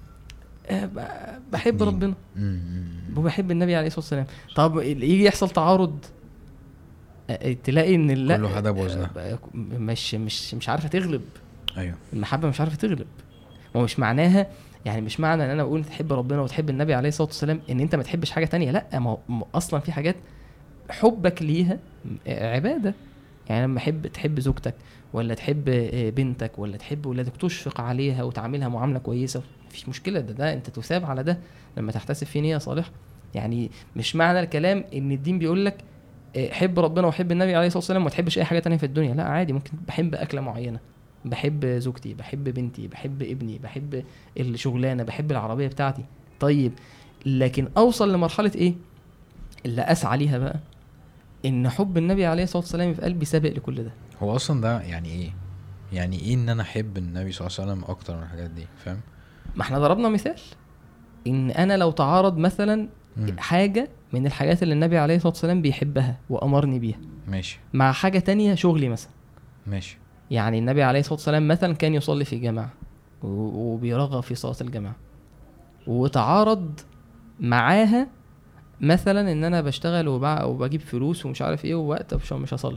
بحب ربنا وبحب النبي عليه الصلاه والسلام. طب يجي يحصل تعارض تلاقي ان لا كله حدا بوزنه مش مش مش عارفه تغلب. ايوه المحبه مش عارفه تغلب. ومش معناها يعني مش معنى ان انا اقول تحب ربنا وتحب النبي عليه الصلاه والسلام ان انت ما تحبش حاجه تانية. لا، ما اصلا في حاجات حبك ليها عباده. يعني لما احب تحب زوجتك ولا تحب بنتك ولا تحب ولادك تشفق عليها وتعاملها معامله كويسه، مفيش مشكله، ده ده انت تثاب على ده لما تحتسب فيه نيه صالحه. يعني مش معنى الكلام ان الدين بيقول لك حب ربنا وحب النبي عليه الصلاه والسلام وما تحبش اي حاجه تانية في الدنيا. لا، عادي، ممكن بحب اكله معينه، بحب زوجتي، بحب بنتي، بحب ابني، بحب الشغلانه، بحب العربيه بتاعتي. طيب لكن اوصل لمرحله ايه اللي اسعى ليها بقى؟ ان حب النبي عليه الصلاه والسلام في قلبي سابق لكل ده. هو اصلا ده يعني ايه؟ يعني ايه ان انا احب النبي صلى الله عليه وسلم اكتر من الحاجات دي؟ فاهم؟ ما احنا ضربنا مثال ان انا لو تعارض مثلا م. حاجه من الحاجات اللي النبي عليه الصلاه والسلام بيحبها وامرني بيها، ماشي، مع حاجه تانية شغلي مثلا، ماشي. يعني النبي عليه الصلاه والسلام مثلا كان يصلي في جماعه وبيرغب في صلاه الجماعه، وتعارض معاها مثلا ان انا بشتغل وبع... وبجيب فلوس ومش عارف ايه، ووقت مش مش هصلي،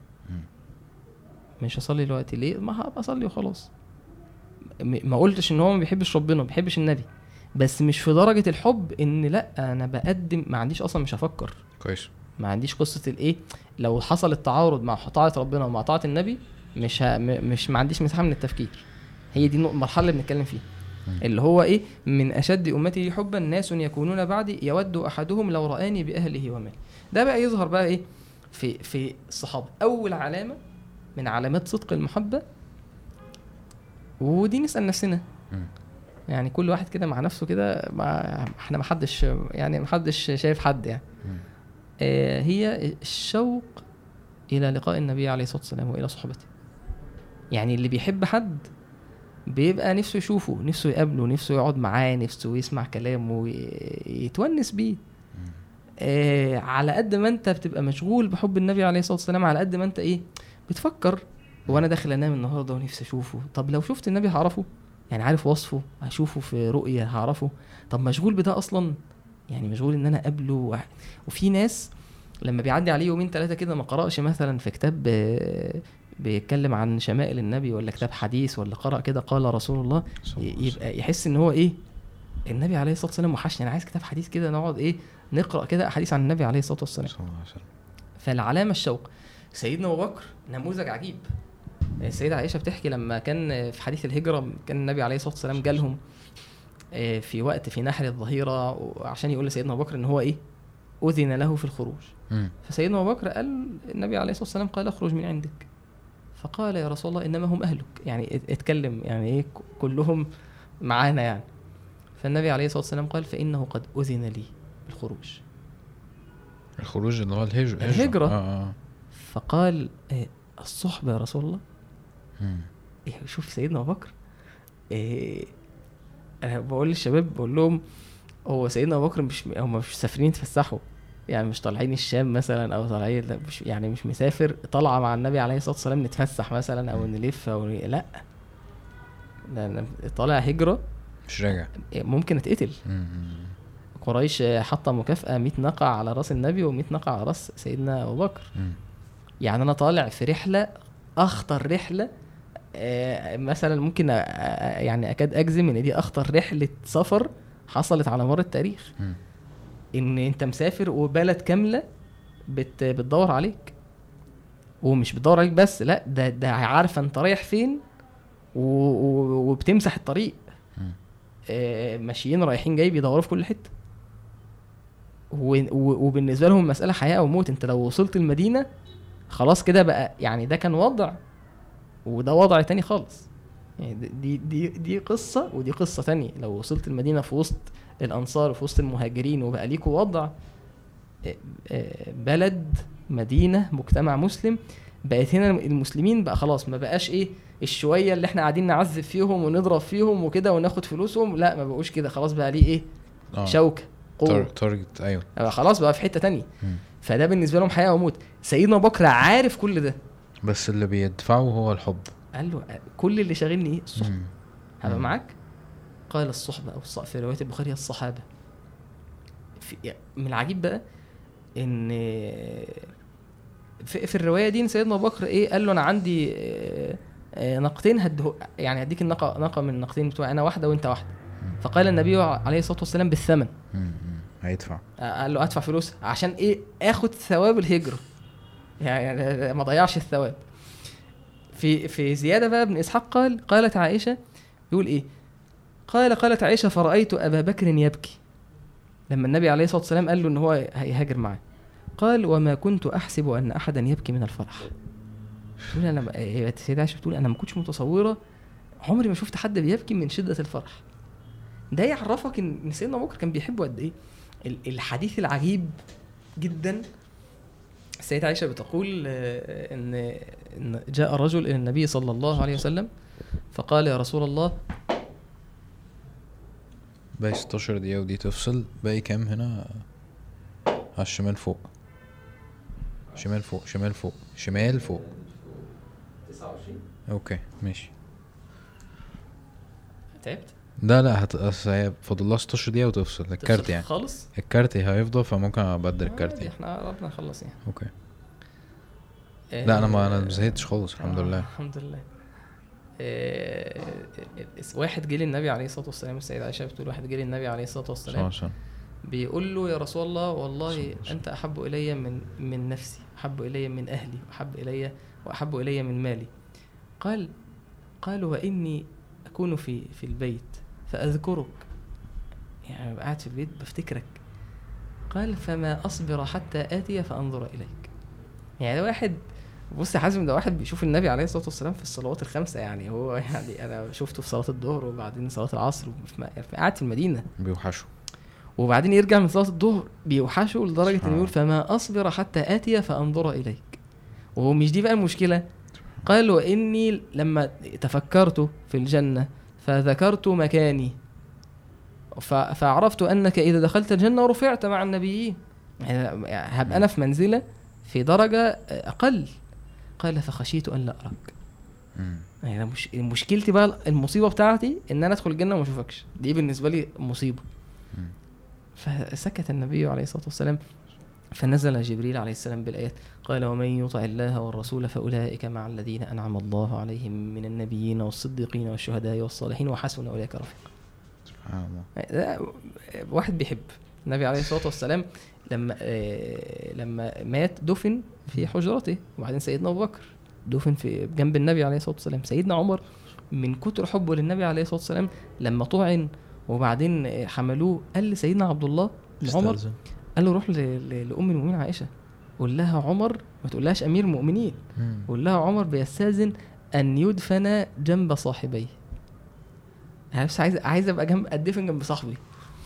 مش هصلي دلوقتي ليه؟ ما هبقى اصلي وخلاص. م- ما قلتش ان هو ما بيحبش ربنا، ما بيحبش النبي، بس مش في درجة الحب ان لا انا بقدم، ما عنديش اصلا، مش هفكر، كويس. ما عنديش قصة الايه لو حصل التعارض مع طاعة ربنا ومع طاعة النبي، مش ه... م- مش ما عنديش مساحة من التفكير. هي دي النق- المرحلة اللي بنتكلم فيها، اللي هو ايه، من اشد امتي حبا ناس يكونون بعدي يود احدهم لو رآني باهله وماله. ده بقى يظهر بقى ايه في في الصحابة. اول علامة من علامات صدق المحبة، ودي نسأل نفسنا يعني كل واحد كده مع نفسه كده، ما احنا ما حدش يعني ما حدش شايف حد يعني، آه هي الشوق الى لقاء النبي عليه الصلاة والسلام والى صحبته. يعني اللي بيحب حد بيبقى نفسه يشوفه، نفسه يقابله، نفسه يقعد معاه، نفسه يسمع كلامه ويتونس بيه. آه على قد ما انت بتبقى مشغول بحب النبي عليه الصلاة والسلام، على قد ما انت ايه بتفكر، وانا داخل انام النهارده ونفسي اشوفه. طب لو شفت النبي هعرفه، يعني عارف وصفه، هشوفه في رؤية هعرفه. طب مشغول بده اصلا، يعني مشغول ان انا اقابله و... وفي ناس لما بيعدي عليه يومين ثلاثة كده ما قرأش مثلا في كتاب آه، بيتكلم عن شمائل النبي، ولا كتاب حديث، ولا قرأ كده قال رسول الله، يبقى يحس ان هو ايه، النبي عليه الصلاة والسلام وحشني، انا عايز كتاب حديث كده نقعد ايه نقرأ كده احاديث عن النبي عليه الصلاة والسلام. فالعلامة الشوق. سيدنا ابو بكر نموذج عجيب. السيدة عائشة بتحكي لما كان في حديث الهجرة، كان النبي عليه الصلاة والسلام جالهم في وقت في نحر الظهيرة عشان يقول لسيدنا ابو بكر ان هو ايه أذن له في الخروج. فسيدنا ابو بكر قال النبي عليه الصلاة والسلام قال اخرج من عندك، فقال يا رسول الله انما هم اهلك، يعني اتكلم يعني ايه كلهم معانا يعني. فالنبي عليه الصلاة والسلام قال فإنه قد أذن لي بالخروج. الخروج اللي هو الهجرة, الهجرة. آه آه. فقال إيه الصحبة يا رسول الله. إيه شوف سيدنا أبو بكر، إيه أنا بقول للشباب بقول لهم هو سيدنا أبو بكر مش هم مش مسافرين يتفسحوا، يعني مش طالعين الشام مثلا او طالعين مش يعني مش مسافر طالعه مع النبي عليه الصلاه والسلام نتفسح مثلا او نلف او لا، انا طالع هجره مش راجع ممكن اتقتل. قريش حاطه مكافاه مية ناقه على راس النبي ومية ناقه على راس سيدنا ابو بكر. يعني انا طالع في رحله اخطر رحله، آه مثلا ممكن آه يعني اكاد اجزم ان دي اخطر رحله سفر حصلت على مر التاريخ. م. ان انت مسافر وبلد كامله بت بتدور عليك، ومش بتدور عليك بس، لا ده ده عارفه انت رايح فين وبتمسح الطريق. آه ماشيين رايحين جاي بيدوروا في كل حته، وبالنسبه لهم مساله حياه او موت. انت لو وصلت المدينه خلاص كده بقى، يعني ده كان وضع وده وضع تاني خالص. يعني دي دي دي قصه ودي قصه تانية. لو وصلت المدينه في وسط الانصار وفي وسط المهاجرين وبقى ليكوا وضع بلد مدينه مجتمع مسلم، بقت هنا المسلمين بقى خلاص ما بقاش ايه الشويه اللي احنا قاعدين نعذب فيهم ونضرب فيهم وكده وناخد فلوسهم، لا ما بقوش كده، خلاص بقى ليه ايه آه. شوكه قوه تارجت. ايوه خلاص بقى في حته تانية. م. فده بالنسبه لهم حياه وموت. سيدنا ابو بكر عارف كل ده، بس اللي بيدفعه هو الحب. قال له كل اللي شاغلني ايه الصحبه، هبقى معاك. قال الصحبه او الصحبه في روايه البخاري الصحابه. في من العجيب بقى ان في, في الروايه دي سيدنا ابو بكر ايه قال له انا عندي ناقتين هده، يعني هديك الناقه ناقه من الناقتين بتوعي انا واحده وانت واحده. فقال النبي عليه الصلاه والسلام بالثمن، هيدفع. قال له ادفع فلوس عشان ايه اخد ثواب الهجره، يعني ما ضيعش الثواب. في في زياده بقى ابن اسحاق قال قالت عائشه يقول ايه قال قالت عائشه فرأيت ابا بكر يبكي لما النبي عليه الصلاه والسلام قال له ان هو هيهاجر معاه. قال وما كنت احسب ان احدا يبكي من الفرح. تقول انا السيده عائشه بتقول انا ما كنتش متصوره، عمري ما شفت حد بيبكي من شده الفرح. ده يعرفك ان سيدنا ابو بكر كان بيحبه قد ايه. الحديث العجيب جدا، السيده عائشه بتقول ان ان جاء رجل الى النبي صلى الله عليه وسلم فقال يا رسول الله. باقي ستاشر دقيقه ودي تفصل. باقي كام هنا؟ على الشمال فوق، شمال فوق، شمال فوق، شمال فوق تسعة وعشرين. اوكي ماشي. تعبت ده لا هت فاضل لها ستاشر دقيقه وتفصل الكارت يعني خالص. الكارت هيفضل فممكن ابدل الكارت يعني. احنا قربنا نخلص يعني. اوكي. لا انا ما انا زهقتش خالص الحمد لله. الحمد لله. واحد جه للنبي عليه الصلاه والسلام، السيده عائشه بتقول واحد جه للنبي عليه الصلاه والسلام بيقول له يا رسول الله والله انت احب الي من من نفسي، احب الي من اهلي، احب الي واحب الي من مالي. قال قال واني اكون في في البيت فاذكرك، يعني قاعد في البيت بفتكرك. قال فما اصبر حتى اتي فانظر اليك. يعني ده واحد، بص يا حازم، ده واحد بيشوف النبي عليه الصلاه والسلام في الصلوات الخمسه. يعني هو يعني انا شفته في صلاه الظهر وبعدين صلاه العصر، قاعد في المدينه بيوحشه، وبعدين يرجع من صلاه الظهر بيوحشه لدرجه انه يقول فما اصبر حتى اتي فانظر اليك. وهو مش دي بقى المشكله. قال واني لما تفكرت في الجنه فذكرت مكاني فعرفت انك اذا دخلت الجنه رفعت مع النبيين، يعني هبقى انا في منزله في درجه اقل. قال فخشيت ان لا اراك. يعني مش مشكلتي بقى، المصيبه بتاعتي ان انا ادخل الجنه وما اشوفكش، دي بالنسبه لي مصيبه. فسكت النبي عليه الصلاه والسلام، فنزل جبريل عليه السلام بالايات قال ومن يطع الله والرسول فاولئك مع الذين انعم الله عليهم من النبيين والصديقين والشهداء والصالحين وحسن اولئك رفيقا. سبحان الله. واحد بيحب النبي عليه الصلاه والسلام لما آه لما مات دفن في حجرته، وبعدين سيدنا ابو بكر دفن في جنب النبي عليه الصلاه والسلام. سيدنا عمر من كتر حبه للنبي عليه الصلاه والسلام لما طعن وبعدين حملوه قال لسيدنا عبد الله بن عمر، قال له روح لام المؤمنين عائشه قول لها عمر، ما تقولهاش امير المؤمنين، قول لها عمر بيستاذن ان يدفن جنب صاحبيه. انا بس عايز عايز ابقى جنب ادفن جنب صاحبي.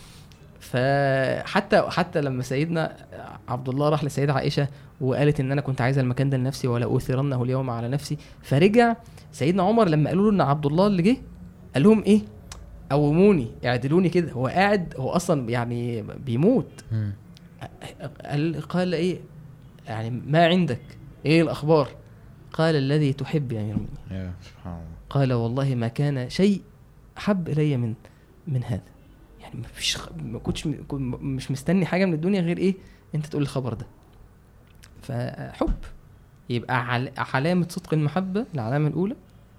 فحتى حتى لما سيدنا عبد الله راح لسيدة عائشه وقالت ان انا كنت عايزه المكان ده لنفسي ولا اوثرنه اليوم على نفسي، فرجع سيدنا عمر لما قالوا له ان عبد الله اللي جه قال لهم ايه قوموني اعدلوني كده. هو قاعد هو اصلا يعني بيموت. قال قال ايه يعني ما عندك ايه الاخبار؟ قال الذي تحب يا امير المؤمنين. سبحان الله. قال والله ما كان شيء احب الي من من هذا. يعني مفيش ما كنتش مش مستني حاجه من الدنيا غير ايه انت تقول الخبر ده. فحب يبقى علامه صدق المحبه. العلامه الاولى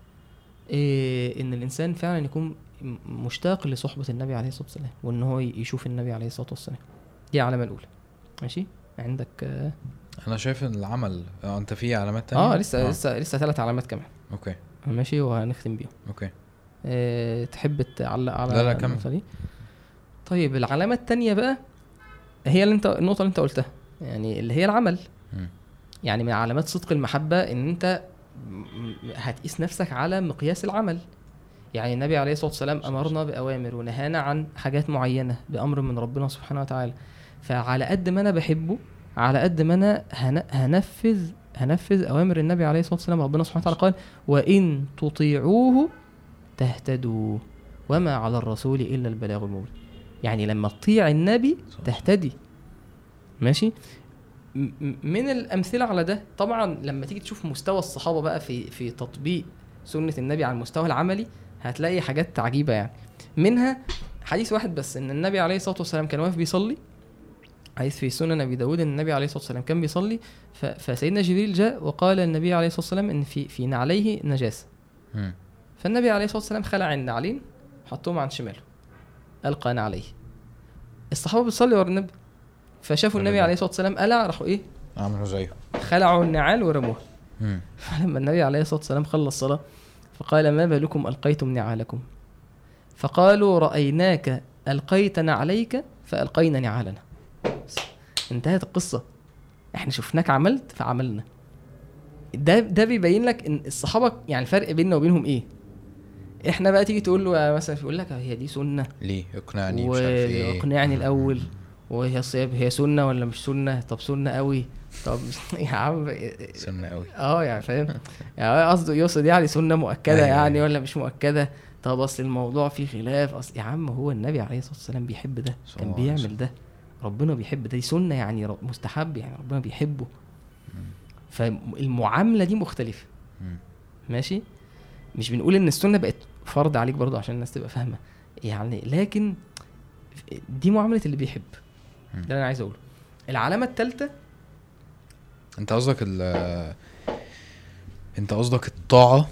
إيه ان الانسان فعلا يكون مشتاق لصحبه النبي عليه الصلاه والسلام وان هو يشوف النبي عليه الصلاه والسلام. دي العلامه الاولى. ماشي. عندك آه انا شايف ان العمل اه انت في علامات تانية. اه لسه آه. لسه لسه ثلاث علامات كمان. اوكي ماشي وهنختم بيهم. اوكي. اه تحب تعلق على لا لا كمل. طيب العلامه الثانيه بقى هي اللي انت النقطه اللي انت قلتها، يعني اللي هي العمل. م. يعني من علامات صدق المحبه ان انت هتقيس نفسك على مقياس العمل. يعني النبي عليه الصلاه والسلام امرنا باوامر ونهانا عن حاجات معينه بامر من ربنا سبحانه وتعالى. فعلى قد ما انا بحبه على قد ما انا هنفذ هنفذ اوامر النبي عليه الصلاه والسلام. ربنا سبحانه وتعالى قال وان تطيعوه تهتدوا وما على الرسول الا البلاغ المبين. يعني لما تطيع النبي تهتدي. ماشي. من الامثله على ده طبعا لما تيجي تشوف مستوى الصحابه بقى في في تطبيق سنه النبي على المستوى العملي هتلاقي حاجات عجيبه. يعني منها حديث واحد بس ان النبي عليه الصلاه والسلام كان واقف بيصلي. حديث في سنن ابي داود ان النبي عليه الصلاه والسلام كان بيصلي فسيدنا جبريل جاء وقال النبي عليه الصلاه والسلام ان في في نعليه نجاسه. فالنبي عليه الصلاه والسلام خلع النعلين حطهم عن شماله القى نعليه. الصحابه بيصلوا ورا النبي فشافوا النبي عليه الصلاه والسلام قلع راحوا ايه عملوا زيه خلعوا النعال ورموها. فلما النبي عليه الصلاه والسلام خلص الصلاه فقال ما بالكم القيتم نعالكم؟ فقالوا رايناك القيت نعليك فالقينا نعالنا. انتهت القصه. احنا شفناك عملت فعملنا. ده ده بيبين لك ان الصحابه يعني الفرق بيننا وبينهم ايه. احنا بقى تيجي تقول له مثلا يقول لك هي دي سنه ليه اقنعني مش عارف ايه اقنعني الاول وهي صيام هي سنه ولا مش سنه؟ طب سنه قوي طب يا عم سنه قوي اه يعني فاهم يعني قصده يقصد يعني سنه مؤكده يعني ولا مش مؤكده. طب اصل الموضوع فيه خلاف. اصل يا عم هو النبي عليه الصلاه والسلام بيحب ده كان بيعمل ده ربنا بيحب ده. دي سنه يعني مستحب يعني ربنا بيحبه. فالمعامله دي مختلفه. ماشي. مش بنقول ان السنه بقت فرض عليك برضو عشان الناس تبقى فاهمه يعني لكن دي معامله اللي بيحب. مم. ده اللي انا عايز اقوله. العلامه الثالثه، انت قصدك ال انت قصدك الطاعة،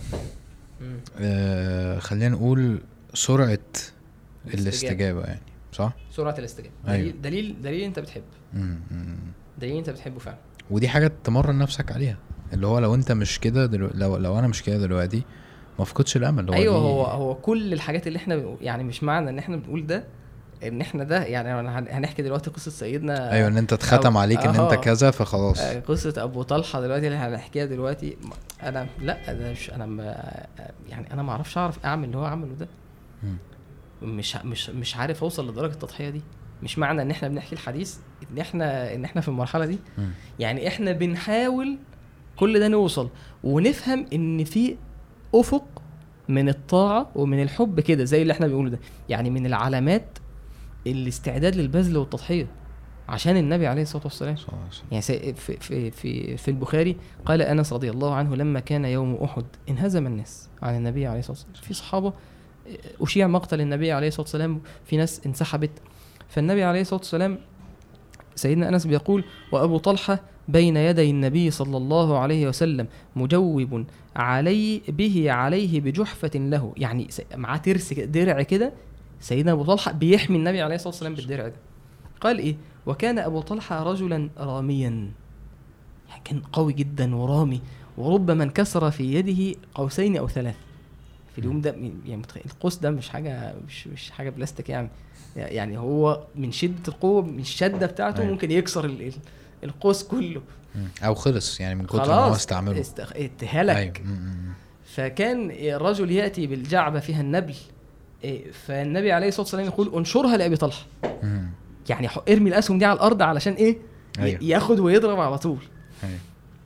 آه خلينا نقول سرعة الاستجابة يعني، صح؟ سرعه الاستجابه. أيوة. دليل دليل دليل انت بتحب، مم. مم. دليل انت بتحبه فعلا. ودي حاجة تمرن نفسك عليها، اللي هو لو انت مش كده دلو... لو لو انا مش كده دلوقتي ما فقدش الامل. هو ايوه دي... هو هو كل الحاجات اللي احنا بنقول- يعني مش معنى ان احنا بنقول ده ان احنا ده يعني هن- هنحكي دلوقتي قصه سيدنا ايوه ان انت اتختم أو- عليك ان انت آه. كذا فخلاص. آه، قصه ابو طلحه دلوقتي اللي هنحكيها دلوقتي، م- انا لا ده مش انا ما يعني انا ما اعرفش اعرف اعمل اللي هو عمله ده. مم. مش مش مش عارف اوصل لدرجه التضحيه دي. مش معنى ان احنا بنحكي الحديث ان احنا ان احنا في المرحله دي. مم. يعني احنا بنحاول كل ده نوصل ونفهم ان في افق من الطاعه ومن الحب كده زي اللي احنا بنقوله ده. يعني من العلامات الاستعداد للبذل والتضحيه عشان النبي عليه الصلاه والسلام. صح صح. يعني سي- في في في في البخاري قال انس رضي الله عنه لما كان يوم احد انهزم الناس عن النبي عليه الصلاه والسلام. في صحابه اشيع مقتل النبي عليه الصلاه والسلام، في ناس انسحبت، فالنبي عليه الصلاه والسلام سيدنا انس بيقول وابو طلحه بين يدي النبي صلى الله عليه وسلم مجوب علي به عليه بجحفه له، يعني س- معاه ترس كده- درع كده. سيدنا ابو طلحه بيحمي النبي عليه الصلاه والسلام بالدرع ده. قال ايه؟ وكان ابو طلحه رجلا راميا، يعني كان قوي جدا ورامي، وربما انكسر في يده قوسين او ثلاث في اليوم ده. يعني متخيل القوس ده مش حاجه مش مش حاجه بلاستيك يعني. يعني هو من شده القوه من الشده بتاعته أيوة. ممكن يكسر ال- ال- القوس كله. مم. او خلص يعني من كتر ما هو خلاص استعمله. است- اتهلك. ايوه. مم. مم. فكان الرجل ياتي بالجعبه فيها النبل، إيه، فالنبي عليه الصلاه والسلام يقول انشرها لابي طلحه، مم. يعني ح- ارمي الاسهم دي على الارض علشان ايه ي- أيوة. ياخد ويضرب على طول. أيوة.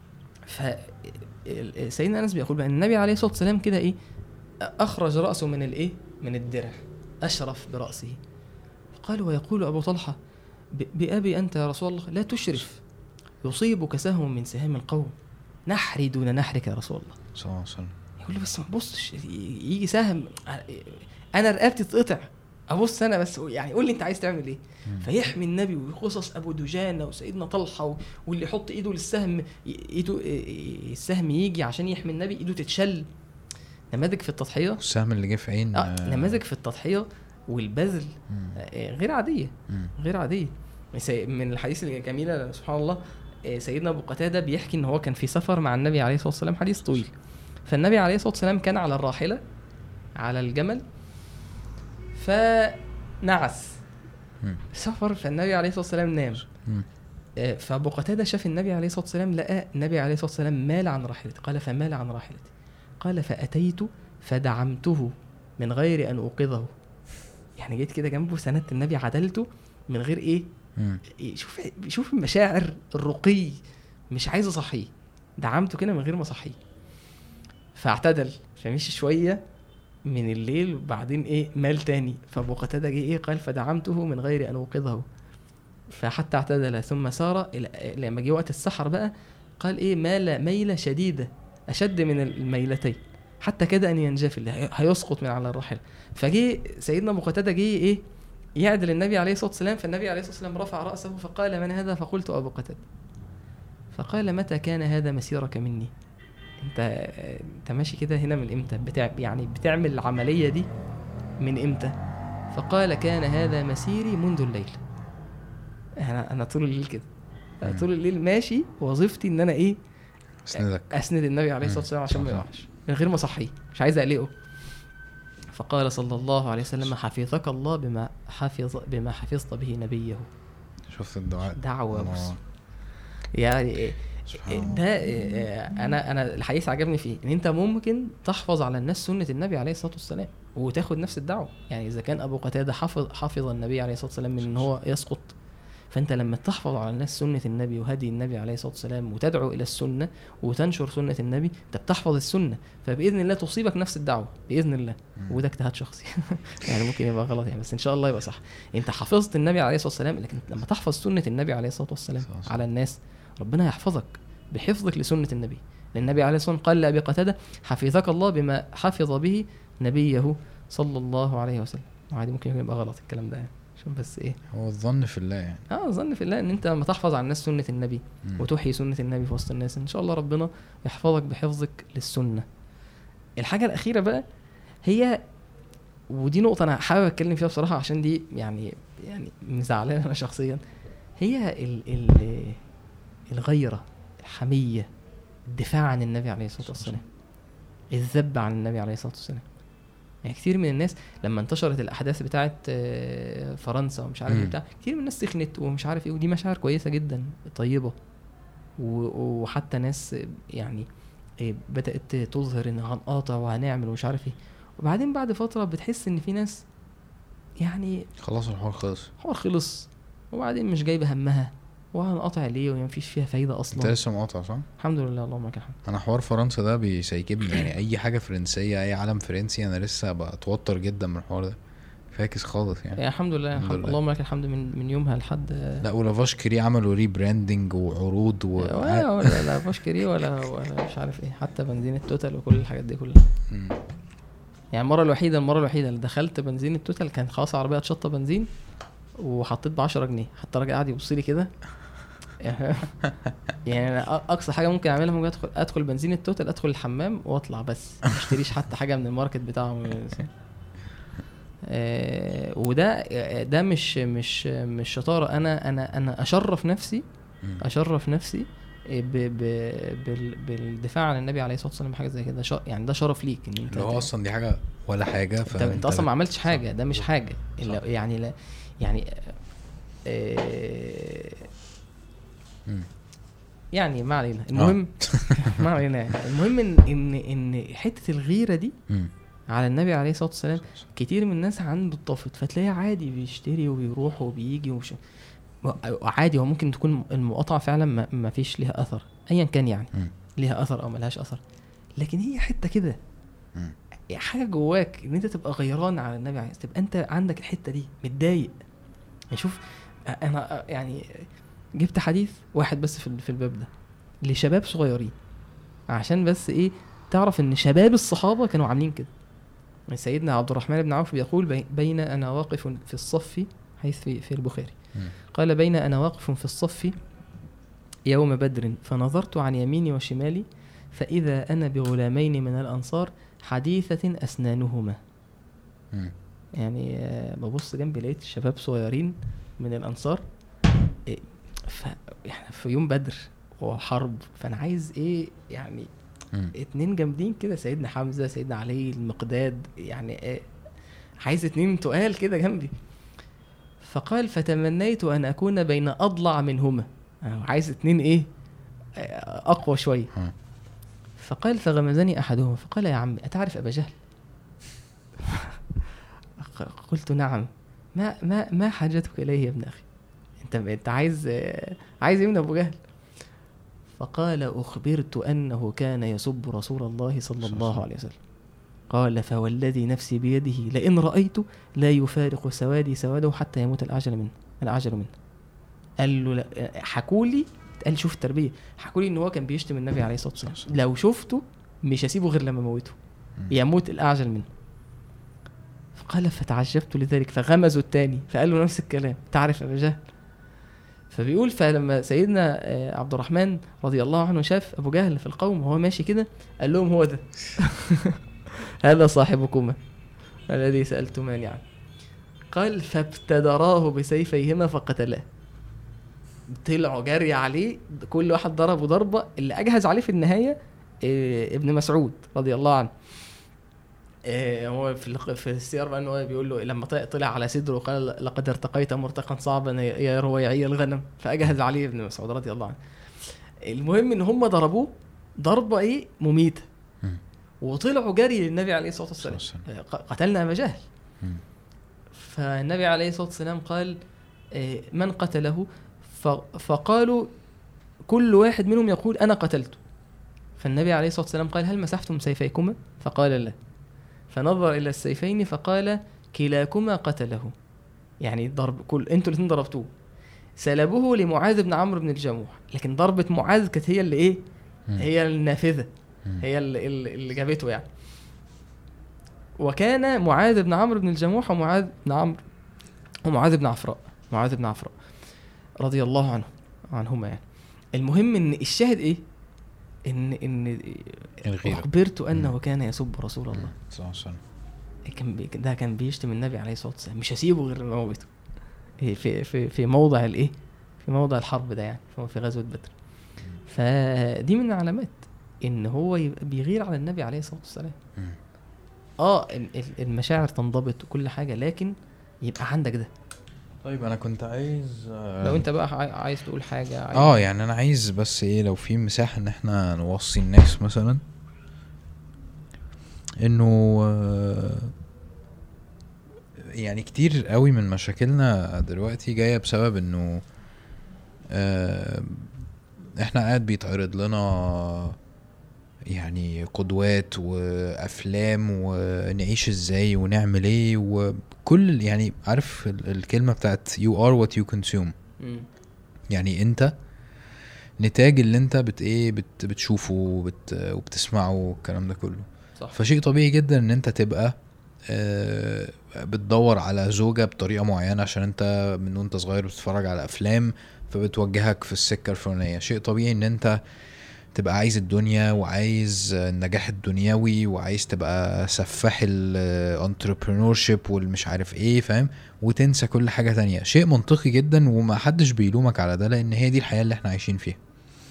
ف ال- سيدنا انس بيقول بقى النبي عليه الصلاه والسلام كده ايه اخرج راسه من الايه من الدرع، اشرف براسه. قال ويقول ابو طلحه ب- بابي انت يا رسول الله لا تشرف، يصيبك سهم من سهام القوم، نحري دون نحرك يا رسول الله. صلى الله عليه وسلم. يقول له بس ما تبصش يجي سهم انا رقبتي تتقطع، ابص انا بس يعني قول لي انت عايز تعمل ايه. مم. فيحمي النبي وقصص ابو دجانه وسيدنا طلحه و- واللي يحط ايده للسهم ي- ايده إيه، السهم يجي عشان يحمي النبي ايده تتشل. نماذج في التضحيه، السهم اللي جه في عين. اه نماذج في التضحيه والبذل مم. آه، غير عاديه مم. غير عاديه. سي- من الحديث الجميله سبحان الله، آه، سيدنا ابو قتاده بيحكي ان هو كان في سفر مع النبي عليه الصلاه والسلام، حديث طويل. فالنبي عليه الصلاه والسلام كان على الراحله على الجمل فنعس مم. سفر، فالنبي عليه الصلاه والسلام نام. مم. آه، فابو قتاده شاف النبي عليه الصلاه والسلام، لقى النبي عليه الصلاه والسلام مال عن راحلته. قال فمال عن راحلته، قال فاتيت فدعمته من غير ان اوقظه، يعني جيت كده جنبه سندت النبي عدلته من غير ايه مم. إيه، شوف شوف المشاعر الرقي، مش عايز اصحيه، دعمته كده من غير ما اصحيه. فاعتدل فمشي شويه من الليل وبعدين ايه مال تاني. فابو قتاده جه ايه قال فدعمته من غير ان اوقظه، فحتى اعتدل ثم سار الى لما جه وقت السحر بقى قال ايه مال ميله شديده اشد من الميلتين حتى كده ان ينجفل هيسقط من على الراحله. فجه سيدنا ابو قتاده جه ايه يعدل النبي عليه الصلاه والسلام، فالنبي عليه الصلاه والسلام رفع راسه فقال من هذا؟ فقلت ابو قتاده. فقال متى كان هذا مسيرك مني؟ انت انت ماشي كده هنا من امتى؟ بتاع يعني بتعمل العمليه دي من امتى؟ فقال كان هذا مسيري منذ الليل. انا انا طول الليل كده، مم. طول الليل ماشي، وظيفتي ان انا ايه اسندك. اسند النبي عليه الصلاه والسلام عشان ما يقعش من غير ما اصحيه، مش عايز اقلقه. فقال صلى الله عليه وسلم حفظك الله بما حفظ بما حفظت به نبيه. شفت الدعاء دعوه الله. بص. يعني إيه سبحان إيه الله. ده إيه انا انا الحديث عجبني فيه ان انت ممكن تحفظ على الناس سنه النبي عليه الصلاه والسلام وتاخد نفس الدعوه. يعني اذا كان ابو قتاده حفظ حفظ النبي عليه الصلاه والسلام من ان هو يسقط، فانت لما تحفظ على الناس سنه النبي وهدي النبي عليه الصلاه والسلام وتدعو الى السنه وتنشر سنه النبي، انت بتحفظ السنه، فباذن الله تصيبك نفس الدعوه باذن الله. مم. وده اجتهاد شخصي يعني ممكن يبقى غلط يعني، بس ان شاء الله يبقى صح. انت حفظت النبي عليه الصلاه والسلام، لكن لما تحفظ سنه النبي عليه الصلاه والسلام صح صح. على الناس ربنا يحفظك بحفظك لسنه النبي. لان النبي عليه الصلاه والسلام قال لابي قتاده حفظك الله بما حفظ به نبيه صلى الله عليه وسلم. وعادي ممكن يبقى غلط الكلام ده يعني. عشان بس ايه هو الظن في الله يعني. اه الظن في الله ان انت لما تحفظ على الناس سنة النبي مم. وتحيي سنة النبي في وسط الناس ان شاء الله ربنا يحفظك بحفظك للسنة. الحاجة الأخيرة بقى هي، ودي نقطة أنا حابب أتكلم فيها بصراحة عشان دي يعني يعني مزعلانة أنا شخصيا، هي ال ال الغيرة، الحمية، الدفاع عن النبي عليه الصلاة والسلام، الذب عن النبي عليه الصلاة والسلام. يعني كتير من الناس لما انتشرت الأحداث بتاعت فرنسا ومش عارف ايه بتاع، كتير من الناس سخنت ومش عارف ايه، ودي مشاعر كويسة جدا طيبة، وحتى ناس يعني بدأت تظهر ان هنقاطع وهنعمل ومش عارف ايه، وبعدين بعد فترة بتحس ان في ناس يعني خلاص الحوار خلص الحوار خلص وبعدين مش جايبه همها وهنقاطع ليه ومفيش فيها فايدة اصلا. انت لسه مقاطع صح؟ الحمد لله اللهم لك الحمد. انا حوار فرنسا ده بيسيكبني يعني اي حاجة فرنسية اي علم فرنسي انا لسه بتوتر جدا من الحوار ده، فاكس خالص يعني. يا الحمد لله الحمد لله اللهم لك الحمد من من يومها لحد لا ولافاش كري عملوا ري براندنج وعروض و ولا ولا لافاش كري ولا ولا مش عارف ايه، حتى بنزين التوتال وكل الحاجات دي كلها. يعني المره الوحيده المره الوحيده اللي دخلت بنزين التوتال كان خلاص عربيه تشطه بنزين وحطيت ب عشرة جنيه، حتى الراجل قاعد يبص لي كده يعني انا اقصى حاجه ممكن اعملها ممكن ادخل ادخل بنزين التوتال، ادخل الحمام واطلع بس ما اشتريش حتى حاجه من الماركت بتاعه. آه وده ده مش مش مش شطاره، انا انا انا اشرف نفسي اشرف نفسي ب ب بال بالدفاع عن النبي عليه الصلاه والسلام، حاجه زي كده يعني ده شرف ليك ان انت هو اصلا دي حاجه ولا حاجه، انت, انت اصلا ما عملتش حاجه، ده مش حاجه يعني لا يعني آه يعني ما علينا. المهم ما علينا المهم ان ان ان حته الغيره دي على النبي عليه الصلاه والسلام كتير من الناس عنده الطفت، فتلاقيه عادي بيشتري وبيروح وبيجي ومش عادي. هو ممكن تكون المقاطعه فعلا ما فيش ليها اثر ايا كان يعني م. ليها اثر او ملهاش اثر، لكن هي حته كده حاجه جواك ان انت تبقى غيران على النبي عليه، تبقى انت عندك الحته دي متضايق. شوف انا يعني جبت حديث واحد بس في في الباب ده لشباب صغيرين عشان بس ايه تعرف ان شباب الصحابه كانوا عاملين كده. سيدنا عبد الرحمن بن عوف بيقول بين انا واقف في الصف، حيث في, في البخاري قال بين انا واقف في الصف يوم بدر فنظرت عن يميني وشمالي فاذا انا بغلامين من الانصار حديثه اسنانهما. يعني ببص جنبي لقيت شباب صغيرين من الانصار ف يعني في يوم بدر وحرب، فانا عايز ايه يعني م. اتنين جامدين كده، سيدنا حمزة سيدنا علي المقداد، يعني إيه عايز اتنين تقال كده جنبي. فقال فتمنيت ان اكون بين اضلع منهما، عايز اتنين ايه اقوى شوية. فقال فغمزني احدهما فقال يا عمي اتعرف ابا جهل؟ قلت نعم. ما ما ما حاجتك اليه يا ابن اخي؟ انت انت عايز عايز ايه من ابو جهل؟ فقال اخبرت انه كان يسب رسول الله صلى الله عليه وسلم. قال فوالذي نفسي بيده لئن رايته لا يفارق سوادي سواده حتى يموت الاعجل منه الاعجل منه. قال له حكوا لي، قال شوف التربيه، حكوا لي ان هو كان بيشتم النبي عليه الصلاه والسلام، لو شفته مش هسيبه غير لما موته يموت الاعجل منه. فقال فتعجبت لذلك فغمزوا الثاني فقال له نفس الكلام تعرف ابا جهل؟ فبيقول فلما سيدنا عبد الرحمن رضي الله عنه شاف ابو جهل في القوم وهو ماشي كده قال لهم هو ده هذا صاحبكما الذي سألتماني عنه. قال فابتدراه بسيفيهما فقتلاه، طلعوا جري عليه كل واحد ضربه ضربة. اللي أجهز عليه في النهاية ابن مسعود رضي الله عنه، هو في في السير بقى انه بيقول له لما طلع على صدره وقال لقد ارتقيت مرتقا صعبا يا رويعي الغنم، فأجهز عليه ابن مسعود رضي الله عنه. المهم ان هم ضربوه ضربة ايه مميتة وطلعوا جري للنبي عليه الصلاة والسلام قتلنا أبا جهل. فالنبي عليه الصلاة والسلام قال من قتله؟ فقالوا كل واحد منهم يقول أنا قتلته. فالنبي عليه الصلاة والسلام قال هل مسحتم سيفيكما؟ فقال لا. فنظر إلى السيفين فقال كلاكما قتله، يعني ضرب كل انتوا الاثنين ضربتوه. سلبوه لمعاذ بن عمرو بن الجموح، لكن ضربة معاذ كانت هي اللي ايه هي النافذة، هي اللي, اللي جابته يعني. وكان معاذ بن عمرو بن الجموح ومعاذ بن عمرو ومعاذ بن عفراء معاذ بن عفراء رضي الله عنه عنهما يعني. المهم ان الشاهد ايه ان ان اخبرت انه كان يسب رسول الله صلى الله عليه وسلم. كان بي ده كان بيشتم النبي عليه الصلاه والسلام، مش هسيبه غير ما موته في في في موضع الايه في موضع الحرب ده يعني في غزوه بدر. فدي من علامات ان هو بيغير على النبي عليه الصلاه والسلام. اه المشاعر تنضبط وكل حاجه، لكن يبقى عندك ده. طيب انا كنت عايز آه لو انت بقى عايز تقول حاجه عايز اه يعني انا عايز بس ايه لو في مساحه ان احنا نوصي الناس مثلا انه آه يعني كتير قوي من مشاكلنا دلوقتي جايه بسبب انه آه احنا قاعد بيتعرض لنا يعني قدوات وافلام ونعيش ازاي ونعمل ايه وكل يعني عارف الكلمه بتاعت you are what you consume. م. يعني انت نتاج اللي انت بت ايه بت بتشوفه وبت وبتسمعه والكلام ده كله. صح. فشيء طبيعي جدا ان انت تبقى آه بتدور على زوجة بطريقة معينة عشان انت من وانت صغير بتتفرج على افلام فبتوجهك في السكة الفلانية. شيء طبيعي ان انت تبقى عايز الدنيا وعايز النجاح الدنيوي وعايز تبقى سفاح الانتربرينورشيب والمش عارف ايه فاهم، وتنسى كل حاجة تانية. شيء منطقي جدا وما حدش بيلومك على ده لان هي دي الحياة اللي احنا عايشين فيها.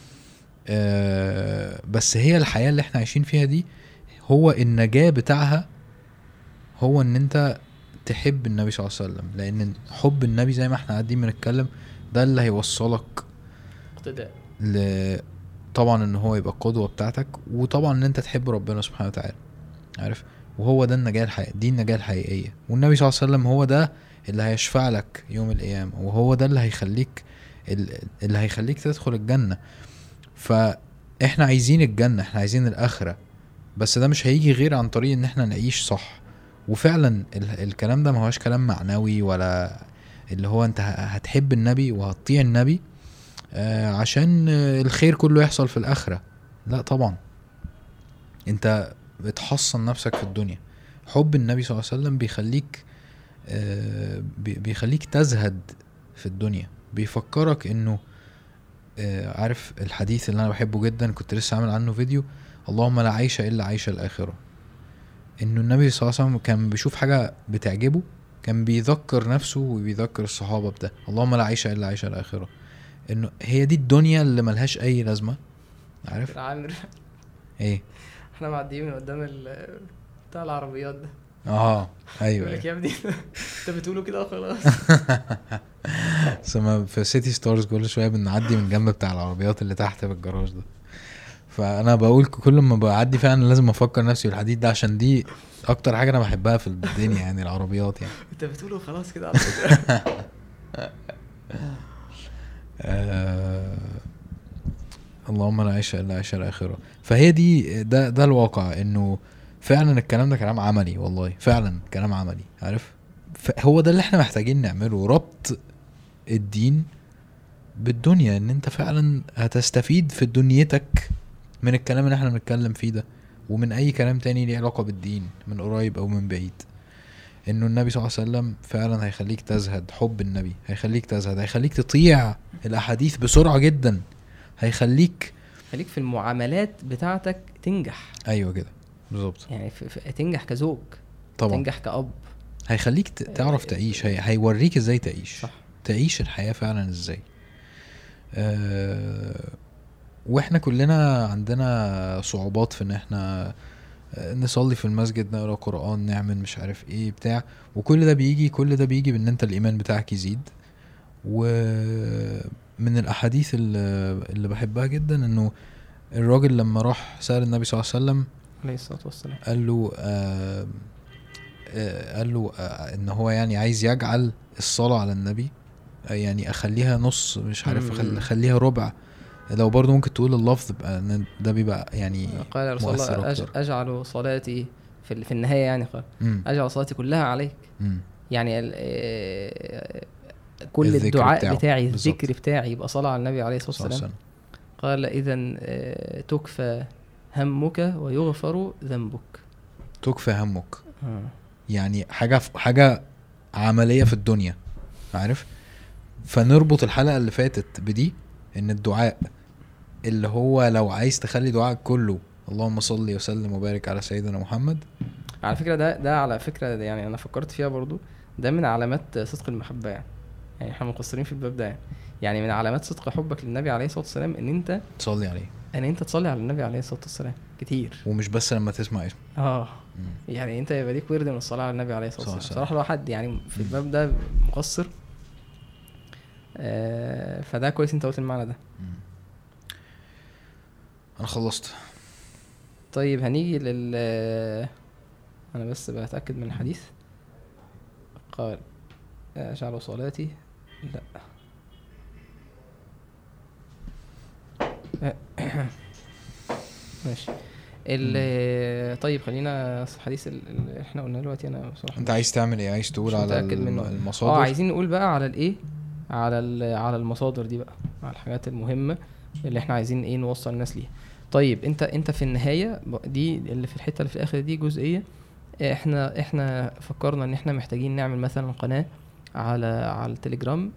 أه بس هي الحياة اللي احنا عايشين فيها دي هو النجاة بتاعها هو ان انت تحب النبي صلى الله عليه وسلم، لان حب النبي زي ما احنا قاعدين بنتكلم ده اللي هيوصلك اقتداء ل طبعا ان هو يبقى القدوة بتاعتك، وطبعا ان انت تحب ربنا سبحانه وتعالى عارف. وهو ده النجاة الحقيقية، دي النجاة الحقيقية. والنبي صلى الله عليه وسلم هو ده اللي هيشفع لك يوم القيامة، وهو ده اللي هيخليك اللي هيخليك تدخل الجنة. فاحنا عايزين الجنة، احنا عايزين الآخرة، بس ده مش هيجي غير عن طريق ان احنا نعيش صح. وفعلا الكلام ده ما هوش كلام معنوي ولا اللي هو انت هتحب النبي وهتطيع النبي آه عشان الخير كله يحصل في الآخرة. لا طبعا، انت بتحصن نفسك في الدنيا. حب النبي صلى الله عليه وسلم بيخليك آه بيخليك تزهد في الدنيا، بيفكرك انه آه عارف الحديث اللي انا بحبه جدا كنت لسه عامل عنه فيديو، اللهم لا عيش الا عيش الآخرة. انه النبي صلى الله عليه وسلم كان بيشوف حاجة بتعجبه كان بيذكر نفسه وبيذكر الصحابة بده، اللهم لا عيش الا عيش الآخرة. انه هي دي الدنيا اللي ملهاش اي لازمة عارف ايه. احنا معديين من قدام بتاع العربيات ده اه ايوه يقول لك يا ابني انت بتقوله كده خلاص. سما في سيتي ستارز كل شويه بنعدي من جنب بتاع العربيات اللي تحت في الجراج ده. فانا بقول كل ما بعدي فعلا لازم افكر نفسي بالحديث ده عشان دي اكتر حاجه انا بحبها في الدنيا يعني العربيات يعني. انت بتقوله خلاص كده على فكره. اللهم لا عيش الا عيش الآخرة. فهي دي ده ده الواقع، انه فعلا الكلام ده كلام عملي، والله فعلا كلام عملي عارف. هو ده اللي احنا محتاجين نعمله، ربط الدين بالدنيا، ان انت فعلا هتستفيد في دنيتك من الكلام اللي احنا بنتكلم فيه ده ومن اي كلام تاني ليه علاقة بالدين من قريب او من بعيد. انه النبي صلى الله عليه وسلم فعلا هيخليك تزهد، حب النبي هيخليك تزهد، هيخليك تطيع الاحاديث بسرعة جدا، هيخليك خليك في المعاملات بتاعتك تنجح. ايوه كده بالظبط، يعني في في تنجح كزوج طبعا، تنجح كأب، هيخليك تعرف تعيش، هي هيوريك ازاي تعيش صح. تعيش الحياة فعلا ازاي. أه واحنا كلنا عندنا صعوبات في ان احنا نصلي في المسجد، نقرأ قرآن، نعمل مش عارف ايه بتاع، وكل ده بيجي كل ده بيجي بان انت الايمان بتاعك يزيد. ومن الاحاديث اللي بحبها جدا انه الراجل لما راح سأل النبي صلى الله عليه وسلم عليه الصلاة والسلام قال له آه آه قال له آه ان هو يعني عايز يجعل الصلاة على النبي آه يعني اخليها نص مش عارف اخليها ربع، لو برضو ممكن تقول اللفظ بقى ده بيبقى يعني قال رسول الله أج اجعل صلاتي في في النهاية يعني قال اجعل صلاتي كلها عليك. م. يعني كل الدعاء بتاعه. بتاعي الذكر بتاعي يبقى صلاة على النبي عليه الصلاة والسلام. قال إذن تكفى همك ويغفر ذنبك. تكفى همك آه. يعني حاجه حاجه عمليه في الدنيا، عارف. فنربط الحلقه اللي فاتت بدي، ان الدعاء اللي هو لو عايز تخلي دعائك كله اللهم صل وسلم وبارك على سيدنا محمد. على فكره ده ده على فكره ده يعني انا فكرت فيها برضو، ده من علامات صدق المحبه يعني. يعني احنا مقصرين في الباب ده يعني. يعني من علامات صدق حبك للنبي عليه الصلاه والسلام ان انت تصلي عليه، ان انت تصلي على النبي عليه الصلاه والسلام كتير، ومش بس لما تسمع اسمه. اه مم. يعني انت يبقى ليك ورد من الصلاه على النبي عليه الصلاه صح والسلام. صح. صراحه الواحد يعني في الباب ده مقصر، آه فده كويس انت قلت المعنى ده. مم. انا خلصت. طيب هنيجي لل انا بس بتاكد من الحديث. قال اجعل صلاتي لا ماشي ال طيب خلينا الحديث اللي احنا قلنا دلوقتي. انا بصراحه انت عايز تعمل ايه؟ عايز تقول على المصادر؟ اه عايزين نقول بقى على الايه، على على المصادر دي بقى، على الحاجات المهمه اللي احنا عايزين ايه نوصل الناس ليها. طيب انت انت في النهايه دي اللي في الحته اللي في الاخر دي جزئيه، احنا احنا فكرنا ان احنا محتاجين نعمل مثلا قناه على على التليجرام.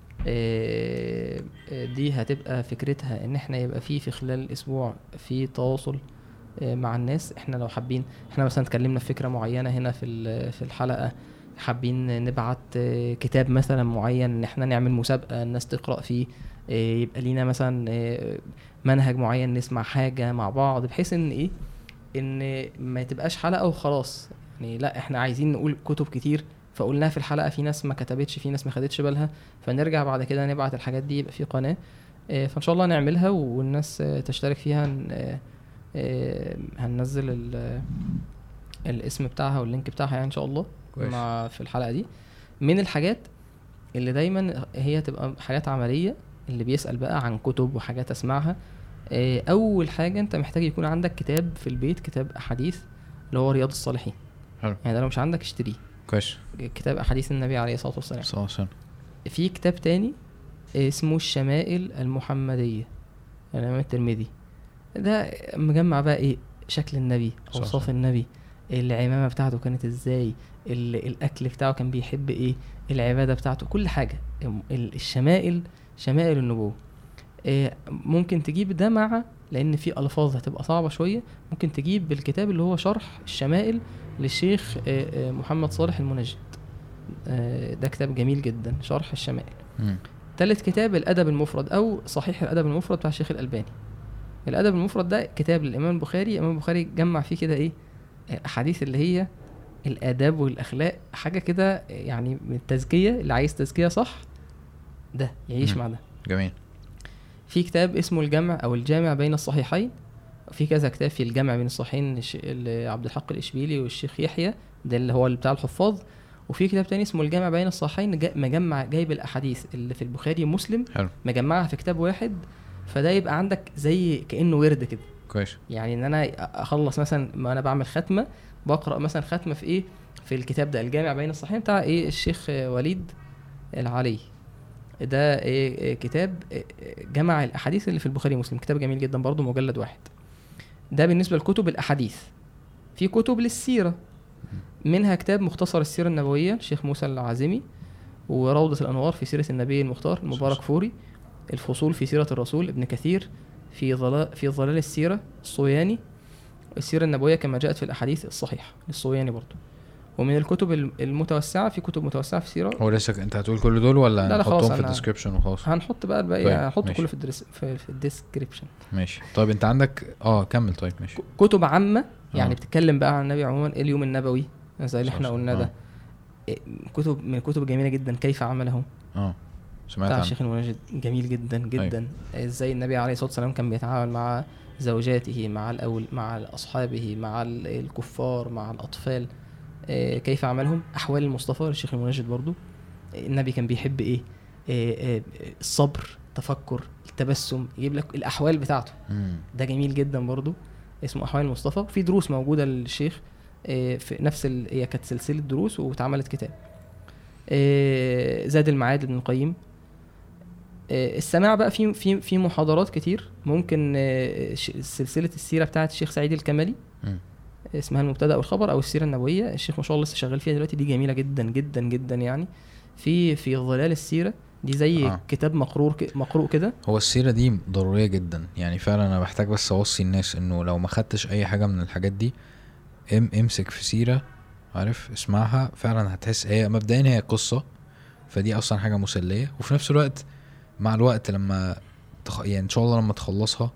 دي هتبقى فكرتها ان احنا يبقى فيه في خلال الاسبوع في تواصل مع الناس. احنا لو حابين احنا مثلا اتكلمنا في فكره معينه هنا في في الحلقه، حابين نبعت كتاب مثلا معين ان احنا نعمل مسابقه الناس تقرا فيه، يبقى لينا مثلا منهج معين نسمع حاجه مع بعض، بحيث ان ايه ان ما تبقاش حلقه وخلاص يعني. لا احنا عايزين نقول كتب كتير، فقلناها في الحلقه في ناس ما كتبتش، في ناس ما خدتش بالها، فنرجع بعد كده نبعت الحاجات دي يبقى في قناه. فان شاء الله نعملها والناس تشترك فيها. هننزل الاسم بتاعها واللينك بتاعها يعني ان شاء الله مع في الحلقه دي. من الحاجات اللي دايما هي تبقى حاجات عمليه، اللي بيسأل بقى عن كتب وحاجات اسمعها، اول حاجه انت محتاج يكون عندك كتاب في البيت، كتاب احاديث اللي هو رياض الصالحين. حلو. يعني لو مش عندك اشتريه كويس. كتاب احاديث النبي عليه الصلاه والسلام. صلى الله عليه وسلم. في كتاب تاني اسمه الشمائل المحمديه الامام الترمذي، ده مجمع بقى ايه شكل النبي، اوصاف النبي، العمامه بتاعته كانت ازاي، الاكل بتاعه كان بيحب ايه، العباده بتاعته، كل حاجه. الشمائل شمائل النبوه. ممكن تجيب ده مع، لان في الفاظ هتبقى صعبه شويه، ممكن تجيب بالكتاب اللي هو شرح الشمائل للشيخ محمد صالح المنجد. ده كتاب جميل جدا، شرح الشمائل. ثالث كتاب الادب المفرد او صحيح الادب المفرد بتاع الشيخ الالباني. الادب المفرد ده كتاب للامام البخاري، الامام البخاري جمع فيه كده ايه احاديث اللي هي الاداب والاخلاق، حاجه كده يعني من التزكيه، اللي عايز تزكيه صح ده يعيش م. مع ده. جميل. في كتاب اسمه الجمع او الجامع بين الصحيحين، وفي كذا كتاب في الجمع بين الصحيحين لعبد الحق الاشبيلي والشيخ يحيى، ده اللي هو اللي بتاع الحفاظ. وفي كتاب تاني اسمه الجامع بين الصحيحين، مجمع جايب الاحاديث اللي في البخاري ومسلم مجمعها في كتاب واحد، فده يبقى عندك زي كانه ورد كده. كويس. يعني ان انا اخلص مثلا ما انا بعمل ختمه، بقرا مثلا ختمه في ايه في الكتاب ده الجامع بين الصحيحين بتاع ايه الشيخ وليد العلي. ده إيه كتاب جمع الاحاديث اللي في البخاري ومسلم، كتاب جميل جدا برضو، مجلد واحد. ده بالنسبه لكتب الاحاديث. في كتب للسيره، منها كتاب مختصر السيره النبويه الشيخ موسى العازمي، وروضه الانوار في سيره النبي المختار المبارك فوري، الفصول في سيره الرسول ابن كثير، في ظلال في ظلال السيره الصوياني، السيره النبويه كما جاءت في الاحاديث الصحيحه للصوياني برضو. ومن الكتب المتوسعه في كتب متوسعه في السيره. هو لسه انت هتقول كل دول ولا نحطهم في الديسكريبشن وخلاص؟ هنحط بقى الباقي. طيب. هنحط كله في الدرس في, في الديسكريبشن. ماشي. طيب انت عندك اه كمل. طيب ماشي. كتب عامه يعني آه. بتتكلم بقى عن النبي عموما، اليوم النبوي زي اللي احنا قلنا ده. آه. كتب من الكتب جميله جدا، كيف عمله اه سمعت عنه الشيخ المنجد، جميل جدا جدا. ازاي النبي عليه الصلاه والسلام كان بيتعامل مع زوجاته، مع الاول مع اصحابه، مع الكفار، مع الاطفال، كيف عملهم، احوال المصطفى للشيخ المنجد برضو. النبي كان بيحب ايه، الصبر، تفكر، التبسم، يجيب لك الاحوال بتاعته. ده جميل جدا برضو، اسمه احوال المصطفى. في دروس موجوده للشيخ في نفس ال... هي كانت سلسله دروس واتعملت كتاب. زاد المعاد ابن القيم. السماع بقى في في في محاضرات كتير، ممكن سلسله السيره بتاعه الشيخ سعيد الكمالي، اسمها المبتدأ والخبر او السيره النبويه. الشيخ ما شاء الله لسه شغال فيها دلوقتي، دي جميله جدا جدا جدا يعني. في في ظلال السيره دي زي آه. آه. كتاب مقرور ك... مقروء كده. هو السيرة دي ضرورية جدا يعني فعلا. انا بحتاج بس اوصي الناس انه لو ما خدتش اي حاجة من الحاجات دي ام امسك في سيرة، عارف، اسمعها فعلا هتحس هي مبدئيا هي قصة، فدي اصلا حاجة مسلية، وفي نفس الوقت مع الوقت لما تخ... يعني ان شاء الله لما تخلصها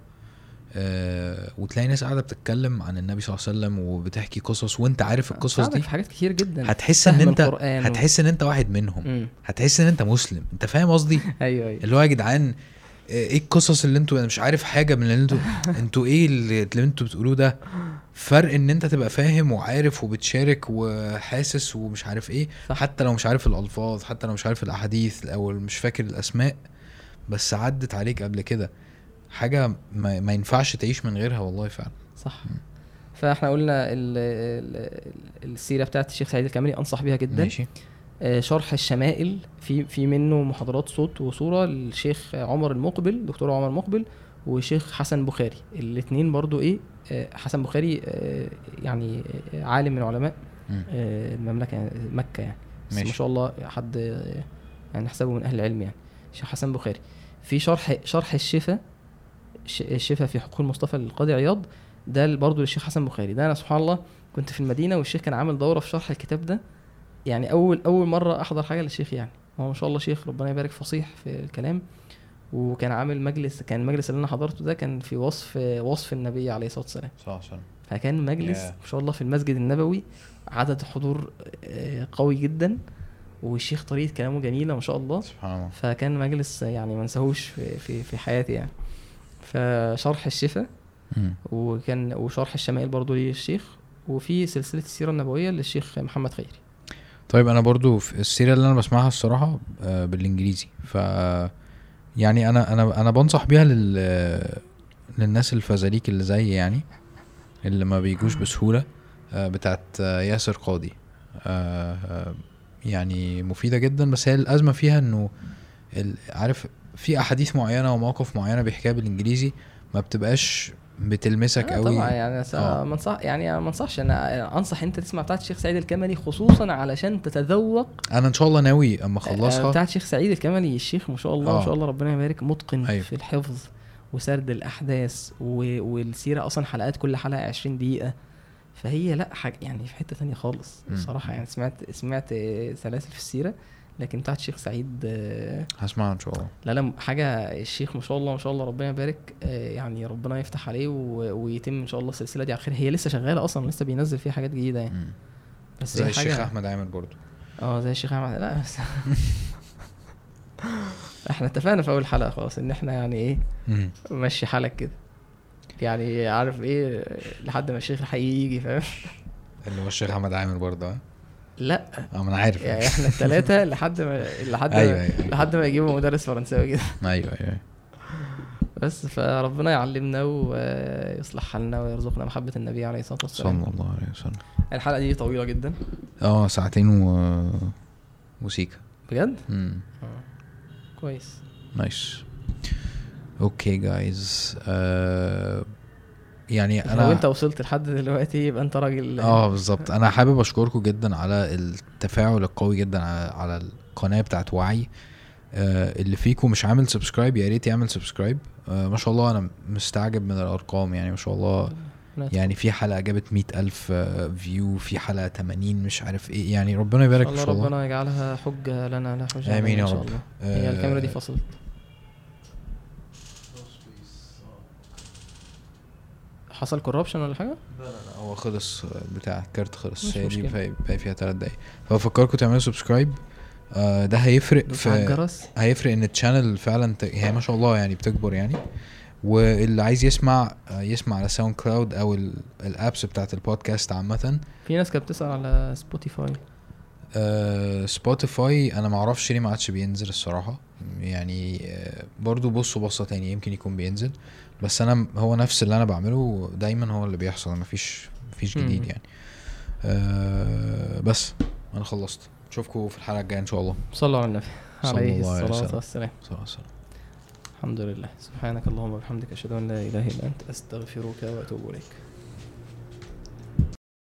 آه وتلاقي ناس قاعدة بتتكلم عن النبي صلى الله عليه وسلم وبتحكي قصص وانت عارف القصص ساعدك دي، في حاجات كتير جدا. هتحس ان فهم انت القرآن و- هتحس ان انت واحد منهم، مم. هتحس ان انت مسلم. انت فاهم قصدي؟ ايوه ايوه اللي هو يا جدعان ايه القصص اللي انتوا، انا مش عارف حاجه من اللي انتوا انتوا ايه اللي, اللي انتوا بتقولوه ده. فرق ان انت تبقى فاهم وعارف وبتشارك وحاسس ومش عارف ايه، صح. حتى لو مش عارف الالفاظ، حتى لو مش عارف الاحاديث او مش فاكر الاسماء، بس عدت عليك قبل كده حاجه ما, ما ينفعش تعيش من غيرها والله فعلا. صح. فاحنا قلنا ال ال السيره بتاعت الشيخ سعيد الكاملي انصح بيها جدا. ماشي. آه، شرح الشمائل في في منه محاضرات صوت وصوره للشيخ عمر المقبل، دكتور عمر المقبل، وشيخ حسن بخاري. الاثنين برضو ايه، آه، حسن بخاري آه، يعني آه، عالم من علماء مم. آه، المملكه يعني مكه يعني، بس ماشي. ما شاء الله حد آه، يعني نحسبه من اهل العلم يعني. شيخ حسن بخاري في شرح شرح الشفا ش- الشفا في حقوق المصطفى للقاضي عياض، ده برضو للشيخ حسن بخاري. ده انا سبحان الله كنت في المدينه والشيخ كان عامل دوره في شرح الكتاب ده، يعني اول اول مره احضر حاجه للشيخ يعني. هو ما شاء الله شيخ ربنا يبارك فصيح في الكلام، وكان عامل مجلس، كان المجلس اللي انا حضرته ده كان في وصف وصف النبي عليه الصلاه والسلام. صح صح. فكان مجلس Yeah. ما شاء الله في المسجد النبوي، عدد حضور آه، قوي جدا، والشيخ طريقه كلامه جميله ما شاء الله. سبحان الله. فكان مجلس يعني ما انساهوش في في في حياتي يعني. فشرح الشفا مم. وكان وشرح الشمائل برضو للشيخ، وفي سلسله السيره النبويه للشيخ محمد خيري. طيب انا برضو في السيره اللي انا بسمعها الصراحه آه، بالانجليزي، ف يعني انا انا انا بنصح بيها لل للناس الفزاليك اللي زي يعني اللي ما بيجوش بسهوله، آه، بتاعت آه، ياسر قاضي. آه، آه، يعني مفيده جدا، بس هي الازمه فيها انه ال- عارف في احاديث معينه ومواقف معينه بيحكيها بالانجليزي ما بتبقاش بتلمسك آه قوي. طبعا يعني آه. ما انصح يعني ما انصحش انا انصح انت تسمع بتاعت الشيخ سعيد الكملي خصوصا علشان تتذوق انا ان شاء الله ناوي اما آه، اخلصها. بتاعت الشيخ سعيد الكملي. الشيخ ما شاء الله آه. ما شاء الله ربنا يبارك متقن أيوة. في الحفظ وسرد الاحداث و... والسيره اصلا حلقات كل حلقه عشرين دقيقه، فهي لا حاجه يعني في حته تانية خالص مم. بصراحه يعني. سمعت سمعت آه، سلاسل في السيره، لكن بتاعت الشيخ سعيد آه، هسمعها ان شاء الله. لا لا حاجه. الشيخ ما شاء الله ما شاء الله ربنا يبارك آه، يعني ربنا يفتح عليه و... ويتم ان شاء الله السلسله دي على خير. هي لسه شغاله اصلا، لسه بينزل فيها حاجات جديده يعني. مم. بس زي هي الشيخ حاجه احمد عامر برضو. اه زي الشيخ احمد. لا بس احنا اتفقنا في اول حلقه خلاص ان احنا يعني ايه مم. ماشي حالك كده يعني، عارف ايه، لحد ما الشيخ الحقيقي يجي فاهم. اللي هو الشيخ احمد عامر برضه. اه لا ما انا عارف يعني احنا الثلاثه لحد ما لحد أيوة ما أيوة. لحد ما يجيبوا مدرس فرنساوي كده. ايوه ايوه. بس فربنا يعلمنا ويصلح حالنا ويرزقنا محبه النبي عليه الصلاه والسلام. صلى الله عليه وسلم. الحلقه دي طويله جدا اه ساعتين و وسيكا بجد. امم كويس. نايس. اوكي جايز. آه يعني انا انا لو انت وصلت لحد دلوقتي يبقى انت راجل. اه بالظبط. انا حابب اشكركم جدا على التفاعل القوي جدا على, على القناه بتاعت وعي. آه اللي فيكم مش عامل سبسكرايب يا ريت يعمل سبسكرايب. آه ما شاء الله انا مستعجب من الارقام يعني ما شاء الله. يعني في حلقه جابت مئة الف فيو، في حلقه تمانين مش عارف ايه، يعني ربنا يبارك ان ان شاء شاء الله. الله. ربنا يجعلها حجه لنا لا حجه امين يا ان شاء رب. الله. هي آه الكاميرا دي فصلت. حصل كوربشن ولا حاجه؟ لا لا لا هو خلص بتاع الكارت خلص. مش هي دي مشكلة. باقي فيها ثلاث دقايق، فبفكركم تعملوا سبسكرايب. آه ده هيفرق دوس على في الجرس. هيفرق ان الشانل فعلا ت... هي ما شاء الله يعني بتكبر يعني. واللي عايز يسمع آه يسمع على ساوند كلاود او ال... الابس بتاعت البودكاست عامه. في ناس كانت بتسأل على سبوتيفاي. آه سبوتيفاي انا ما اعرفش ليه ما عادش بينزل الصراحه يعني. آه برضو بصوا بصه تاني يمكن يكون بينزل، بس انا هو نفس اللي انا بعمله دايما هو اللي بيحصل، مفيش مفيش جديد مم. يعني. آه بس انا خلصت. اشوفكم في الحلقه الجايه ان شاء الله. صلوا على النبي صلى عليه الله عليه الصلاة وسلم. والسلام. صلى الله عليه وسلم. الحمد لله. سبحانك اللهم وبحمدك أشهد أن لا إله إلا أنت أستغفرك وأتوب إليك.